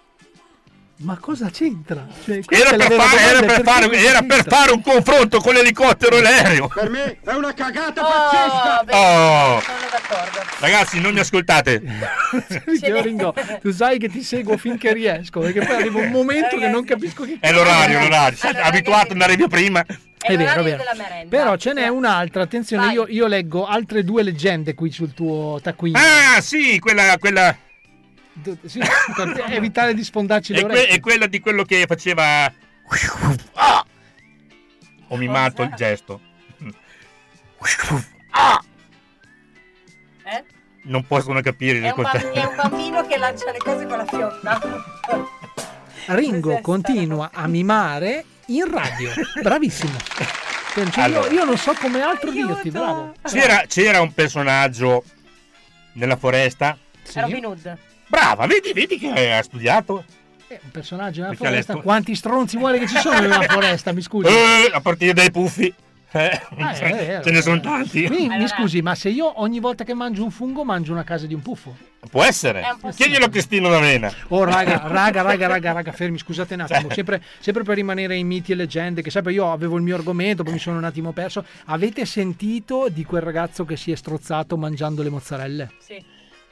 Ma cosa c'entra? Cioè, questa
Era
è la
per,
vera
fare, era,
domanda,
per
perché
fare,
cosa
era per
c'entra?
fare un confronto con l'elicottero e l'aereo.
Per me è una cagata
Oh,
pazzesca!
bene,
Oh.
sono d'accordo.
Ragazzi, non mi ascoltate.
Io Ringo, tu sai che ti seguo finché riesco, perché poi arriva un momento che non capisco che
È l'orario, l'orario. Sei
Allora,
abituato ad
ragazzi,
andare via prima.
È
È vero, è
l'orario
vero.
della merenda.
Però ce n'è un'altra, attenzione,
Vai.
io, io leggo altre due leggende qui sul tuo taccuino.
Ah, sì, quella, quella
Sì, per evitare di sfondarci le
è, que-
orecchie.
è quella di quello che faceva. Ah! Ho mimato il gesto. Ah!
Eh?
Non possono capire
È
le
un, bamb-
cose.
è un bambino che lancia le cose con la fionda.
Ringo continua a mimare in radio. Bravissimo. Cioè, io-
Allora.
io, non so come altro dirti, bravo.
C'era, c'era un personaggio nella foresta.
Sì.
Robin Hood.
Brava, vedi, vedi che ha studiato.
Eh, un personaggio nella
Perché ha
foresta.
letto-
Quanti stronzi vuole che ci sono nella foresta, mi scusi?
Eh, a partire dai puffi. Eh,
Ah,
ce,
è vero.
ce ne sono tanti.
Quindi, mi
Allora-
scusi, ma se io ogni volta che mangio un fungo mangio una casa di un puffo?
Può essere.
È un po'
Chiedielo a Cristina D'Avena.
Oh raga, raga, raga, raga, raga, fermi, scusate un attimo,
Cioè.
sempre, sempre per rimanere in miti e leggende, che sempre io avevo il mio argomento, poi mi sono un attimo perso. Avete sentito di quel ragazzo che si è strozzato mangiando le mozzarelle?
Sì.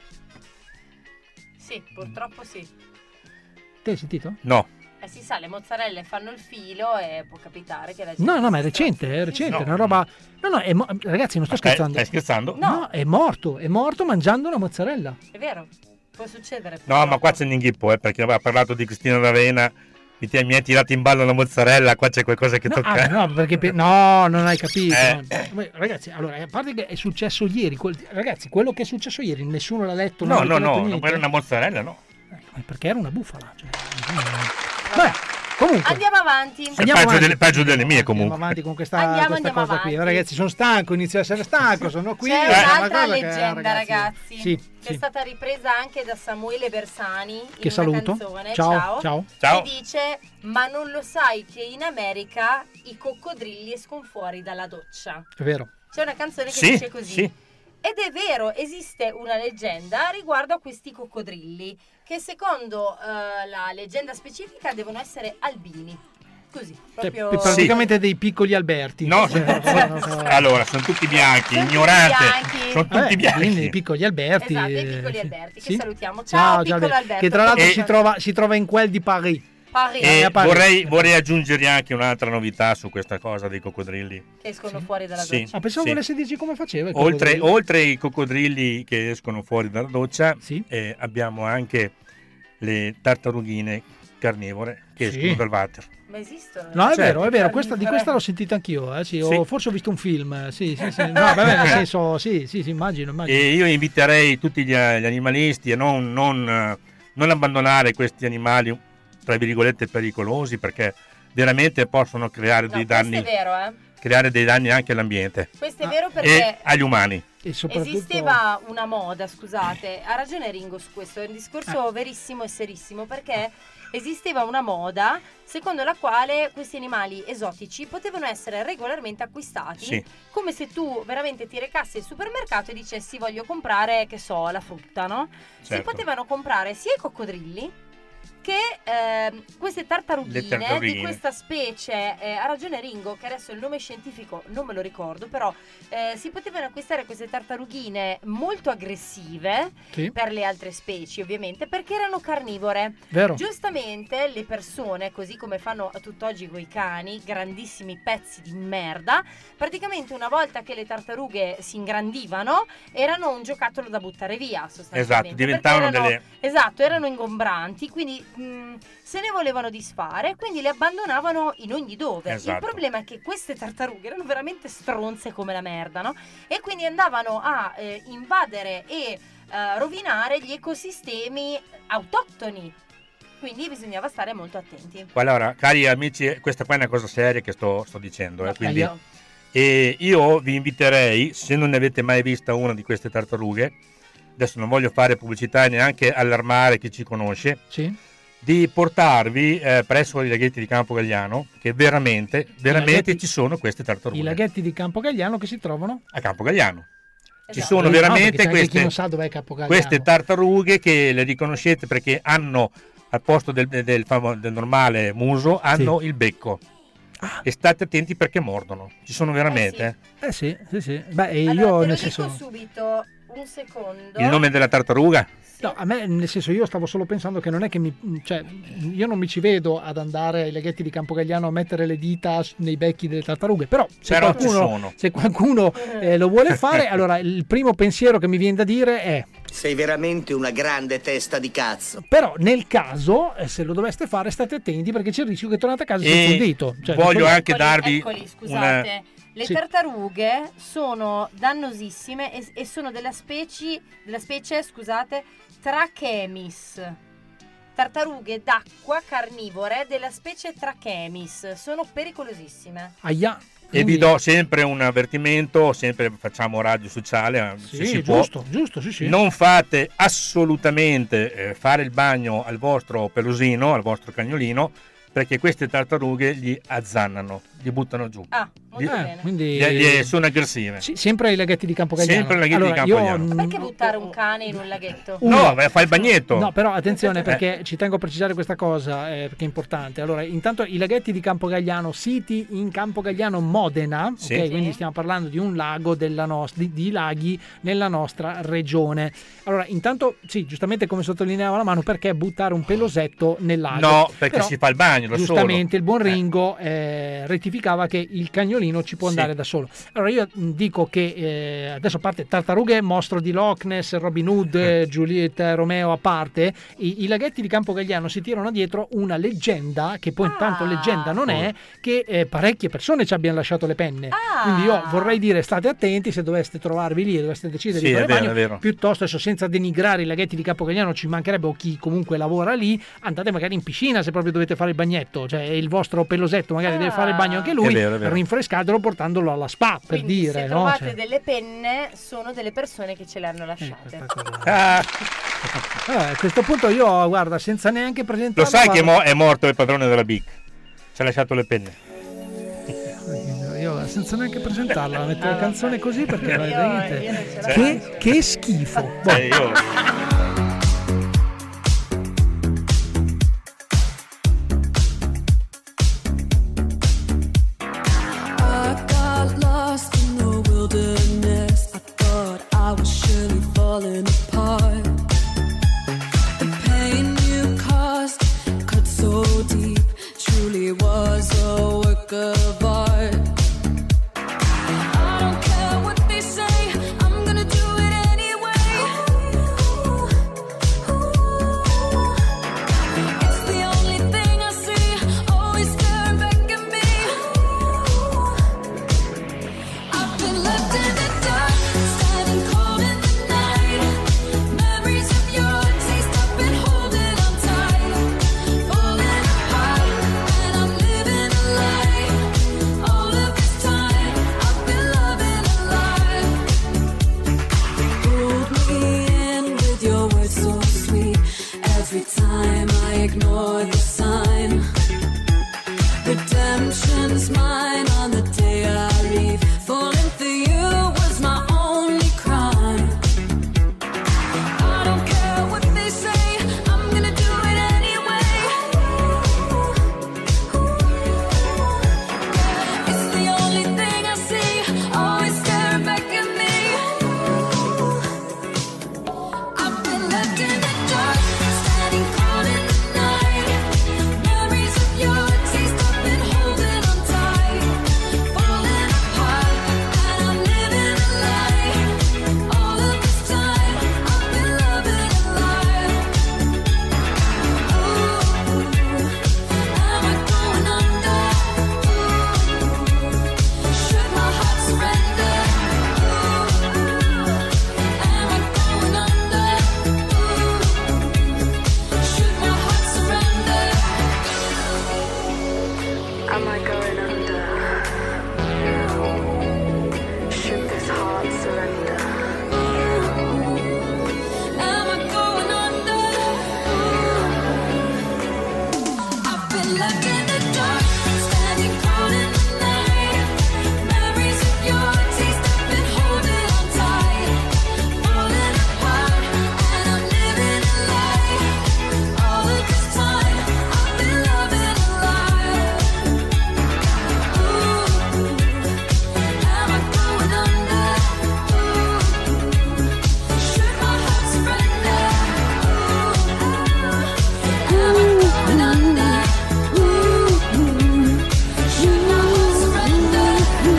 Sì, purtroppo sì.
Te hai sentito?
No.
Eh si sa, le mozzarelle fanno il filo e può capitare che la gente...
No, no, ma è
si
recente, è recente,
No.
è una roba... No, no, è mo- ragazzi, non sto
Stai,
scherzando.
stai scherzando?
No, è morto, è morto mangiando una mozzarella.
È vero, può succedere.
No, ma qua c'è un inghippo, eh, perché aveva parlato di Cristina D'Avena. Mi, ti- mi hai tirato in ballo la mozzarella, qua c'è qualcosa che
No,
tocca.
ah, no, perché pe- no, non hai capito.
Eh.
no. Ma, Ragazzi, allora, a parte che è successo ieri, quel- ragazzi, quello che è successo ieri, nessuno l'ha letto.
No,
non ha
no,
ricordato
no, non
niente.
era una mozzarella, no.
Eh, perché era una bufala. Cioè, Beh, comunque.
Andiamo avanti.
È peggio delle, peggio delle mie comunque.
Andiamo avanti con questa,
Andiamo,
questa
andiamo
cosa qui.
avanti.
Ragazzi, sono stanco, inizio a essere stanco, sono qui.
C'è
è una
un'altra
cosa che,
leggenda,
ragazzi,
ragazzi,
sì,
che
sì.
è stata ripresa anche da Samuele Bersani in
Che
una
saluto.
canzone.
Ciao,
Ciao.
ciao.
Ciao.
Che dice: ma non lo sai che in America i coccodrilli escono fuori dalla doccia?
È vero.
C'è una canzone che
Sì,
dice così.
sì.
Ed è vero, esiste una leggenda riguardo a questi coccodrilli che secondo eh, la leggenda specifica devono essere albini. Così,
Cioè,
proprio...
praticamente dei piccoli Alberti.
No,
Cioè,
sono-
no, no.
allora, sono tutti bianchi,
Sono tutti
ignorante.
bianchi.
Sono tutti
Vabbè,
bianchi.
quindi i piccoli Alberti.
Esatto, i
eh,
piccoli
sì.
Alberti, che
Sì.
salutiamo. Ciao, piccolo
Albert,
Alberto.
che tra l'altro
E-
si trova, si trova in quel di Paris.
Paris.
E
a Parigi.
vorrei, vorrei aggiungere anche un'altra novità su questa cosa dei coccodrilli.
Che escono fuori dalla
Sì.
doccia.
Ah, pensavo
Sì.
volesse dirci come faceva il
Oltre,
coccodrillo.
oltre i coccodrilli che escono fuori dalla doccia, eh, abbiamo anche le tartarughine carnivore che
Sì.
escono dal water.
Ma esistono?
No, è
Certo.
vero, è vero, questa, di questa l'ho sentita anch'io, eh, sì,
Sì.
o forse ho visto un film, sì, sì, sì. No, vabbè, nel senso, sì, sì, sì, immagino, immagino.
E io inviterei tutti gli, gli animalisti a non, non, eh, non abbandonare questi animali, tra virgolette, pericolosi, perché veramente possono creare
No,
dei
questo
danni,
è vero, eh.
creare dei danni anche all'ambiente
Questo è vero perché
e agli umani.
E soprattutto...
esisteva una moda, scusate, ha ragione Ringo su questo, è un discorso
Ah.
verissimo e serissimo, perché esisteva una moda secondo la quale questi animali esotici potevano essere regolarmente acquistati,
Sì.
come se tu veramente ti recassi al supermercato e dicessi voglio comprare, che so, la frutta, no? Si
Certo.
potevano comprare sia i coccodrilli che ehm, queste tartarughine,
Le tartarughine.
di questa specie, eh, ha ragione Ringo che adesso il nome scientifico non me lo ricordo, però eh, si potevano acquistare queste tartarughine molto aggressive
Sì.
per le altre specie ovviamente, perché erano carnivore.
Vero.
Giustamente le persone, così come fanno a tutt'oggi coi cani, grandissimi pezzi di merda, praticamente una volta che le tartarughe si ingrandivano erano un giocattolo da buttare via sostanzialmente.
Esatto, diventavano
perché erano-
delle-
Esatto, erano ingombranti, quindi mh, se ne volevano disfare, quindi le abbandonavano in ogni dove.
Esatto.
Il problema è che queste tartarughe erano veramente stronze come la merda, no? E quindi andavano a eh, invadere e eh, rovinare gli ecosistemi autoctoni. Quindi bisognava stare molto attenti.
Allora, cari amici, questa qua è una cosa seria che sto, sto dicendo. Eh, quindi,
Io.
e io vi inviterei, se non ne avete mai vista una di queste tartarughe, adesso non voglio fare pubblicità e neanche allarmare chi ci conosce,
Sì.
di portarvi eh, presso i laghetti di Campo Gagliano, che veramente, veramente
laghetti-
ci sono queste tartarughe.
I laghetti di Campo Gagliano che si trovano?
A Campo Gagliano. Ci
Esatto.
sono
Eh, no, perché
veramente
c'è anche chi
queste,
non sa dov'è Campo Gagliano.
queste tartarughe che le riconoscete perché hanno, al posto del, del famo- del normale muso, hanno il becco. E state attenti perché mordono. Ci sono veramente.
Eh sì, sì, sì. Beh, e
Allora,
io
te lo
nel
dico
senso...
subito, un secondo.
Il nome della tartaruga?
No, a me nel senso io stavo solo pensando che non è che mi... cioè, io non mi ci vedo ad andare ai laghetti di Campo Gagliano a mettere le dita nei becchi delle tartarughe, però se
Però ci
qualcuno,
sono.
se qualcuno eh, lo vuole fare, allora il primo pensiero che mi viene da dire è:
Sei veramente una grande testa di cazzo.
però nel caso, eh, se lo doveste fare, state attenti perché c'è il rischio che tornate a casa senza
E
un dito. Cioè,
voglio
quello-
anche darvi
Eccoli, scusate. Le
Sì.
tartarughe sono dannosissime e, e sono della specie, della specie, scusate, Trachemis. Tartarughe d'acqua carnivore della specie Trachemis. Sono pericolosissime.
Aia.
E vi
Quindi-
do sempre un avvertimento, sempre facciamo radio sociale, eh, se
Sì,
si
giusto,
può.
giusto, sì, sì.
Non fate assolutamente eh, fare il bagno al vostro pelusino, al vostro cagnolino, perché queste tartarughe gli azzannano, li buttano giù.
Ah, molto
Gli-
bene.
Quindi
Gli- gli- sono aggressive.
Sì, sempre ai laghetti di Campo Gagliano.
Sempre ai laghetti di
Allora,
Campo
io,
Gagliano.
Ma perché buttare un cane in un laghetto?
No, vai a fare il bagnetto.
No, però attenzione perché ci tengo a precisare questa cosa eh, perché è importante. Allora, intanto i laghetti di Campo Gagliano, siti in Campo Gagliano, Modena,
Sì.
ok?
Sì.
Quindi stiamo parlando di un lago della nos- di, di laghi nella nostra regione. Allora, intanto, sì, giustamente come sottolineava la mano, perché buttare un pelosetto nel lago?
No, perché
Però,
si fa il bagno da solo.
giustamente il buon Ringo eh, rettifica certificava che il cagnolino ci può
Sì.
andare da solo. Allora io dico che eh, adesso a parte Tartarughe, Mostro di Loch Ness, Robin Hood, eh. Giulietta Romeo a parte, i, i laghetti di Campogalliano si tirano dietro una leggenda, che poi intanto leggenda non è, che eh, parecchie persone ci abbiano lasciato le penne.
Ah.
Quindi io vorrei dire, state attenti se doveste trovarvi lì e doveste decidere
Sì,
di fare
è vero,
bagno,
è vero.
piuttosto adesso senza denigrare i laghetti di Campogalliano, ci mancherebbe o chi comunque lavora lì, andate magari in piscina se proprio dovete fare il bagnetto, cioè il vostro pelosetto magari deve fare il bagno anche lui,
È vero, è vero.
rinfrescatelo portandolo alla spa, per
Quindi
dire,
se
no?
trovate
Cioè,
delle penne sono delle persone che ce le hanno lasciate.
Ah,
eh, a questo punto io, guarda, senza neanche presentarlo,
lo sai che
guarda,
mo- è morto il padrone della Bic? Ci ha lasciato le penne.
io senza neanche presentarla metto la canzone così perché
Io-
veramente
io non ce la
che, che schifo. Boh.
Eh, io...
I got lost in the wilderness. I thought I was surely falling apart. The pain you caused cut so deep, truly was a work of art. I don't care what they say, I'm gonna do it anyway. It's the only thing I see, always staring back at me. I've been left in the dark, standing cold in the night. Memories of your taste, I've been holding on tight. Falling apart, and I'm living a lie. All of this time, I've been loving a lie. Pulled me in with your words so sweet. Every time I ignore the sign. Redemption's mine on the day I leave. Falling for you was my only crime. I don't care what they say, I'm gonna do it anyway. It's the only thing I see, always staring back at me. I've been left in the dark, standing cold in the night. Memories of your taste, I've been holding on tight. Falling apart, and I'm living a lie. All of this time, I've been loving a lie. Ooh, am I going under? Should my heart surrender? Am I going under? Should my heart surrender? Am I going under? Should this heart surrender? Am I going under? I've been left in the dark, standing cold in the night. Memories of your taste, I've been holding on tight. Falling apart, and I'm living a lie. All of this time, I've been loving a lie. Ooh, am I going under? Should my heart surrender? Am I going under? Should my heart surrender?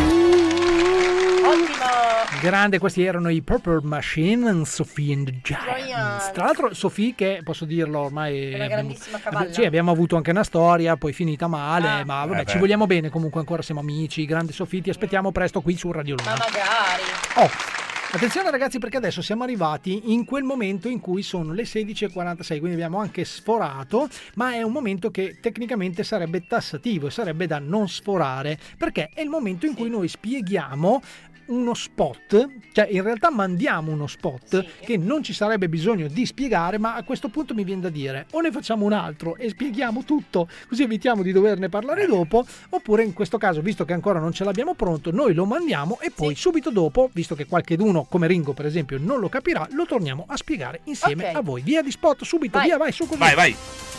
Grande, questi erano i Purple Machine, Sophie and the Giants. Tra l'altro Sophie, che posso dirlo ormai
È una grandissima
abbiamo,
cavalla.
sì, abbiamo avuto anche una storia poi finita male,
Ah.
ma vabbè,
Eh beh.
ci vogliamo bene comunque, ancora siamo amici. Grande Sophie, ti aspettiamo presto qui su Radio Luna.
Ma magari.
Oh, attenzione ragazzi, perché adesso siamo arrivati in quel momento in cui sono le sedici e quarantasei, quindi abbiamo anche sforato, ma è un momento che tecnicamente sarebbe tassativo e sarebbe da non sforare, perché è il momento in cui noi spieghiamo uno spot, cioè in realtà mandiamo uno spot che non ci sarebbe bisogno di spiegare, ma a questo punto mi viene da dire o ne facciamo un altro e spieghiamo tutto così evitiamo di doverne parlare dopo, oppure in questo caso, visto che ancora non ce l'abbiamo pronto, noi lo mandiamo e poi subito dopo, visto che qualcheduno come Ringo per esempio non lo capirà, lo torniamo a spiegare insieme
Ok.
a voi. Via di spot subito,
Vai.
via, vai su così.
Vai, vai.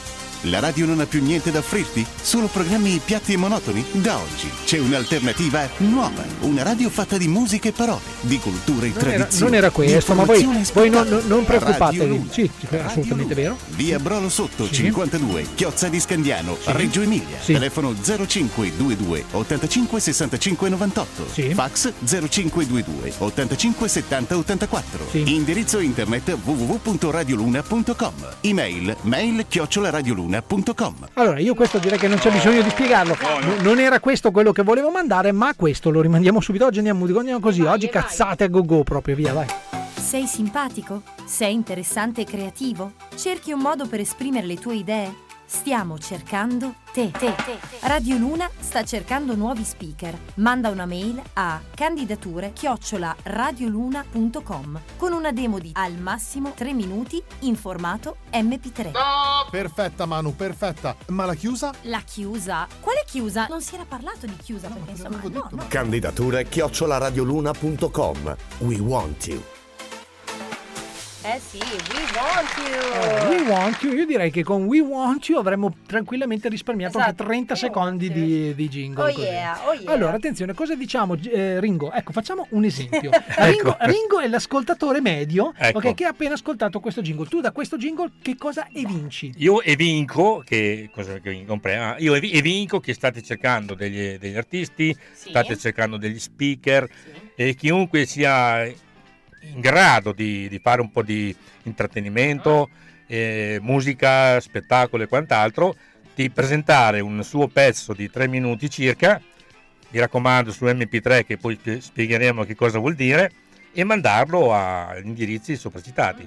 La radio non ha più niente da offrirti? Solo programmi piatti e monotoni? Da oggi c'è un'alternativa nuova. Una radio fatta di musica e parole, di cultura e
Non era,
tradizione.
non era questo, ma voi,
informazione e
voi non,
spettacolo.
non preoccupatevi.
Radio Luna.
Sì, sì, assolutamente vero.
Via Brolo Sotto
Sì.
cinquantadue, Chiozza di Scandiano,
Sì.
Reggio Emilia.
Sì.
Telefono zero cinque due due ottantacinque sessantacinque novantotto. Fax zero cinque due due ottantacinque settanta ottantaquattro. Indirizzo internet w w w punto radioluna punto com. Email mail chiocciola radioluna punto com.
Allora, io questo direi che non c'è bisogno di spiegarlo. N- non era questo quello che volevo mandare, ma questo lo rimandiamo subito. Oggi andiamo, andiamo così. Oggi cazzate a go go proprio, via, vai.
Sei simpatico? Sei interessante e creativo? Cerchi un modo per esprimere le tue idee? Stiamo cercando te. te. Radio Luna sta cercando nuovi speaker. Manda una mail a candidature chiocciola radioluna punto com con una demo di al massimo tre minuti in formato emme pi tre.
Perfetta Manu, perfetta. Ma la chiusa?
La chiusa? Quale chiusa? Non si era parlato di chiusa perché insomma no, no.
Candidature chiocciola radioluna punto com. We want you.
Eh sì, we want you.
We want you. Io direi che con We want you avremmo tranquillamente risparmiato
Esatto,
anche trenta secondi di, di jingle.
Oh
così.
yeah, oh yeah.
Allora, attenzione, cosa diciamo, eh, Ringo? Ecco, facciamo un esempio. Ringo, Ringo è l'ascoltatore medio,
Ecco.
ok, che ha appena ascoltato questo jingle. Tu da questo jingle che cosa evinci?
Io evinco che cosa che vinco, ah, io evi- evinco che state cercando degli, degli artisti,
Sì.
state cercando degli speaker e chiunque sia in grado di, di fare un po' di intrattenimento, eh, musica, spettacolo e quant'altro, di presentare un suo pezzo di tre minuti circa, mi raccomando su emme pi tre che poi spie- spiegheremo che cosa vuol dire, e mandarlo agli indirizzi sopracitati.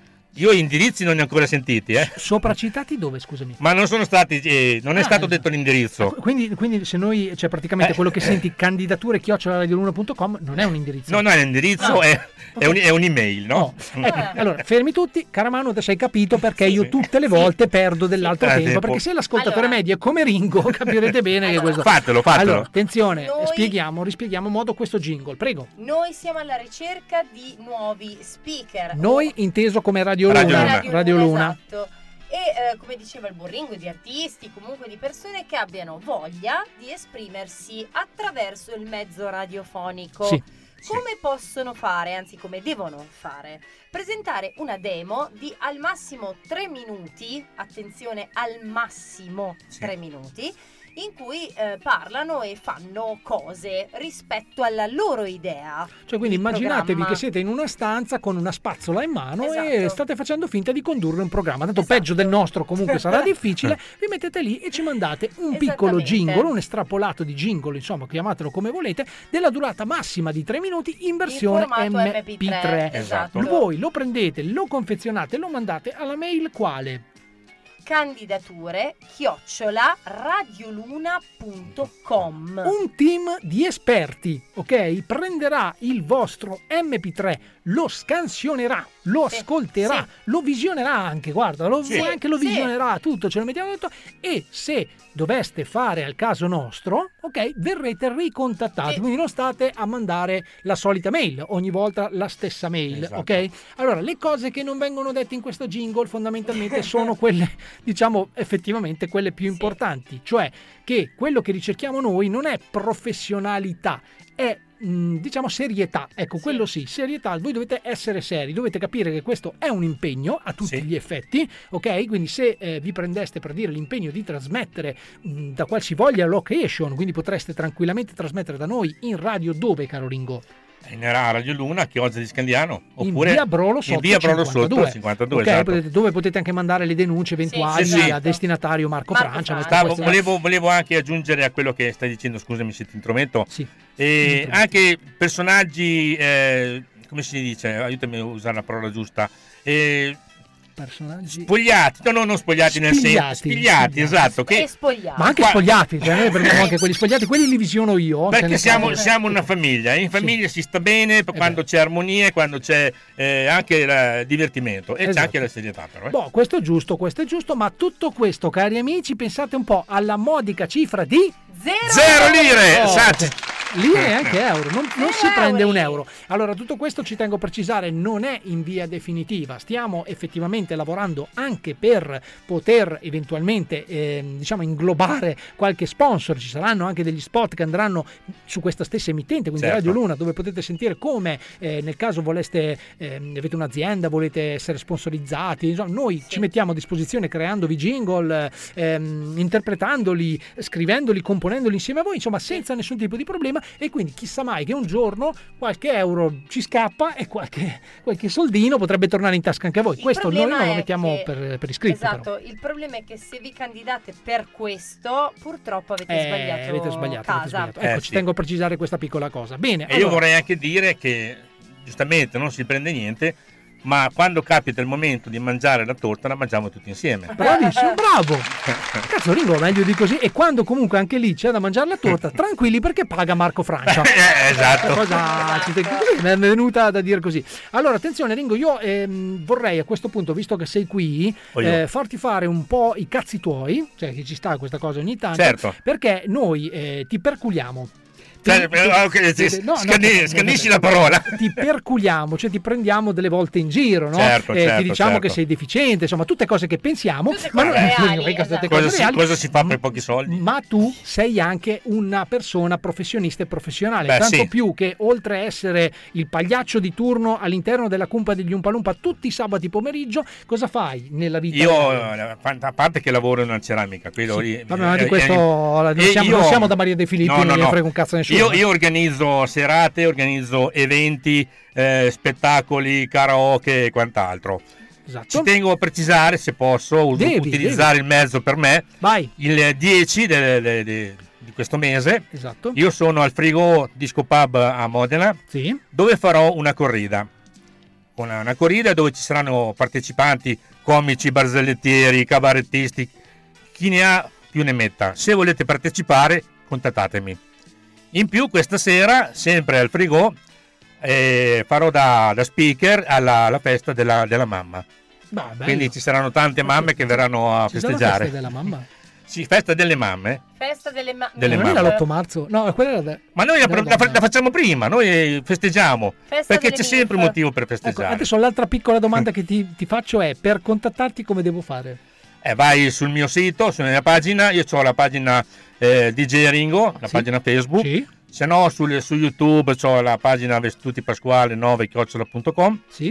Io gli indirizzi non ne ho ancora sentiti, eh.
Sopracitati dove, scusami?
Ma non sono stati, eh, non è
Ah,
stato detto l'indirizzo.
Quindi, quindi se noi, cioè praticamente
Eh,
quello che
eh.
senti candidature chiocciola radioluna punto com non è un indirizzo.
No, no, è l'indirizzo,
No.
è, è, un- è un'email, no?
Ecco, allora, fermi tutti, Caramano, adesso hai capito perché io tutte le volte perdo dell'altro
Eh,
tempo,
tempo.
perché se l'ascoltatore medio è come Ringo, capirete bene che questo...
Fatelo, fatelo.
Allora, attenzione,
Noi-
spieghiamo, rispieghiamo modo questo jingle, prego.
Noi siamo alla ricerca di nuovi speaker.
Noi inteso come Radio
Come
Luna,
Radio
Radio Luna.
Esatto. E eh, come diceva il Borringo, di artisti, comunque di persone che abbiano voglia di esprimersi attraverso il mezzo radiofonico.
Sì.
Come possono fare, anzi come devono fare? Presentare una demo di al massimo tre minuti, attenzione, al massimo tre minuti, in cui eh, parlano e fanno cose rispetto alla loro idea.
Cioè, quindi
di
immaginatevi
programma.
che siete in una stanza con una spazzola in mano e
Esatto.
state facendo finta di condurre un programma. Tanto peggio del nostro comunque sarà difficile. Vi mettete lì e ci mandate un piccolo
Esattamente.
jingle, un estrapolato di jingle, insomma, chiamatelo come volete, della durata massima di tre minuti in versione
formato
emme pi tre.
emme pi tre, esatto.
Voi lo prendete, lo confezionate e lo mandate alla mail quale?
Candidature chiocciola radioluna punto com.
Un team di esperti, ok? Prenderà il vostro emme pi tre, lo scansionerà, lo ascolterà, lo visionerà anche, guarda, lo,
Sì,
anche lo
sì.
visionerà, tutto, ce lo mettiamo dentro, e se doveste fare al caso nostro, ok, verrete ricontattati, quindi non state a mandare la solita mail, ogni volta la stessa mail,
Esatto.
ok? Allora, le cose che non vengono dette in questo jingle fondamentalmente sono quelle, diciamo, effettivamente quelle più importanti, cioè che quello che ricerchiamo noi non è professionalità, è mh, diciamo serietà, ecco, quello sì, serietà. Voi dovete essere seri, dovete capire che questo è un impegno a tutti gli effetti, ok? Quindi se eh, vi prendeste per dire l'impegno di trasmettere mh, da qualsivoglia location, quindi potreste tranquillamente trasmettere da noi in radio dove, caro Ringo?
In Radio Luna, Chiozza di Scandiano, oppure
in via Brolo Sotto,
in via Brolo
cinquantadue.
Sotto cinquantadue,
Ok,
esatto.
potete- dove potete anche mandare le denunce eventuali
Sì, sì.
a destinatario Marco,
Marco
Francia. ma
Stavo-
questo-
volevo, volevo anche aggiungere a quello che stai dicendo, scusami se ti intrometto, e anche personaggi, eh, come si dice, aiutami a usare la parola giusta, eh,
personaggi
spogliati, no, no, non spogliati nel senso,
Spigliati.
spigliati, esatto, che
E spogliati.
Ma anche
Qua-
spogliati, cioè noi prendiamo anche quelli spogliati, quelli li visiono io. se
Perché
ne
siamo,
parla.
siamo una famiglia, e in famiglia si sta bene quando c'è armonia e quando c'è eh, anche il divertimento e c'è
Esatto.
anche la serietà, però. eh.
Boh, questo è giusto, questo è giusto, ma tutto questo, cari amici, pensate un po' alla modica cifra di
Zero,
Zero lire,
Oh,
esatto.
ok. Lì è anche euro, non, non si prende un euro. Allora, tutto questo ci tengo a precisare, non è in via definitiva. Stiamo effettivamente lavorando anche per poter eventualmente eh, diciamo inglobare qualche sponsor. Ci saranno anche degli spot che andranno su questa stessa emittente, quindi
Certo.
Radio Luna, dove potete sentire come eh, nel caso voleste eh, avete un'azienda, volete essere sponsorizzati, insomma, noi ci mettiamo a disposizione creandovi jingle, ehm, interpretandoli, scrivendoli, componendoli insieme a voi, insomma senza nessun tipo di problema. E quindi chissà mai che un giorno qualche euro ci scappa e qualche, qualche soldino potrebbe tornare in tasca anche a voi.
Il
Questo noi
problema
non lo
è
mettiamo
che-
per, per iscritto.
Esatto,
però.
il problema è che se vi candidate per questo, purtroppo avete
Eh,
sbagliato
avete sbagliato,
casa.
avete sbagliato.
Eh,
Ecco,
sì.
ci tengo a precisare questa piccola cosa. Bene,
E
allora,
io vorrei anche dire che giustamente non si prende niente, ma quando capita il momento di mangiare la torta la mangiamo tutti insieme.
bravissimo, bravo. Cazzo, Ringo, meglio di così. E quando comunque anche lì c'è da mangiare la torta, tranquilli perché paga Marco Francia.
Eh, esatto.
Cosa ci te- così, mi è venuta da dire così. Allora, attenzione Ringo, io ehm, vorrei a questo punto, visto che sei qui,
Oh, io.
eh, farti fare un po' i cazzi tuoi, cioè che ci sta questa cosa ogni tanto,
Certo.
perché noi eh, ti perculiamo.
Cioè,
Ti-
eh, ok,
ti-
sì,
no, no,
scandi-
no,
scandisci
no,
la parola.
Ti perculiamo, cioè ti prendiamo delle volte in giro, no?
Certo,
Eh,
certo,
ti diciamo
certo.
che sei deficiente, insomma, tutte cose che pensiamo, ma non
reali,
Mica tutte
esatto.
cose
Cosa si,
reali.
cosa si fa per pochi soldi?
Ma tu sei anche una persona professionista e professionale,
Beh,
tanto
sì.
più che oltre a essere il pagliaccio di turno all'interno della cumpa degli Umpalumpa tutti i sabati pomeriggio, cosa fai nella vita?
Io,
reale?
eh, a parte che lavoro in una ceramica, quello
Sì.
lì-
Vabbè, ma di
eh,
questo
eh,
non
e
siamo, non siamo da Maria De Filippi,
No,
non
no,
gliene
no.
frega un cazzo a nessuno.
Io, io organizzo serate, organizzo eventi, eh, spettacoli, karaoke e quant'altro.
Esatto.
Ci tengo a precisare, se posso, us-
Devi,
utilizzare
devi.
il mezzo per me.
Vai.
Il dieci de- de- de- di questo mese.
Esatto.
Io sono al Frigo Disco Pub a Modena,
Sì.
dove farò una corrida. Una, una corrida dove ci saranno partecipanti, comici, barzellettieri, cabarettisti, chi ne ha più ne metta. Se volete partecipare, contattatemi. In più questa sera, sempre al Frigo, eh, farò da, da speaker alla, alla festa della, della mamma.
Bah, bello.
Quindi ci saranno tante mamme che verranno a
Ci sarà la
festeggiare.
festa della mamma?
Sì, festa delle mamme.
Festa delle, ma-
Delle
non
mamme.
era l'otto marzo? No, quella era de-
Ma noi la,
della
la-
donna.
la facciamo prima, noi festeggiamo.
Festa
perché
delle
c'è sempre un
milf.
motivo per
Ecco,
festeggiare.
adesso l'altra piccola domanda che ti, ti faccio è: per contattarti come devo fare?
Eh, vai sul mio sito, sulla mia pagina, io ho la pagina eh, D J Ringo, la
Sì.
pagina Facebook,
Sì.
se no sul- su YouTube ho la pagina Vestuti Pasquale nove chiocciola punto com
Sì.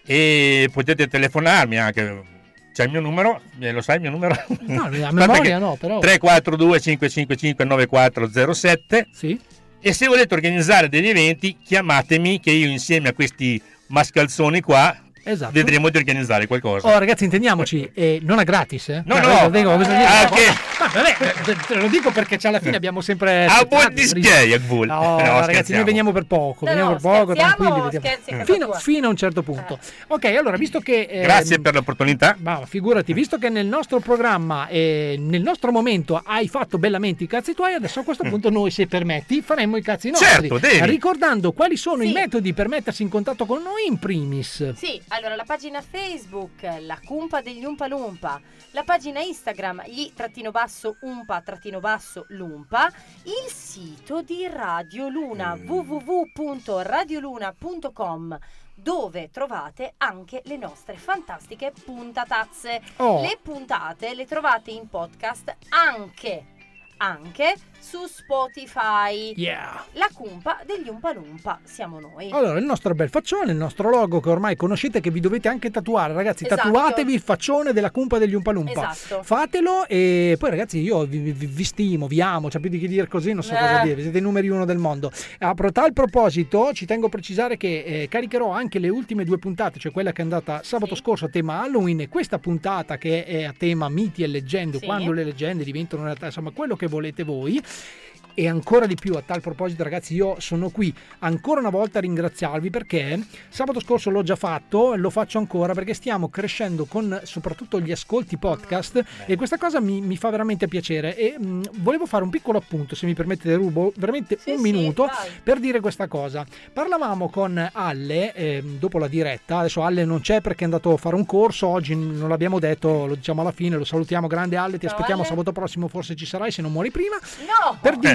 e potete telefonarmi anche, c'è il mio numero, eh, lo sai il mio numero?
No, a
Aspetta
memoria
che-
no, però.
tre quattro due cinque cinque cinque nove quattro zero sette.
Sì.
E se volete organizzare degli eventi chiamatemi, che io insieme a questi mascalzoni qua
Esatto.
vedremo di organizzare qualcosa.
Oh ragazzi, intendiamoci, eh, non a gratis, eh?
No,
Cioè,
no.
lo dico, cosa dire?
Anche-
Ma vabbè, te- te lo dico perché c'è alla fine abbiamo sempre
A buon
aspettato,
disgay, a bull.
No,
No,
ragazzi,
scherziamo.
noi veniamo per poco,
No,
veniamo
no,
per poco,
scherziamo
tranquilli,
o
vediamo.
scherzi a casa
Fino,
tua?
fino a un certo punto. Ok, allora, visto che ehm,
Grazie per l'opportunità.
Ma figurati, visto che nel nostro programma e nel nostro momento hai fatto bellamente i cazzi tuoi, adesso a questo punto noi, se permetti, faremmo i cazzi nostri.
Certo, devi.
Ricordando quali sono i
Sì.
metodi per mettersi in contatto con noi in primis.
Sì, allora la pagina Facebook, la cumpa degli Umpa Lumpa, la pagina Instagram, gli trattino basso umpa trattino basso lumpa, il sito di Radio Luna, w w w punto radioluna punto com, dove trovate anche le nostre fantastiche puntatazze.
Oh.
Le puntate le trovate in podcast anche, anche su Spotify.
Yeah.
La cumpa degli Umpa Lumpa siamo noi.
Allora, il nostro bel faccione, il nostro logo che ormai conoscete, che vi dovete anche tatuare, ragazzi.
Esatto.
Tatuatevi il faccione della cumpa degli Umpalumpa.
Esatto.
Fatelo e poi, ragazzi, io vi, vi- vi stimo, vi amo, c'è più di che dire così, non so
Eh.
cosa dire, siete i numeri uno del mondo. A pro- tal proposito, ci tengo a precisare che eh, caricherò anche le ultime due puntate, cioè quella che è andata sabato
Sì.
scorso a tema Halloween e questa puntata che è a tema miti e leggende,
Sì.
quando le leggende diventano realtà, insomma, quello che volete voi. E ancora di più, a tal proposito, ragazzi, io sono qui ancora una volta a ringraziarvi, perché sabato scorso l'ho già fatto, lo faccio ancora perché stiamo crescendo con soprattutto gli ascolti podcast e questa cosa mi, mi fa veramente piacere. E mh, volevo fare un piccolo appunto, se mi permettete, rubo veramente
Sì,
un
sì,
minuto
vai.
per dire questa cosa. Parlavamo con Alle ehm, dopo la diretta, adesso Alle non c'è perché è andato a fare un corso, oggi non l'abbiamo detto, lo diciamo alla fine, lo salutiamo, grande Alle, ti
Ciao,
aspettiamo
Ale.
sabato prossimo, forse ci sarai se non muori prima,
No!
per dire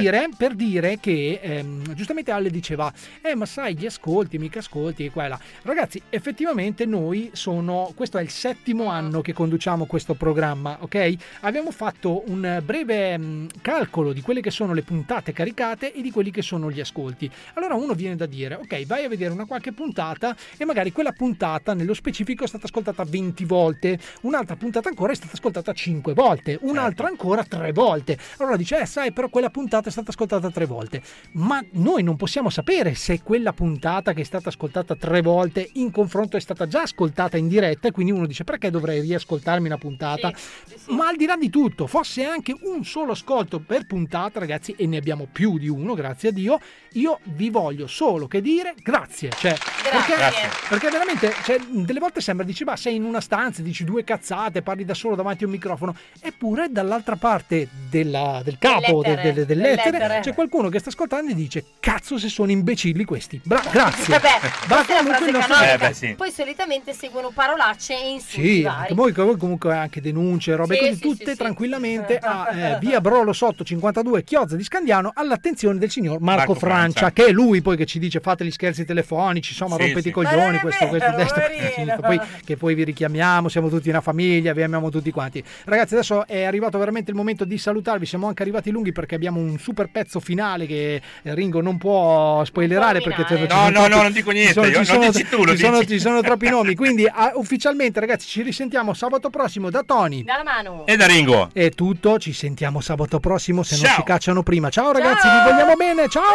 dire, per dire che ehm, giustamente Ale diceva eh ma sai gli ascolti, mica ascolti e qua e là. Ragazzi, effettivamente noi sono, questo è il settimo anno che conduciamo questo programma, ok? Abbiamo fatto un breve mh, calcolo di quelle che sono le puntate caricate e di quelli che sono gli ascolti. Allora uno viene da dire ok, vai a vedere una qualche puntata e magari quella puntata nello specifico è stata ascoltata venti volte, un'altra puntata ancora è stata ascoltata cinque volte, un'altra ancora tre volte. Allora dice eh sai però quella puntata è stata ascoltata tre volte, ma noi non possiamo sapere se quella puntata che è stata ascoltata tre volte in confronto è stata già ascoltata in diretta, e quindi uno dice perché dovrei riascoltarmi una puntata? Sì, sì. Ma al di là di tutto, fosse anche un solo ascolto per puntata, ragazzi, e ne abbiamo più di uno, grazie a Dio, io vi voglio solo che dire grazie, cioè, perché,
Grazie.
perché veramente, cioè, delle volte sembra, dici, ma sei in una stanza, dici due cazzate, parli da solo davanti a un microfono, eppure dall'altra parte della, del capo
Lettere.
de- de- dell'etere
Lettere.
c'è qualcuno che sta ascoltando e dice cazzo se sono imbecilli questi. Bra- grazie.
Vabbè,
Va
questa è la
comunque
frase
il nostro-
canonica.
Eh, beh, sì.
Poi solitamente seguono parolacce e insulti
Sì,
vari.
poi comunque, comunque anche denunce, robe
Sì,
così,
sì,
tutte
sì,
tranquillamente a eh, via Brolo Sotto cinquantadue, Chiozza di Scandiano, all'attenzione del signor Marco,
Marco
Francia,
Francia.
che è lui poi che ci dice fate gli scherzi telefonici, insomma
Sì,
rompeti
sì.
i coglioni,
Ma non è
questo, questo,
vero,
destra,
poverino.
sinistra, poi, che poi vi richiamiamo, siamo tutti una famiglia, vi amiamo tutti quanti. Ragazzi, adesso è arrivato veramente il momento di salutarvi, siamo anche arrivati lunghi perché abbiamo un super pezzo finale che Ringo non può spoilerare perché ci
No,
sono
no,
troppi-
no, non dico niente,
ci sono-
io-
ci
non
sono-
dici tu, lo
ci sono,
dici.
ci sono troppi nomi, quindi ah, ufficialmente ragazzi ci risentiamo sabato prossimo da Tony
Dalla mano.
E da Ringo.
è tutto, ci sentiamo sabato prossimo se non
Ciao.
ci cacciano prima. Ciao ragazzi, vi vogliamo bene, ciao!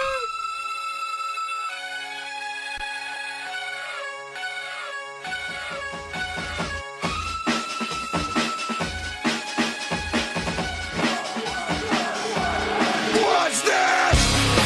What's this?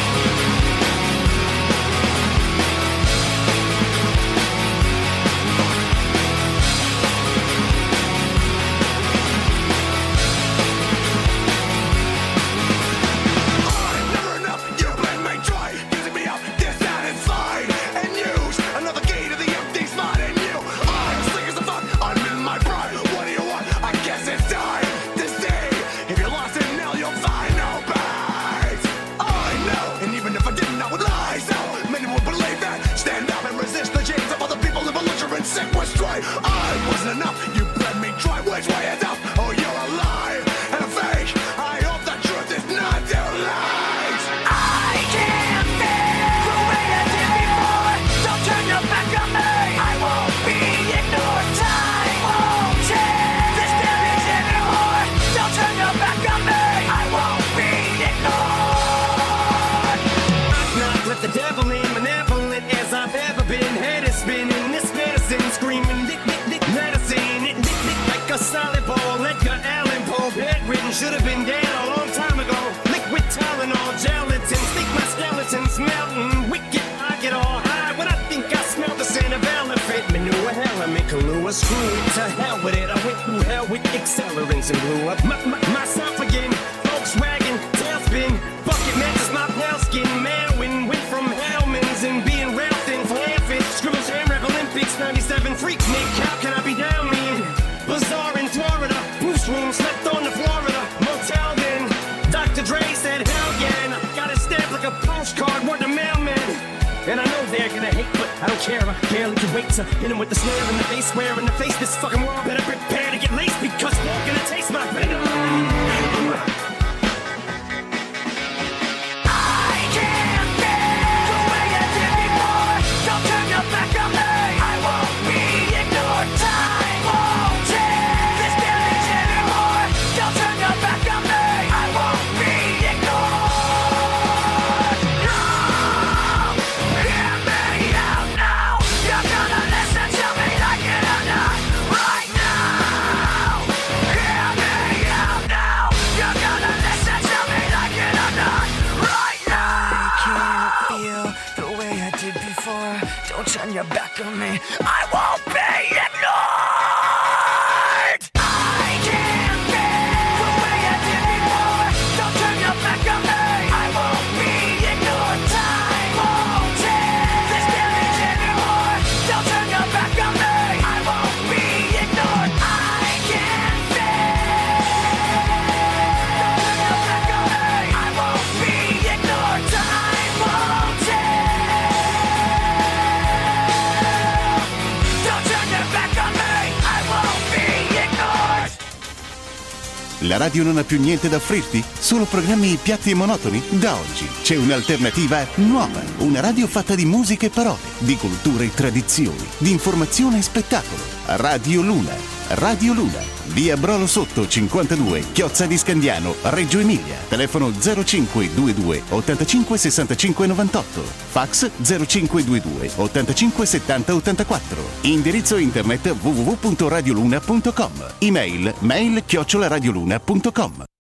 Never enough, you blame me, try using me up, dissatisfied, and use another key to the empty spot in you. I'm sick as a fuck, I'm in my pride. What do you want? I guess it's time to see. If you're lost in hell, you'll find no peace. I know, and even if I didn't, I would lie. So many would believe that. Stand up and resist the chains of other people in belligerent sequestration. I wasn't enough, you bled me dry. Which way is up? Oh, you're a lie and a fake. I hope the truth is not too late. I can't feel the way I did before. Don't turn your back on me. I won't be ignored. Time won't change this damage anymore. Don't turn your back on me. I won't be ignored.
Knock, knock, let the devil in, malevolent as I've ever been. Head is spinning, this medicine screaming, dick, dick, dick, medicine. It dick, dick, like a solid ball. Edgar Allan Poe, bedridden, should have been dead a long time ago. Liquid Tylenol, gelatin, think my skeleton's melting. Wicked, I get all high when I think I smell the scent of elephant manure. Hell, I make a lure, screw it, to hell with it. I went through hell with accelerants and blew up my, my, myself again. Volkswagen, tailspin, bucket matches my pale skin. Manwin went from Hellman's and being Ralph and Flaffin. Scribbles, Hammer, Olympics, ninety-seven freaks, Nick, how can I be down me? Bazaar in Florida, Bruce room, slept on the Florida motel then. Doctor Dre said, hell yeah, and I got it stamped like a postcard, word to mailman. And I know they're gonna hate, but I don't care, I barely can wait to hit 'em with the snare in the face, square in the face. This fucking world better prepare to get laced because we're gonna taste my venom. I can't feel the way I did before. Don't turn your back on me. I won't be ignored. Time won't change this damage anymore. Don't turn your back on me. I won't be ignored. No, hear me out now. You're gonna listen to me like it or not. Right now, hear me out now. You're gonna listen to me like it or not. Right now.
I can't feel the way I did before. Don't turn your back on me. I won't be ignored.
I can't feel the way I did before. Don't turn your back on me. I won't be ignored. Time won't change this damage anymore. Don't turn your back on me. I won't be ignored. I can't feel. Don't turn your back on me. I won't be
La radio non ha più niente da offrirti? Solo programmi piatti e monotoni? Da oggi c'è un'alternativa nuova. Una radio fatta di musica e parole, di cultura e tradizioni, di informazione e spettacolo. Radio Luna. Radio Luna, via Brolo Sotto cinquantadue, Chiozza di Scandiano, Reggio Emilia. Telefono zero cinque due due ottantacinque sessantacinque novantotto. Fax zero cinque due due ottantacinque settanta ottantaquattro. Indirizzo internet w w w punto radioluna punto com. Email mail chiocciola radioluna punto com.